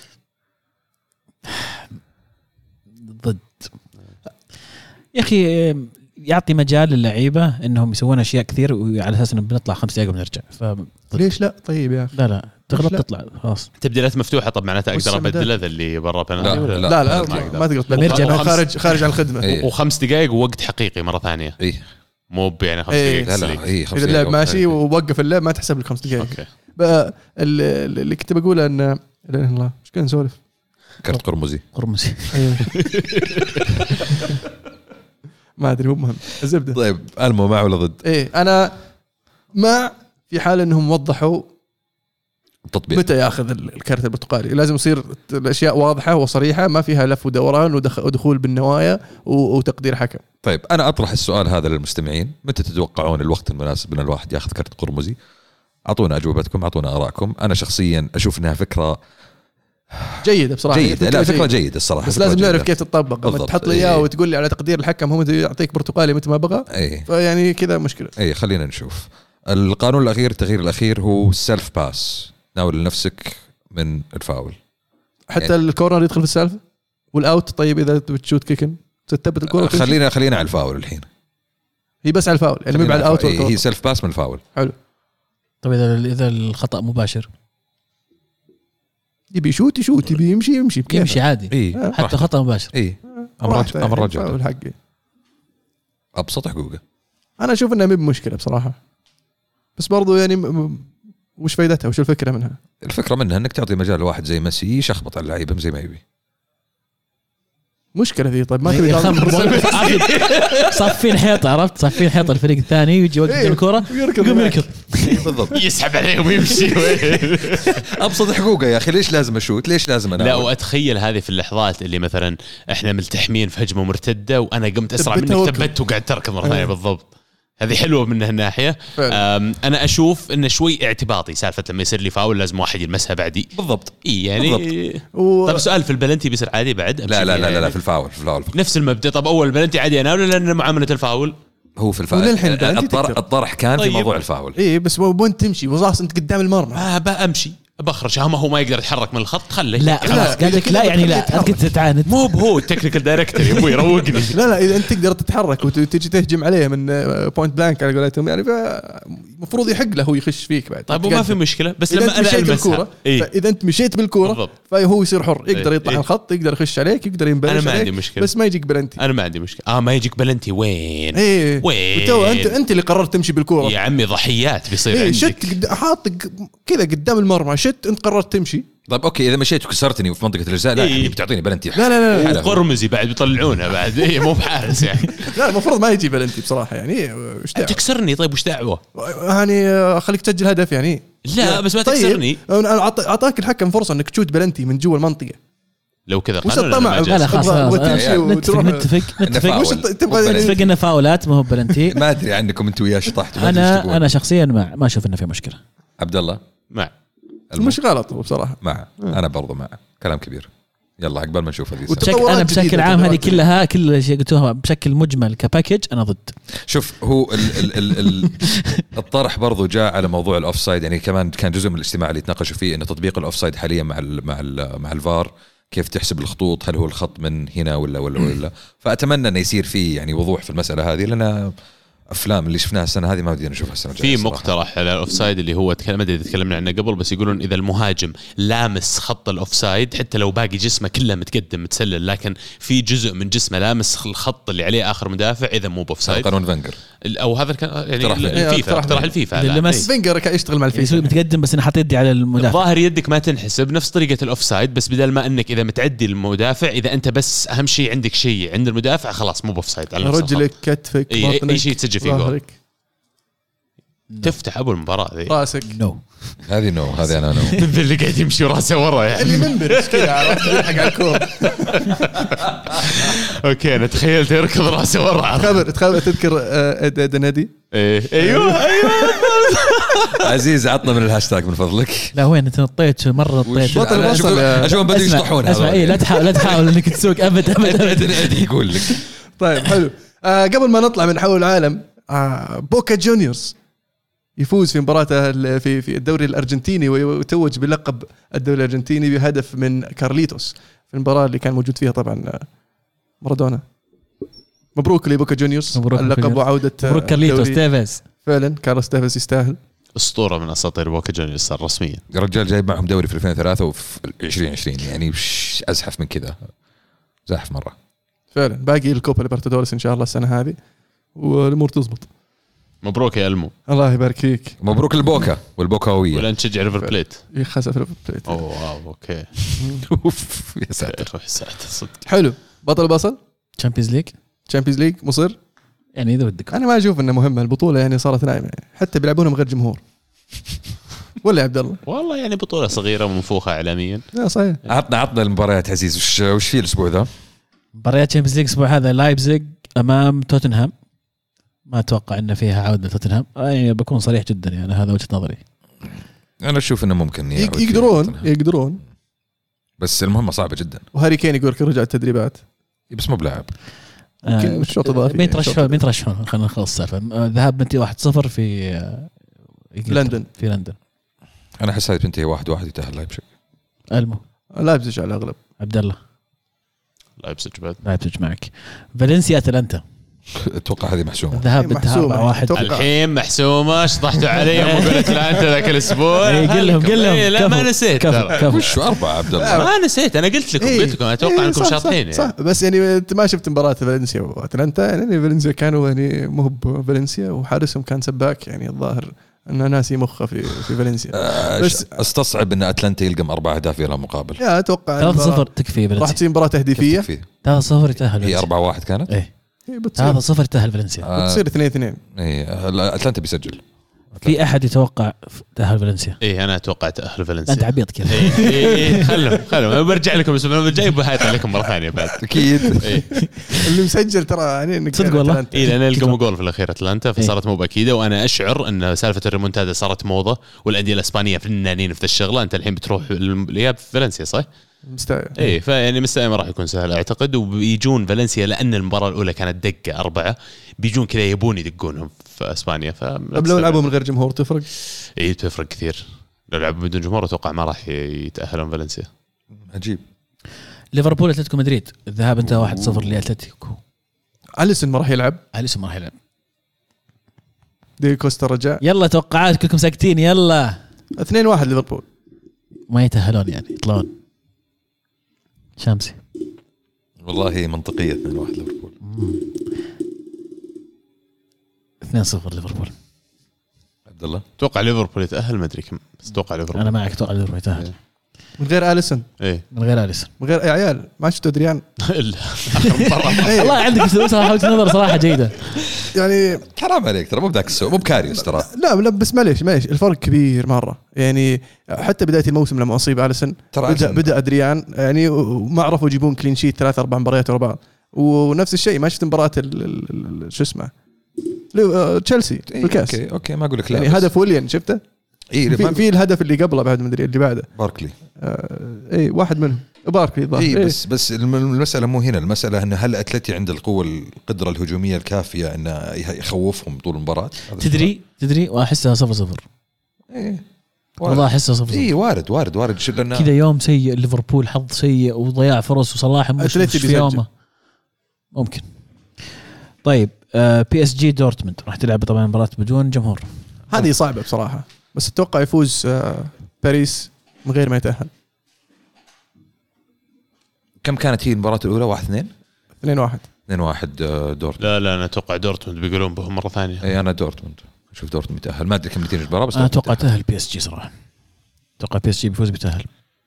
ضد يا اخي، يعطي مجال للعيبه انهم يسوون اشياء كثير وعلى اساس انه بنطلع 5 دقائق وبنرجع. ليش لا؟ طيب يا اخي لا تغلط تطلع خلاص. تبديلات مفتوحه. طب معناته اقدر ابدله ذا اللي برا بنالتي؟ لا ما تقدر تبدل. خارج عن الخدمه. و5 دقائق ووقت حقيقي مره ثانيه. ايه مو يعني 5 دقائق. لا اذا اللعب ماشي ووقف اللعب ما تحسب لك 5 دقائق. اوكي بقى اللي كنت بقوله ان لا الله ايش كان نسولف. كرت قرمزي ما ادري، مو مهم الزبده. طيب المو مع ولا ضد؟ ايه انا مع، في حال انهم وضحوا التطبيق متى ياخذ الكرت البرتقالي. لازم يصير الاشياء واضحه وصريحه، ما فيها لف ودوران ودخول بالنوايا وتقدير حكم. طيب انا اطرح السؤال هذا للمستمعين، متى تتوقعون الوقت المناسب ان الواحد ياخذ كرت قرمزي؟ اعطونا اجوبتكم، اعطونا ارائكم. انا شخصيا اشوف انها فكره جيدة بصراحة. لا فكرة جيدة الصراحة، بس لازم نعرف كيف تطبق. لما تحط لي اياه وتقول لي على تقدير الحكم هو يعطيك برتقالي متى ما بغى، فيعني كذا مشكلة. خلينا نشوف. القانون الأخير، التغيير الأخير هو سيلف باس، ناول لنفسك من الفاول. حتى يعني الكورنر يدخل في السالفة والأوت. طيب إذا بتشوت كيكن تثبت الكورة. خلينا على الفاول الحين. هي بس على الفاول يعني مو على الأوت. هي سيلف باس من الفاول. حلو. طيب إذا الخطأ مباشر، يبي يشوت يبي يمشي عادي. حتى خطأ مباشر. أمر رجع الحق أبسط حقوقه. أنا أشوف إنها مو بمشكلة بصراحة، بس برضو يعني وش فايدتها؟ وش الفكرة منها؟ الفكرة منها إنك تعطي مجال لواحد زي ميسي يشخبط على اللعيبة زي ما يبي. مشكلة ذي. طيب ما تبي صافين حيطة، عرفت؟ صافين حيطة الفريق الثاني ويجي وقت الكرة يقوم يركض بالضبط، يسحب عليهم ويمشي. أبسط حقوقه يا أخي. ليش لازم أشوت؟ ليش لازم أنا؟ لا وأتخيل هذه في اللحظات اللي مثلا إحنا ملتحمين في هجمة مرتدة وأنا قمت أسرع منك ثبت وقعدت تركض مرة ثانية. بالضبط هذه حلوه من هالناحيه. فعلا. انا اشوف انه شوي اعتباطي سالفه لما يصير لي فاول لازم واحد يلمسها بعدي بالضبط. اي يعني طب سؤال في البلنتي بيصير عادي بعد؟ لا في الفاول نفس المبدا. طب اول بلنتي عادي اناوله لان معامله الفاول هو في الفاول. الطرح كان في موضوع الفاول. اي بس وين تمشي وخلاص انت قدام المرمى. بامشي بخرج هو ما يقدر يتحرك من الخط خله لا قال لك لا يعني لا انت تتعاند مو هو التكنيكال دايركتور يبغى يروقني. لا اذا انت تقدر تتحرك وتجي تهجم عليه من بوينت بلانك على قولتهم يعني المفروض يحق له هو يخش فيك بعد. طيب وما في مشكله بس لما انا المسها اذا انت مشيت بالكوره فهو يصير حر يقدر يطلع الخط يقدر يخش عليك يقدر ينبلش انا ما عليك عندي مشكله بس ما يجيك بلنتي. انا ما عندي مشكله ما يجيك بلنتي وين وتو انت اللي قررت تمشي بالكوره يا عمي ضحيات بيصير عندك شت حاطك كذا قدام المرمى شت انت قررت تمشي. طيب اوكي اذا مشيت وكسرتني وفي منطقه الجزاء لا يعني بتعطيني بلنتي. لا قرمزي بعد بيطلعونها بعد مو بحارس يعني. لا المفروض ما يجي بلنتي بصراحه يعني تكسرني. طيب وش دعوه يعني خليك تسجل هدف يعني لا بس ما تكسرني. اعطاك الحكم فرصه انك تشوت بلنتي من جوا المنطقه لو كذا وش الطمع. لا خلاص نتفق ان فاولات ما هو بلنتي. ما ادري عنكم انتم ويا شطحتوا. انا شخصيا ما اشوف انه في مشكله. عبد الله مع مش غلط بصراحه. انا برضو مع كلام كبير. يلا عقبال ما نشوف هذه انا بشكل عام هذه كلها كل شيء قلتوها بشكل مجمل كباكج انا ضد. شوف هو الطرح برضو جاء على موضوع الاوفسايد يعني كمان كان جزء من الاجتماع اللي تناقشوا فيه ان تطبيق الاوفسايد حاليا مع الفار كيف تحسب الخطوط هل هو الخط من هنا ولا فاتمنى انه يصير فيه يعني وضوح في المساله هذه لان افلام اللي شفناها السنه هذه ما بدينا نشوفها السنه الجايه. في مقترح على الاوفسايد اللي هو تكلمنا عنه قبل بس يقولون اذا المهاجم لامس خط الاوفسايد حتى لو باقي جسمه كله متقدم متسلل لكن في جزء من جسمه لامس الخط اللي عليه اخر مدافع اذا مو باوفسايد. قانون فينجر او هذا كان يعني الفيفا اقترح الفيفا لمس فينجر كان يشتغل مع الفيفا متقدم بس انا حطيت يدي على المدافع. ظاهر يدك ما تنحسب نفس طريقه الاوفسايد بس بدل ما انك اذا متعدي المدافع اذا انت بس اهم شيء عندك شيء عند المدافع خلاص مو باوفسايد. رجلك كتفك اي شيء تسجل فيه جول تفتح ابو المباراه ذي راسك هذه انا اللي قاعد يمشي وراسه ورا يعني اللي منبرش كذا عرفت يلحق على الكوره. اوكي انا تخيلت يركض راسه ورا. تذكر دنادي ايوه عزيز عطنا من الهاشتاج من فضلك. لا وين انت نطيت مره نطيت اشوفهم بدوا يشطحون. اسمع ايه لا تحاول انك تسوق ابدا يقول لك. طيب حلو. قبل ما نطلع من حول العالم بوكا جونيورز يفوز في مباراته في الدوري الأرجنتيني ويتوج بلقب الدوري الأرجنتيني بهدف من كارليتوس في المباراة اللي كان موجود فيها طبعا مارادونا. مبروك لبوكا جونيورز اللقب وعودة. مبروك كارليتوس تيفيز. فعلا كارلوس تيفيز يستاهل. أسطورة من أساطير بوكا جونيورز صار رسميا. الرجال جايب معهم دوري في 2003 وفي 2020 يعني أزحف من كذا زاحف مرة. فعلا باقي الكوبا ليبرتادوريس إن شاء الله السنة هذه والأمور تزبط. مبروك يا ألمو. الله يبارك فيك. مبروك البوكا والبوكاوية. ولا نشجع ريفر بليت. يخسف ريفر بليت. واو اوكي. يا ساتر صدق. حلو. بطل تشامبيونز ليج مصر يعني اذا بدك. انا ما اشوف انه مهمه البطوله يعني صارت نايمه حتى بيلعبونها من غير جمهور. ولا يا عبد الله والله يعني بطوله صغيره ومنفوخه اعلاميا. لا صحيح. عطنا المباريات عزيز وش في الاسبوع ذا؟ مباريات تشامبيونز ليج الاسبوع هذا لايبزيج امام توتنهام. ما اتوقع ان فيها عوده توتنهام يعني بكون صريح جدا يعني هذا وجهه نظري. انا اشوف انه ممكن يقدرون بس المهمه صعبه جدا. وهاري كين يقول لك رجع التدريبات بس مو بلاعب. ممكن الشوط اضافي. مين ترشحون خلينا نخلص السالفه. ذهاب بنتي 1-0 في لندن. انا احس هذه بنتي 1-1 يتاهل لايبزيج. المو لايبزيج على الاغلب. عبد الله لايبزيج معك. فالنسيا أتلانتا اتوقع هذه محسومه. ذهاب بنتها 4-1 الحين محسومه. شطحتوا علي وقلت أتلانتا ذاك الاسبوع. قل لهم لا ما نسيت وش 4 عبد الله ما نسيت. انا قلت لكم اتوقع انكم شاطحين صح بس يعني انت ما شفت مباراه فالنسيا وأتلانتا يعني فالنسيا كانوا يعني مو بفالنسيا وحارسهم كان سباك يعني الظاهر انه ناسي مخه في فالنسيا. بس استصعب ان أتلانتا يلقم 4 أهداف بلا مقابل. يا اتوقع 3-0 تكفي راح تصير مباراه تهديفيه. 3-0 يتاهل. هي 4-1 كانت. هذا 0 يتاهل فالنسيا بتصير 2-2. اي أتلانتا بيسجل في احد يتوقع تأهل فالنسيا؟ ايه انا اتوقع تأهل فالنسيا. انت عبيط كذا. ايه خلهم برجع لكم الاسبوع الجاي بهايط عليكم مره ثانيه بعد اكيد. ايه اللي مسجل ترى يعني صدق والله. ايه لان لقوا جول في الاخير اتلانتا فصارت مو باكيده. وانا اشعر ان سالفه الريمونتادا صارت موضه والأندية الاسبانيه فنانين في الشغله. انت الحين بتروح الاياب في فالنسيا صح؟ ايه فيعني مستوى ما راح يكون سهل اعتقد. وبيجون فالنسيا لان المباراه الاولى كانت دقه 4 بيجون كذا يبون يدقونهم في اسبانيا. طب لو لعبوا من غير جمهور تفرق؟ ايه تفرق كثير. لو لعبوا بدون جمهور اتوقع ما راح يتاهلون فالنسيا. عجيب. ليفربول اتلتيكو مدريد الذهاب انت 1-0 لاتلتيكو. أليسون ما راح يلعب. أليسون ما راح يلعب. دي كوستا رجع. يلا توقعات كلكم ساكتين. يلا 2-1 ليفربول. ما يتأهلون يعني يطلعون. شامسي والله منطقية 2-1 ليفربول. 2-0 ليفربول. عبد الله اتوقع ليفربول يتأهل ما ادري كم بس اتوقع ليفربول. انا معك اتوقع ليفربول يتأهل من غير أليسون. ايه من غير أليسون. من غير يا عيال ما شفتوا أدريان. والله عندك صراحة نظر صراحة جيدة. يعني حرام عليك ترى مو بذاك السوء مو بكاريوس ترى. لا بس معليش الفرق كبير مرة. يعني حتى بداية الموسم لما أصيب أليسون بدأ أدريان يعني ما عرفوا يجيبون كلين شيت 3-4 مباريات ورا بعض. ونفس الشيء ما شفت مباراة شو اسمه تشيلسي في الكاس. اوكي ما اقول لك لا يعني هدف ويليان شفته. في الهدف اللي قبله بعد مدري اللي بعده باركلي. اي واحد منهم باركلي. إيه بس المسألة مو هنا. المسألة أن هل أتلتي عند القدرة الهجومية الكافية أن يخوفهم طول المباراة. تدري وأحسها 0-0. إيه والله أحسها 0-0. إيه وارد شو لنا كذا يوم سيء ليفربول حظ سيء وضياع فرص وصلاح مش في يومه ممكن. طيب بي اس جي دورتموند راح تلعب طبعا مباراة بدون جمهور. هذه صعبة بصراحة بس أتوقع يفوز باريس من غير ما يتأهل. كم كانت هي المباراة الأولى 1-2 2-1 دورتموند. لا أنا أتوقع دورتموند بيقولون بهم مرة ثانية. أي أنا دورتموند أشوف دورتموند يتأهل ما أدري كم نتيجة المباراة بس أنا أتوقع تأهل بي اس جي صراحة. أتوقع بي اس جي بيفوز بيتأهل.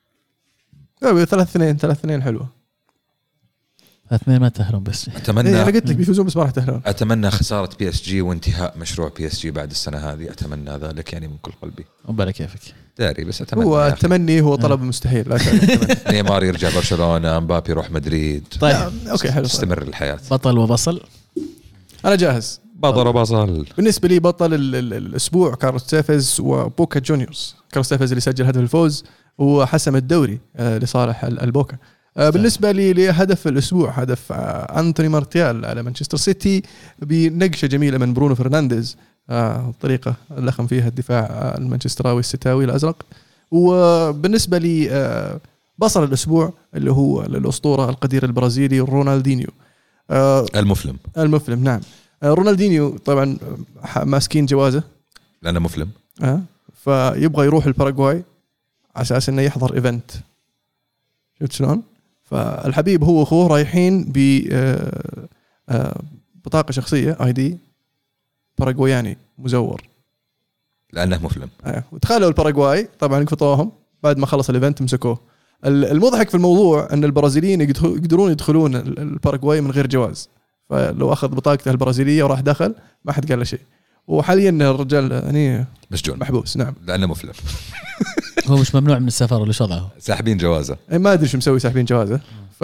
3-2 حلوة. 3-2 ما تأهلون بس. أتمنى أنا قلت لك بيفوزون بس ما راح يتأهلون. أتمنى خسارة بي اس جي وانتهاء مشروع بي اس جي بعد السنة هذه. أتمنى ذلك يعني من كل قلبي. وبالك كيفك داري بس أتمنى. هو التمني هو طلب مستحيل. لا نيمار يرجع برشلونة مبابي يروح مدريد. طيب أوكي حلو. تستمر الحياة. بطل وبصل. أنا جاهز. بطل. بالنسبة لي بطل الأسبوع كارلوس تيفيز وبوكا جونيورز. كارلوس تيفيز اللي سجل هدف الفوز وحسم الدوري لصالح البوكا. بالنسبة لي لهدف الأسبوع هدف أنتوني مارتيال على مانشستر سيتي بنقشة جميلة من برونو فرنانديز. الطريقة اللي لخم فيها الدفاع المانشستراوي الستاوي الأزرق. وبالنسبة لي بصل الأسبوع اللي هو الأسطورة القدير البرازيلي رونالدينيو. المفلم نعم. رونالدينيو طبعا ماسكين جوازه لأنه مفلم. فيبغى يروح الباراغواي على أساس إنه يحضر إيفنت. شفت شلون؟ فالحبيب هو أخوه رايحين بطاقة شخصية ID باراغواياني مزور لأنه مفلم. ودخلوا الباراغواي طبعا قفطوهم بعد ما خلص الإيفنت مسكوه. المضحك في الموضوع أن البرازيليين يقدرون يدخلون الباراغواي من غير جواز. فلو أخذ بطاقته البرازيلية وراح دخل ما حد قال له شيء. وحاليا الرجال يعني مسجون محبوس. نعم لأنه مفلم. هو مش ممنوع من السفر ولا شو وضعه؟ ساحبين جوازه. ما أدري شو مسوي ساحبين جوازه.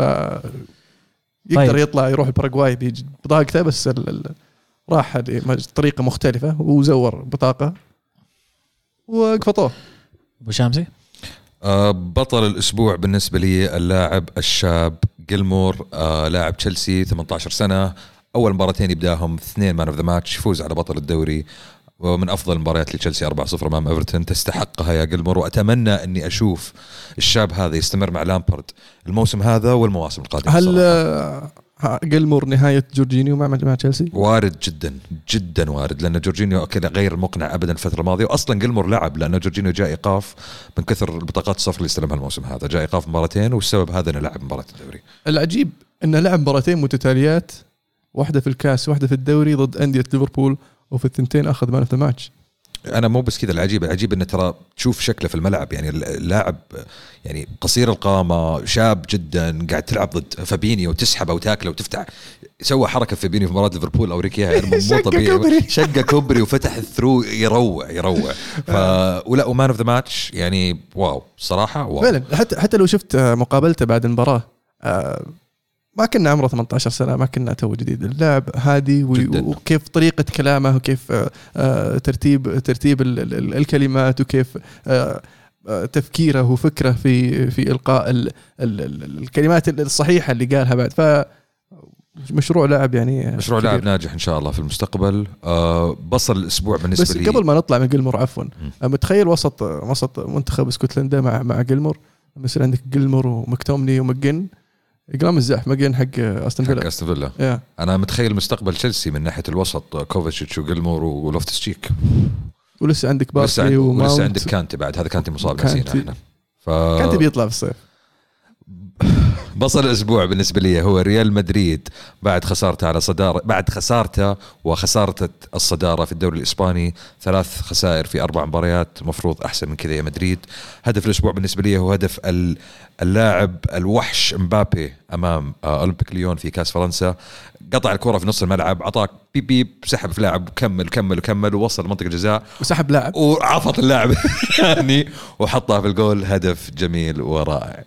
يقدر يطلع يروح الباراغواي ببطاقته بس راح بطريقة مختلفة وزور بطاقة وقفطوه. أبو شامسي بطل الأسبوع بالنسبة لي اللاعب الشاب جيلمور. لاعب تشيلسي 18 سنة. أول مباراتين يبداهم 2 مان اوف ذا ماتش يفوز على بطل الدوري ومن أفضل المباريات لتشيلسي 4-0 أمام إيفرتون. تستحقها يا جيلمور وأتمنى أني أشوف الشاب هذا يستمر مع لامبارد الموسم هذا والمواسم القادمة. هل جيلمور نهاية جورجينيو مع تشيلسي؟ وارد جدا وارد لأن جورجينيو كذا غير مقنع أبدا الفترة الماضية. وأصلا جيلمور لعب لأن جورجينيو جاء إيقاف من كثر البطاقات الصفر اللي استلمها الموسم هذا. جاء إيقاف مباراتين والسبب هذا أنه لعب مباراة الدوري. العجيب أنه لعب مباراتين متتاليات واحدة في الكاس واحدة في الدوري ضد أندية ليفربول وفي الثنتين أخذ مان اوف ذا ماتش. انا مو بس كذا، العجيب انه ترى تشوف شكله في الملعب، يعني اللاعب يعني قصير القامه، شاب جدا، قاعد تلعب ضد فابينيو وتسحبه وتاكله وتفتح. سوى حركه فابينيو في مباراه ليفربول اوريكيها، يعني مو طبيعي، شقه كوبري وفتح الثرو، يروع ولا ومان اوف ذا ماتش، يعني واو صراحه واو فعلا. حتى لو شفت مقابلته بعد المباراه، ما كنا عمره 18 سنة، ما كنا تو جديد. اللاعب هادي وكيف طريقة كلامه، وكيف ترتيب الكلمات، وكيف تفكيره وفكره في إلقاء الكلمات الصحيحة اللي قالها بعد. فمشروع لاعب، يعني مشروع لاعب ناجح إن شاء الله في المستقبل. بصل الأسبوع بالنسبة لي. بس قبل ما نطلع من جيلمور، عفوا، متخيل وسط منتخب اسكتلندا مع جيلمور، مثل عندك جيلمور ومكتومني ومجن، إقلام الزاح مجين حق أستون فيلا. أنا متخيل مستقبل تشيلسي من ناحية الوسط، كوفيتش وجيلمور ولوفتس تشيك، ولسه عندك بارسلي ولسه عندك كانتي بعد. هذا كانتي مصاب، نسينا احنا. كانتي بيطلع في الصيف. بصل الأسبوع بالنسبة لي هو ريال مدريد بعد خسارته وخسارة الصدارة في الدوري الإسباني، 3 خسائر في 4 مباريات، مفروض أحسن من كذا يا مدريد. هدف الأسبوع بالنسبة لي هو هدف اللاعب الوحش مبابي أمام أولمبيك ليون في كاس فرنسا. قطع الكرة في نص الملعب، عطاك بيب سحب في لاعب، كمل ووصل منطقة الجزاء وسحب لاعب وعفط اللاعب يعني وحطها في الجول. هدف جميل ورائع.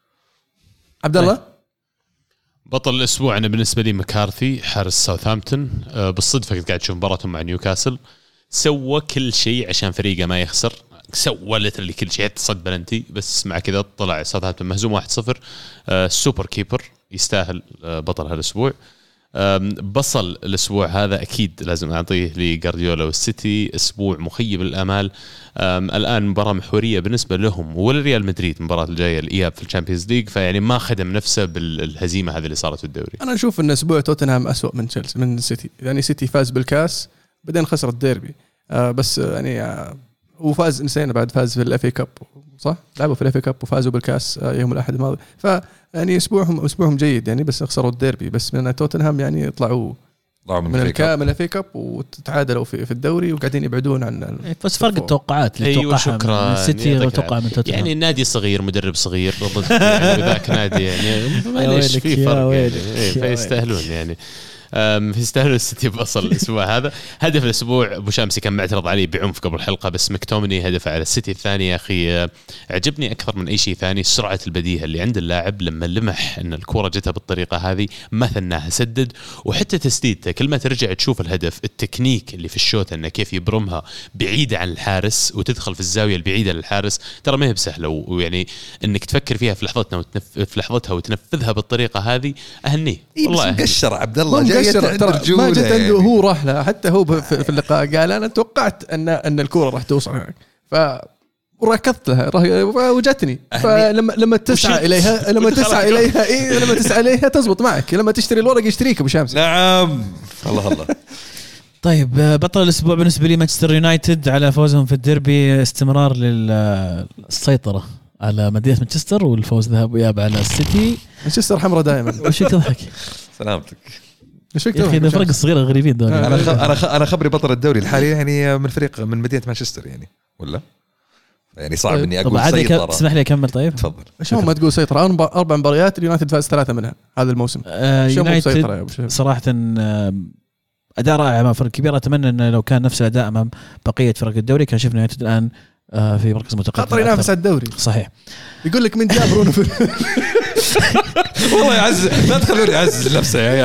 عبد الله. بطل الأسبوع أنا بالنسبة لي مكارثي، حارس ساوثهامبتون. بالصدفة كنت قاعد أشوف مباراتهم مع نيوكاسل، سوى كل شيء عشان فريقه ما يخسر، سوى لترلي كل شيء، صد بلنتي، بس مع كذا طلع ساوثهامبتون مهزوم 1-0. سوبر كيبر، يستاهل بطل هالأسبوع. بصل الأسبوع هذا أكيد لازم أعطيه لغارديولا والسيتي، أسبوع مخيب الآمال. الآن مباراة محورية بالنسبة لهم والريال مدريد، المباراة الجاية الإياب في الشامبيونز ليج، فيعني ما خدم نفسه بالهزيمة هذه اللي صارت في الدوري. أنا أشوف أن أسبوع توتنهام أسوأ من تشيلسي، من السيتي. يعني سيتي فاز بالكاس، بعدين خسر الديربي، بس يعني وفاز، نسينا بعد فاز في الأف اي كاب، صح؟ لعبوا في الأف اي كاب وفازوا بالكاس يوم الأحد الماضي. يعني اسبوعهم جيد يعني، بس خسروا الديربي. بس من توتنهام يعني طلعوا من الأف اي كاب وتتعادلوا في الدوري، وقاعدين يبعدون عن بس فرق التوقعات اللي توقعها من السيتي وتوقع من توتنهام. يعني النادي صغير، مدرب صغير ضد يعني ذاك نادي، يعني معليش في فرق يعني، فيستاهلون يعني. يستاهلوا السيتي بأصل الأسبوع هذا. هدف الأسبوع أبو شامسي كان معترض عليه بعنف قبل الحلقة، بس مكتومني هدف على السيتي الثاني. يا أخي عجبني أكثر من أي شيء ثاني سرعة البديهة اللي عند اللاعب، لما لمح أن الكرة جتها بالطريقة هذه ما ثناها، سدد. وحتى تسديدته كل ما ترجع تشوف الهدف، التكنيك اللي في الشوط أنه كيف يبرمها بعيدة عن الحارس وتدخل في الزاوية البعيدة للحارس، ترى ما هي بسهلة. ويعني أنك تفكر فيها في لحظتها وتنفذها بالطريقة هذه، أهنيه والله. قشر عبد الله ما جت عنده، هو راح له. حتى هو في اللقاء قال أنا توقعت أن الكرة راح توصل هناك، وركضت لها وجتني. فلما تسعى إليها لما تسعى إليها تزبط معك، لما تشتري الورق يشتريك أبو شامس. نعم الله. طيب بطل الأسبوع بالنسبة لي مانشستر يونايتد على فوزهم في الديربي، استمرار للسيطرة على مدينة مانشستر، والفوز ذهب وياب على السيتي. مانشستر حمرة دائما. وش تضحك؟ سلامتك. يا أخي الفرق الصغيرة غريبين دول. أنا خبري بطل الدوري الحالي يعني من فريق من مدينة مانشستر يعني، ولا يعني صعب إني أقول سيطرة. اسمح لي أكمل. طيب تفضل. شو ما تقول سيطرة؟ 4 مباريات اليونايتد فاز 3 منها هذا الموسم. يونايتد صراحة أداء رائع مع فرق كبيرة. أتمنى أن لو كان نفس الأداء أمام بقية فرق الدوري كان شفنا يونايتد الآن في مركز متقدم، خطر ينافس على الدوري. صحيح. يقول لك من جاب برونو والله يعز، لا تخلوني يعز نفسه يا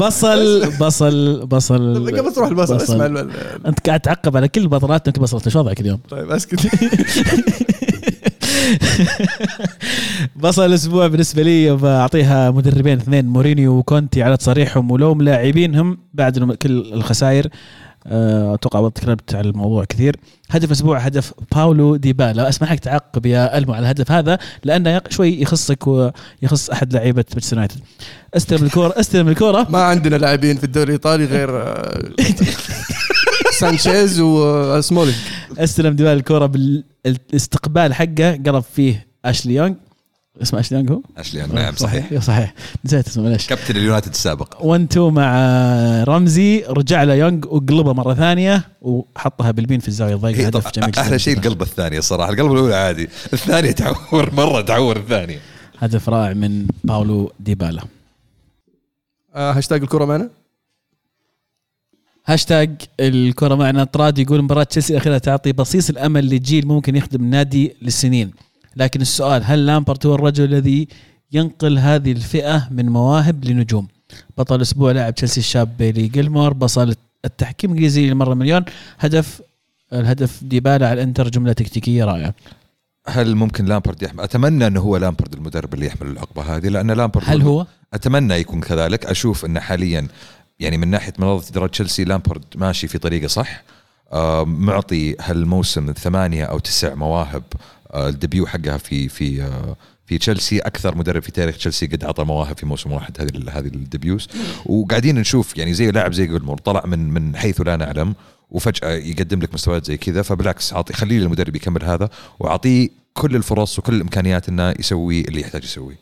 بصل قبل تروح البصل اسمع انت قاعد تعقب على كل بطلات انت بصلت ايش وضعك اليوم؟ طيب اسكت. بصل الاسبوع بالنسبه لي بعطيها مدربين 2، مورينيو وكونتي، على تصريحهم ولوم لاعبينهم بعد كل الخسائر. اتوقع تكلمت على الموضوع كثير. هدف الاسبوع هدف باولو ديبالا. اسمح لك تعقب يا ألمو على الهدف هذا لانه شوي يخصك ويخص احد لاعيبه مانشستر يونايتد. استلم الكره. ما عندنا لاعبين في الدوري الايطالي غير سانشيز وسمولينج. استلم ديبالا الكره بالاستقبال حقه، قرب فيه اشلي يونغ، اسمه اشلي يونغ هو اشلي نعم صحيح نسيت اسمه ليش. كابتن اليونايتد السابق. 1-2 مع رمزي، رجع له يونغ وقلبه مره ثانيه وحطها بالبين في الزاويه الضيقه. هدف جميل. احلى شيء القلبه الثانيه الصراحه، القلبه الاولى عادي، الثانيه تعور مره، تعور الثانيه. هدف رائع من باولو ديبالا. هاشتاج الكرة معنا، هاشتاج الكرة معنا. طراد يقول مباراة تشيلسي الأخيرة تعطي بصيص الأمل لجيل ممكن يخدم النادي للسنين، لكن السؤال هل لامبارد هو الرجل الذي ينقل هذه الفئة من مواهب لنجوم؟ بطل الأسبوع لاعب تشيلسي الشاب بيلي جيلمور، بصل التحكيم الإنجليزي لمرة مليون، الهدف ديبالا على الانتر جملة تكتيكية رائعة. هل ممكن لامبارد يحمل؟ أتمنى أنه هو لامبارد المدرب اللي يحمل العقبة هذه، لأن لامبارد هل هو؟ أتمنى يكون كذلك. أشوف أن حاليا يعني من ناحية منظمة إدارة تشيلسي لامبارد ماشي في طريقة صح، معطي هالموسم 8 أو 9 مواهب. الدبيو حقها في تشيلسي أكثر مدرب في تاريخ تشيلسي قد عطى مواهب في موسم واحد هذه الدبيوز. وقاعدين نشوف يعني زي لاعب زي جيلمور طلع من حيث لا نعلم وفجأة يقدم لك مستويات زي كذا، فبالعكس خليه المدرب يكمل هذا وأعطيه كل الفرص وكل الإمكانيات إنه يسوي اللي يحتاج يسويه.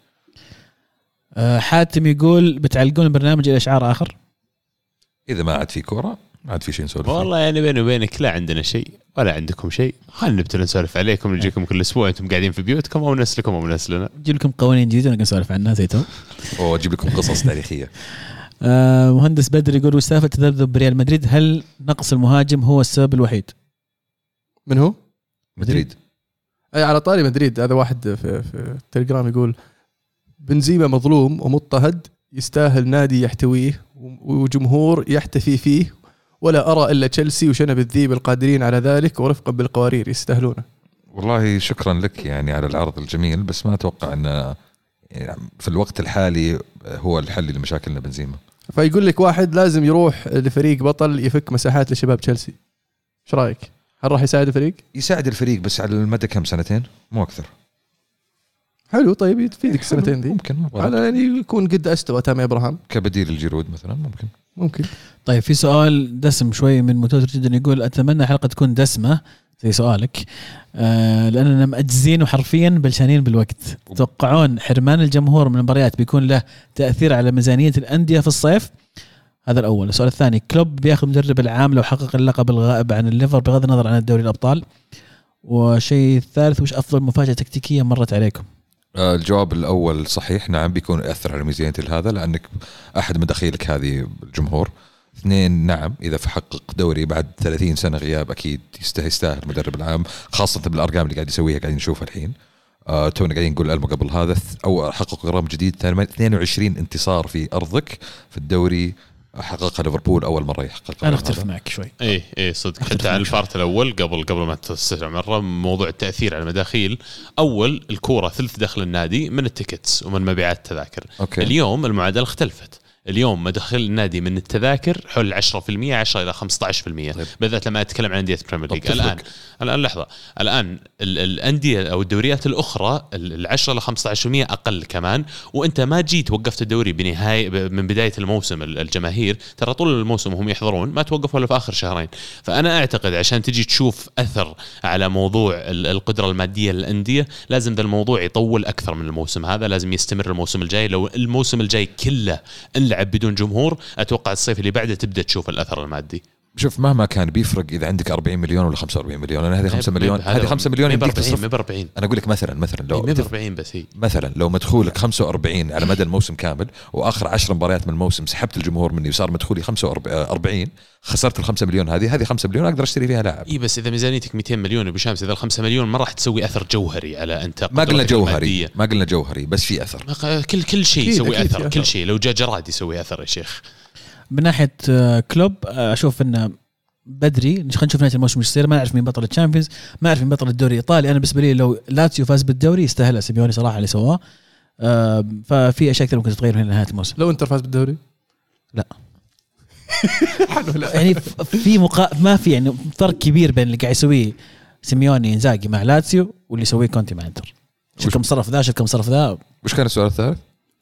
حاتم يقول بتعلقون البرنامج إلى إشعار آخر؟ إذا ما عاد في كورة ما عاد في شيء نسولف. والله يعني بيني وبينك لا عندنا شيء ولا عندكم شيء، خلينا نبتدي نسولف عليكم، نجيكم كل أسبوع أنتم قاعدين في بيوتكم أو نسلكم أو نسلنا، نجيب لكم قوانين جديدة نسولف عنها زيتون، وأجيب لكم قصص تاريخية. مهندس بدر يقول وسالفة تذبذب بريال مدريد، هل نقص المهاجم هو السبب الوحيد؟ من هو؟ مدريد. أي على طاري مدريد، هذا واحد في التليجرام يقول بنزيما مظلوم ومضطهد، يستاهل نادي يحتويه وجمهور يحتفي فيه، ولا أرى إلا تشيلسي وشنب الذيب القادرين على ذلك ورفقا بالقوارير يستاهلونه. والله شكرا لك يعني على العرض الجميل، بس ما أتوقع أن يعني في الوقت الحالي هو الحل لمشاكلنا بنزيما. فيقول لك واحد لازم يروح لفريق بطل يفك مساحات لشباب تشيلسي، ايش رايك؟ هل راح يساعد الفريق؟ يساعد الفريق بس على المدى كم سنتين مو اكثر. حلو طيب يفيدك السنتين دي ممكن على يعني يكون قد استوى تامي ابراهام كبديل الجيرود مثلا ممكن. طيب في سؤال دسم شوي من متوتر جدا يقول اتمنى حلقه تكون دسمه زي سؤالك لاننا مأجزين وحرفيا بلشانين بالوقت. تتوقعون حرمان الجمهور من المباريات بيكون له تأثير على ميزانية الأندية في الصيف؟ هذا الأول. السؤال الثاني كلوب بياخذ مدرب العام لو حقق اللقب الغائب عن الليفر بغض النظر عن الدوري الأبطال؟ وشيء الثالث وش أفضل مفاجأة تكتيكية مرت عليكم؟ الجواب الأول صحيح، نعم بيكون يأثر على ميزانية هذا لأنك أحد مداخيلك هذه الجمهور. اثنين نعم إذا فحقق دوري بعد 30 سنة غياب أكيد يستاهل مدرب العام، خاصة بالأرقام اللي قاعد يسويها قاعدين نشوفها الحين. تونا قاعدين نقول ألمو قبل هذا أو حقق رقم جديد 22 انتصار في أرضك في الدوري حققها ليفربول أول مرة يحقق. أنا أختلف معك شوي. إيه صدق حتى على الفارت الأول قبل ما تستمع مرة موضوع التأثير على المداخيل. أول الكورة ثلث دخل النادي من التيكتس ومن مبيعات التذاكر. اليوم المعادلة اختلفت. اليوم مدخل النادي من التذاكر حول 10% 10 إلى 15%. بالذات لما أتكلم عن أندية البريمير ليج. الآن لحظة، الآن الأندية أو الدوريات الأخرى 10 إلى 15% أقل كمان، وأنت ما جيت وقفت الدوري بنهاية من بداية الموسم. الجماهير ترى طول الموسم وهم يحضرون ما توقفوا إلا في آخر شهرين. فأنا أعتقد عشان تجي تشوف أثر على موضوع القدرة المادية للأندية لازم ذا الموضوع يطول أكثر من الموسم هذا، لازم يستمر الموسم الجاي. لو الموسم الجاي كله لعب بدون جمهور أتوقع الصيف اللي بعده تبدأ تشوف الأثر المادي. شوف مهما كان بيفرق إذا عندك 40 مليون ولا 45 مليون. أنا هذه 5 مليون، هذه 5 مليون يمديك تصرف. أنا أقول لك مثلا لو 40 بس هي مثلا لو مدخولك 45 على مدى الموسم كامل وآخر 10 مباريات من الموسم سحبت الجمهور مني وصار مدخولي 45 خسرت ال5 مليون. هذه 5 مليون أقدر أشتري فيها لاعب. إيه بس إذا ميزانيتك 200 مليون يا بشامس إذا ال5 مليون ما راح تسوي أثر جوهري على أنت. ما قلنا جوهري بس في أثر. كل شيء يسوي أثر. كل شيء لو جاء جراد يسوي أثر يا شيخ. من ناحية كلوب أشوف إنه بدري خلينا نشوف نهاية الموسم ايش يصير. ما نعرف مين بطل الشامبيونز، ما نعرف مين بطل الدوري الإيطالي. أنا بالنسبة لي لو لاتسيو فاز بالدوري يستاهل سيميوني صراحة اللي سواه. ففي أشياء كثير ممكن تتغير من نهاية الموسم. لو أنت فاز بالدوري لا يعني في ما في يعني فرق كبير بين اللي قاعد يسويه سيميوني إنزاغي مع لاتسيو واللي يسويه كونتي مع إنتر. شوف كم صرف ذا شوف كم صرف ذا. وش كان السؤال الثالث؟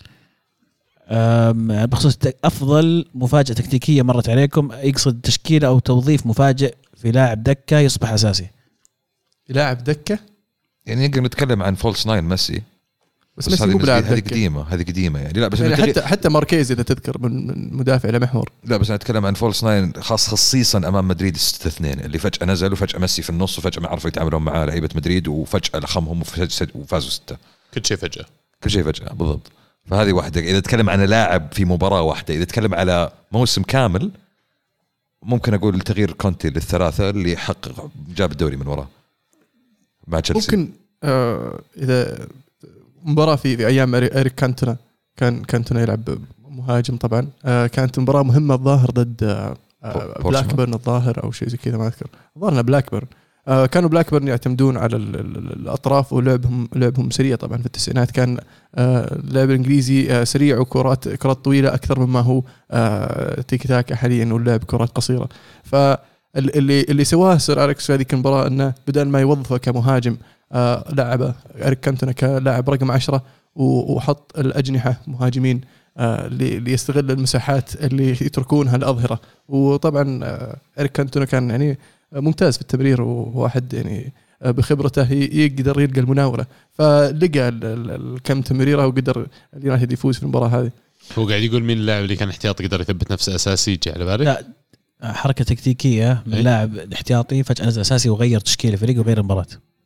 بخصوص أفضل مفاجأة تكتيكية مرت عليكم، يقصد تشكيلة أو توظيف مفاجئ في لاعب دكة يصبح أساسي. لاعب دكة يعني نقدر نتكلم عن فولس 9 ميسي بس ميسي مو بلاعب هذه قديمه يعني. لا بس يعني حتى ماركيز اذا تذكر من مدافع الى محور. لا بس انا اتكلم عن فولس ناين خصيصا امام مدريد 6-2 اللي فجاه نزل وفجاه ميسي في النص وفجاه ما عرفوا يتعاملون مع لعيبه مدريد وفجاه لخمهم وفازوا 6. كل شيء فجاه بالضبط. فهذه واحده اذا تتكلم عن لاعب في مباراه واحده. اذا تتكلم على موسم كامل ممكن اقول تغيير كونتي للثلاثه اللي حقق جاب الدوري من وراه مع تشيلسي. ممكن اذا مباراه في ايام إريك كانتونا كانتونا يلعب مهاجم طبعا. كانت مباراه مهمه الظاهر ضد بلاكبرن الظاهر او شيء زي كذا ما اذكر. ظهرنا بلاكبرن كانوا بلاكبرن يعتمدون على الاطراف ولعبهم سريع طبعا. في التسعينات كان اللعب الانجليزي سريع وكرات طويله اكثر مما هو تيكي تاكا حاليا واللعب كرات قصيره. فاللي سواه سير أليكس في هذه المباراه انه بدل ما يوظفه كمهاجم لعبه إريك كانتونا كلاعب رقم 10 وحط الأجنحة مهاجمين اللي يستغل المساحات اللي يتركونها الأظهرة. وطبعا إريك كانتونا كان يعني ممتاز في التمرير وواحد يعني بخبرته يقدر يلقى المناورة. فلقى الكم تمريره وقدر اليونايتد يفوز في المباراة هذه. هو قاعد يقول مين اللاعب اللي كان احتياطي يقدر يثبت نفسه أساسي يجي على بالك؟ لا حركة تكتيكية من لاعب احتياطي فجأة نزل أساسي وغير تشكيل الفريق وغير المباراة.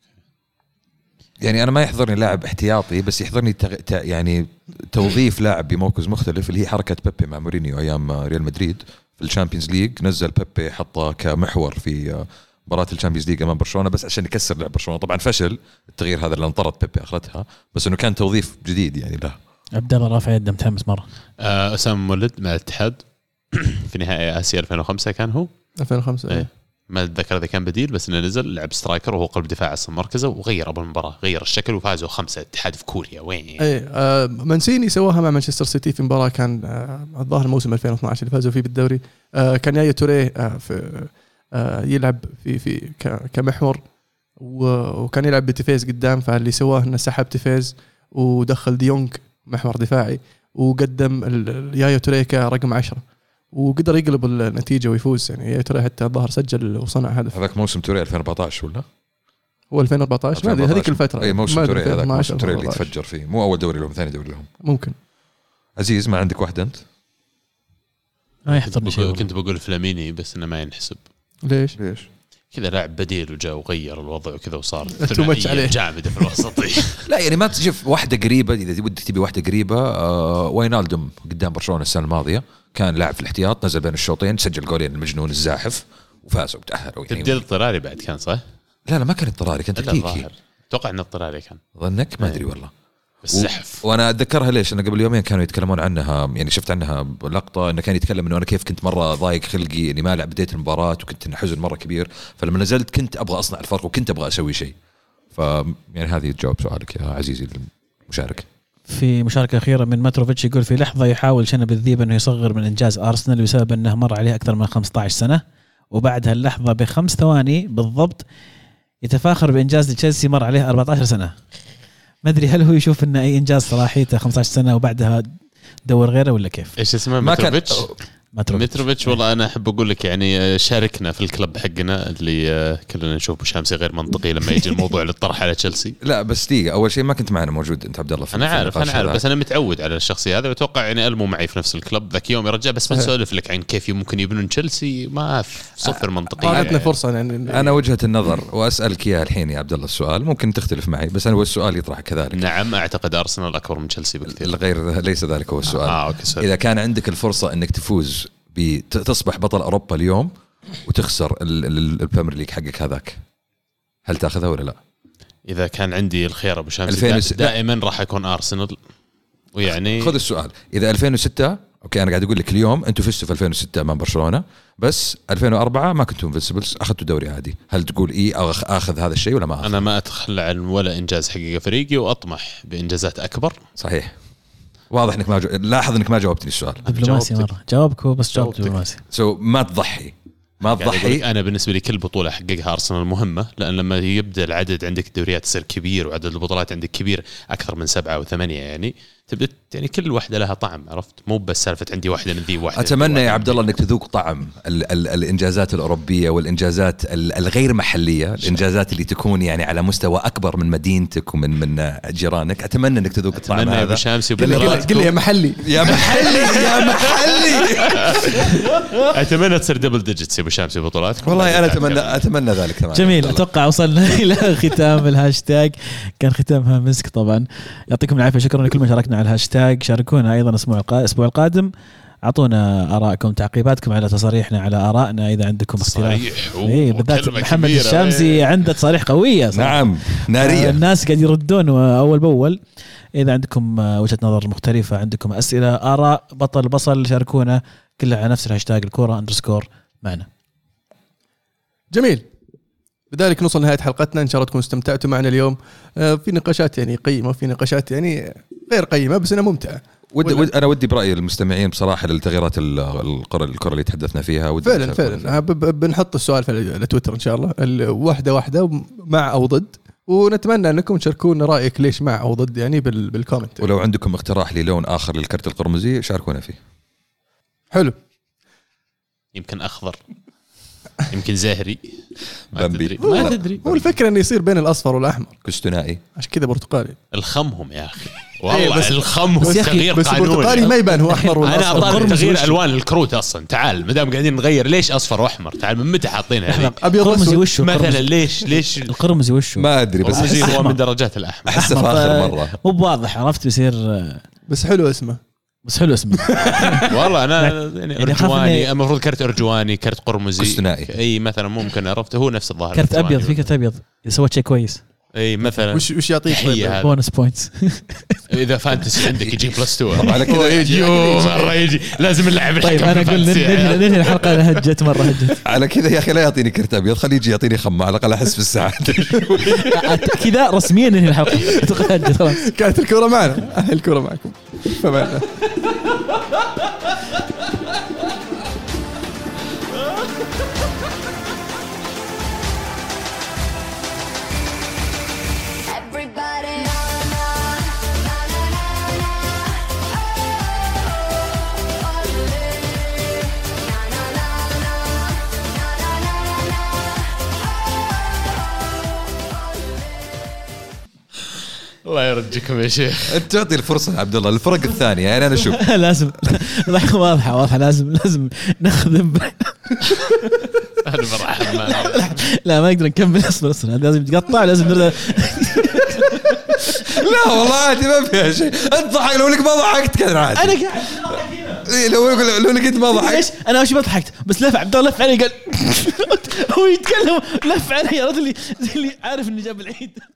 يعني أنا ما يحضرني لاعب احتياطي بس يحضرني يعني توظيف لاعب بموقف مختلف اللي هي حركة بيبي مع مورينيو أيام ريال مدريد في الشامبيونز ليج. نزل بيبي حطه كمحور في مباراة الشامبيونز ليج أمام برشلونة بس عشان يكسر لعب برشلونة. طبعا فشل التغيير هذا اللي انطرد بيبي أخذتها بس إنه كان توظيف جديد يعني له. عبد الله رافع يده متحمس مرة. أسامة مولد مع الاتحاد في نهائي آسيا 2005 كان هو 2005 إيه. ما أتذكر إذا كان بديل بس إنه نزل لعب سترايكر وهو قلب دفاع أصلا مركزه وغير أبو المباراة غير الشكل وفازوا 5 اتحاد في كوريا وين يعني. اي مانسيني سواها مع مانشستر سيتي في مباراة كان الظاهر الموسم 2012 اللي فازوا فيه بالدوري. كان يايا توريه في يلعب في كمحور وكان يلعب بتيفيز قدام. فاللي سواه انه سحب تيفيز ودخل ديونغ محور دفاعي وقدم يايا توريه كرقم 10 وقدر يقلب النتيجة ويفوز. يعني ترى حتى الظهر سجل وصنع هدف. هذاك موسم توري 2014 ولا هو 2014 ما ادري هذيك الفترة. اي موسم توري هذاك موسم توري اللي تفجر فيه مو اول دوري لهم ثاني دوري لهم ممكن. عزيز ما عندك واحدة انت؟ ما يحضرني شيء. كنت بقول فلاميني بس انه ما ينحسب. ليش كذا لاعب بديل وجاء وغير الوضع وكذا وصار ثنائية جامدة في الوسط. لا يعني ما تشوف واحدة قريبة إذا ودك تبي واحدة قريبة. وينالدوم قدام برشلونة السنة الماضية كان لاعب في الاحتياط نزل بين الشوطين سجل جولين المجنون الزاحف وفازوا وتأهلوا. تبديل اضطراري بعد كان صح؟ لا ما كان اضطراري كان تكتيكي. اتوقع انه اضطراري كان. ظنك ما ادري والله. بس زحف. وانا اتذكرها ليش انا قبل يومين كانوا يتكلمون عنها يعني شفت عنها لقطه انه كان يتكلم انه انا كيف كنت مره ضايق خلقي اني ما لعب بديت المباراه وكنت إن حزن مره كبير فلما نزلت كنت ابغى اصنع الفرق وكنت ابغى اسوي شيء. ف يعني هذه تجاوب سؤالك يا عزيزي المشارك. في مشاركة أخيرة من ماتروفيتش يقول في لحظة يحاول شنب الذيب أنه يصغر من إنجاز أرسنال بسبب أنه مر عليه أكثر من 15 سنة وبعدها اللحظة ب5 ثواني بالضبط يتفاخر بإنجاز تشيلسي مر عليه 14 سنة. ما أدري هل هو يشوف أن أي إنجاز صلاحيته 15 سنة وبعدها دور غيره ولا كيف؟ إيش اسمه متروفيتش. والله أنا أحب أقول لك يعني شاركنا في الكلب حقنا اللي كلنا نشوف شامسي غير منطقي لما يجي الموضوع للطرح على تشيلسي. لا بس دقيقة أول شيء ما كنت معنا موجود أنت عبد الله. أنا عارف بس أنا متعود على الشخصية هذا وأتوقع يعني ألمو معي في نفس الكلب ذاك يوم يرجع بس بنسولف لك عن كيف ممكن يبنون تشيلسي ما صفر منطقي. أعطنا فرصة يعني أنا وجهة النظر وأسألك إياها الحين يا عبد الله السؤال ممكن تختلف معي بس أنا السؤال يطرح كذلك. نعم أعتقد أرسنال أكبر من تشيلسي بكثير. الغير ليس ذلك هو السؤال. إذا كان عندك الفرصة إنك تفوز تصبح بطل أوروبا اليوم وتخسر البريمير ليج حقك هذاك هل تأخذها ولا لا؟ إذا كان عندي الخيار أبو شامس دائما راح أكون أرسنال. ويعني خذ السؤال إذا 2006 أوكي أنا قاعد أقول لك اليوم أنتوا فزتوا في 2006 أمام برشلونة بس 2004 ما كنتوا انفنسبلز أخذتوا دوري عادي هل تقول إيه أو أخذ هذا الشيء ولا ما أخذ؟ أنا ما أتخلى عن ولا إنجاز حقيقة فريقي وأطمح بإنجازات أكبر. صحيح واضح انك ما لاحظ انك ما جاوبتني السؤال. دبلوماسي مره جاوبك بس جاوبت دبلوماسي. ما تضحي انا بالنسبه لي كل بطوله حققها ارسنال مهمه لان لما يبدا العدد عندك الدوريات تصير كبير وعدد البطولات عندك كبير اكثر من 7 أو 8 يعني تبدأ يعني كل واحدة لها طعم، عرفت؟ مو بس سالفة عندي واحدة نذي واحدة. أتمنى يا عبد الله أنك تذوق طعم الإنجازات الأوروبية والإنجازات الغير محلية، الإنجازات اللي تكون يعني على مستوى أكبر من مدينتك ومن جيرانك. أتمنى أنك تذوق الطعم هذا. أتمنى يا بشامسي قل لي يا محلي يا محلي يا محلي. أتمنى تصير دبل ديجيتس يا بشامسي بطولاتك. والله أنا أتمنى ذلك تمام. جميل. أتوقع وصلنا إلى ختام الهاشتاج، كان ختامها مسك طبعا. يعطيكم العافية، شكرا لكل من شاركنا على الهاشتاج. شاركونا أيضا الأسبوع القادم، أعطونا آراءكم تعقيباتكم على تصاريحنا على آرائنا إذا عندكم اختلاف. بالذات محمد الشامسي عنده تصاريح قوية صراحة. نعم نارية. الناس قاعد يردون أول بأول. إذا عندكم وجهة نظر مختلفة، عندكم أسئلة، آراء، بصل، شاركونا كلها على نفس الهاشتاج الكورة_ معنا. جميل. بذلك نوصل لنهاية حلقتنا. إن شاء الله تكونوا استمتعتوا معنا اليوم. في نقاشات يعني قيمة وفي نقاشات يعني غير قيمة بس أنا ممتعة. أنا ودي برأي المستمعين بصراحة للتغييرات الكرة اللي تحدثنا فيها. فعلا بنحط السؤال في التويتر إن شاء الله واحدة مع أو ضد، ونتمنى أنكم تشاركونا رأيك ليش مع أو ضد يعني بالكومنت. ولو عندكم اقتراح للون آخر للكرت القرمزي شاركونا فيه. حلو. يمكن أخضر، يمكن زهري، ما تدري. هو الفكرة إنه يصير بين الأصفر والأحمر كستنائي، عشان كذا برتقالي. الخمهم يا أخي والله الخم هو تغيير بس قانوني. برتقالي ما يبان هو أحمر ولا أنا أصفر. أبغى تغيير ألوان الكروت أصلا. تعال مدام قاعدين نغير، ليش أصفر وأحمر؟ تعال من متى حاطينها؟ أبيض القرمزي وشه مثلا ليش القرمزي وشه ما أدري بس القرمزي هو من درجات الأحمر. أحسه في آخر مرة مو بواضح، عرفت بيصير بس حلو اسمه. والله أنا يعني أرجواني، المفروض كرت أرجواني، كرت قرمزي كستنائي. أي مثلا ممكن، عرفته هو نفس الظاهر. كرت أبيض، في كرت أبيض إذا سويت شيء كويس. اي مثلا وش يعطيك بونس بوينتس اذا فانتسي عندك يجي بلس 2 على كذا يجي لازم نلعب. طيب انا اقول ننهي الحلقه، انا هجت مره هجت على كذا يا اخي. لا يعطيني كرت ابيض، خليه يجي يعطيني خمه على الاقل احس بالسعاده. كذا رسميا ننهي الحلقه. هجت خلاص. كانت الكوره معنا، الكوره معكم فمعنا. الله يرجيكم يا شيخ. انت تعطي الفرصه عبد الله الفرق الثانيه يعني. انا اشوف لازم واضحه لازم نخدم. انا برحب لا ما نقدر نكمل. اصبر لازم تقطع، لازم نرجع. لا والله عادي ما فيها شيء. انت ضحك، لو انك ما ضحكت كان عادي. انا قاعد لو انك انت ما ضحكت. ليش انا وش ما ضحكت؟ بس لف عبد الله لف علي قال هو يتكلم لف علي يا رجل اللي عارف اني جاب العيد.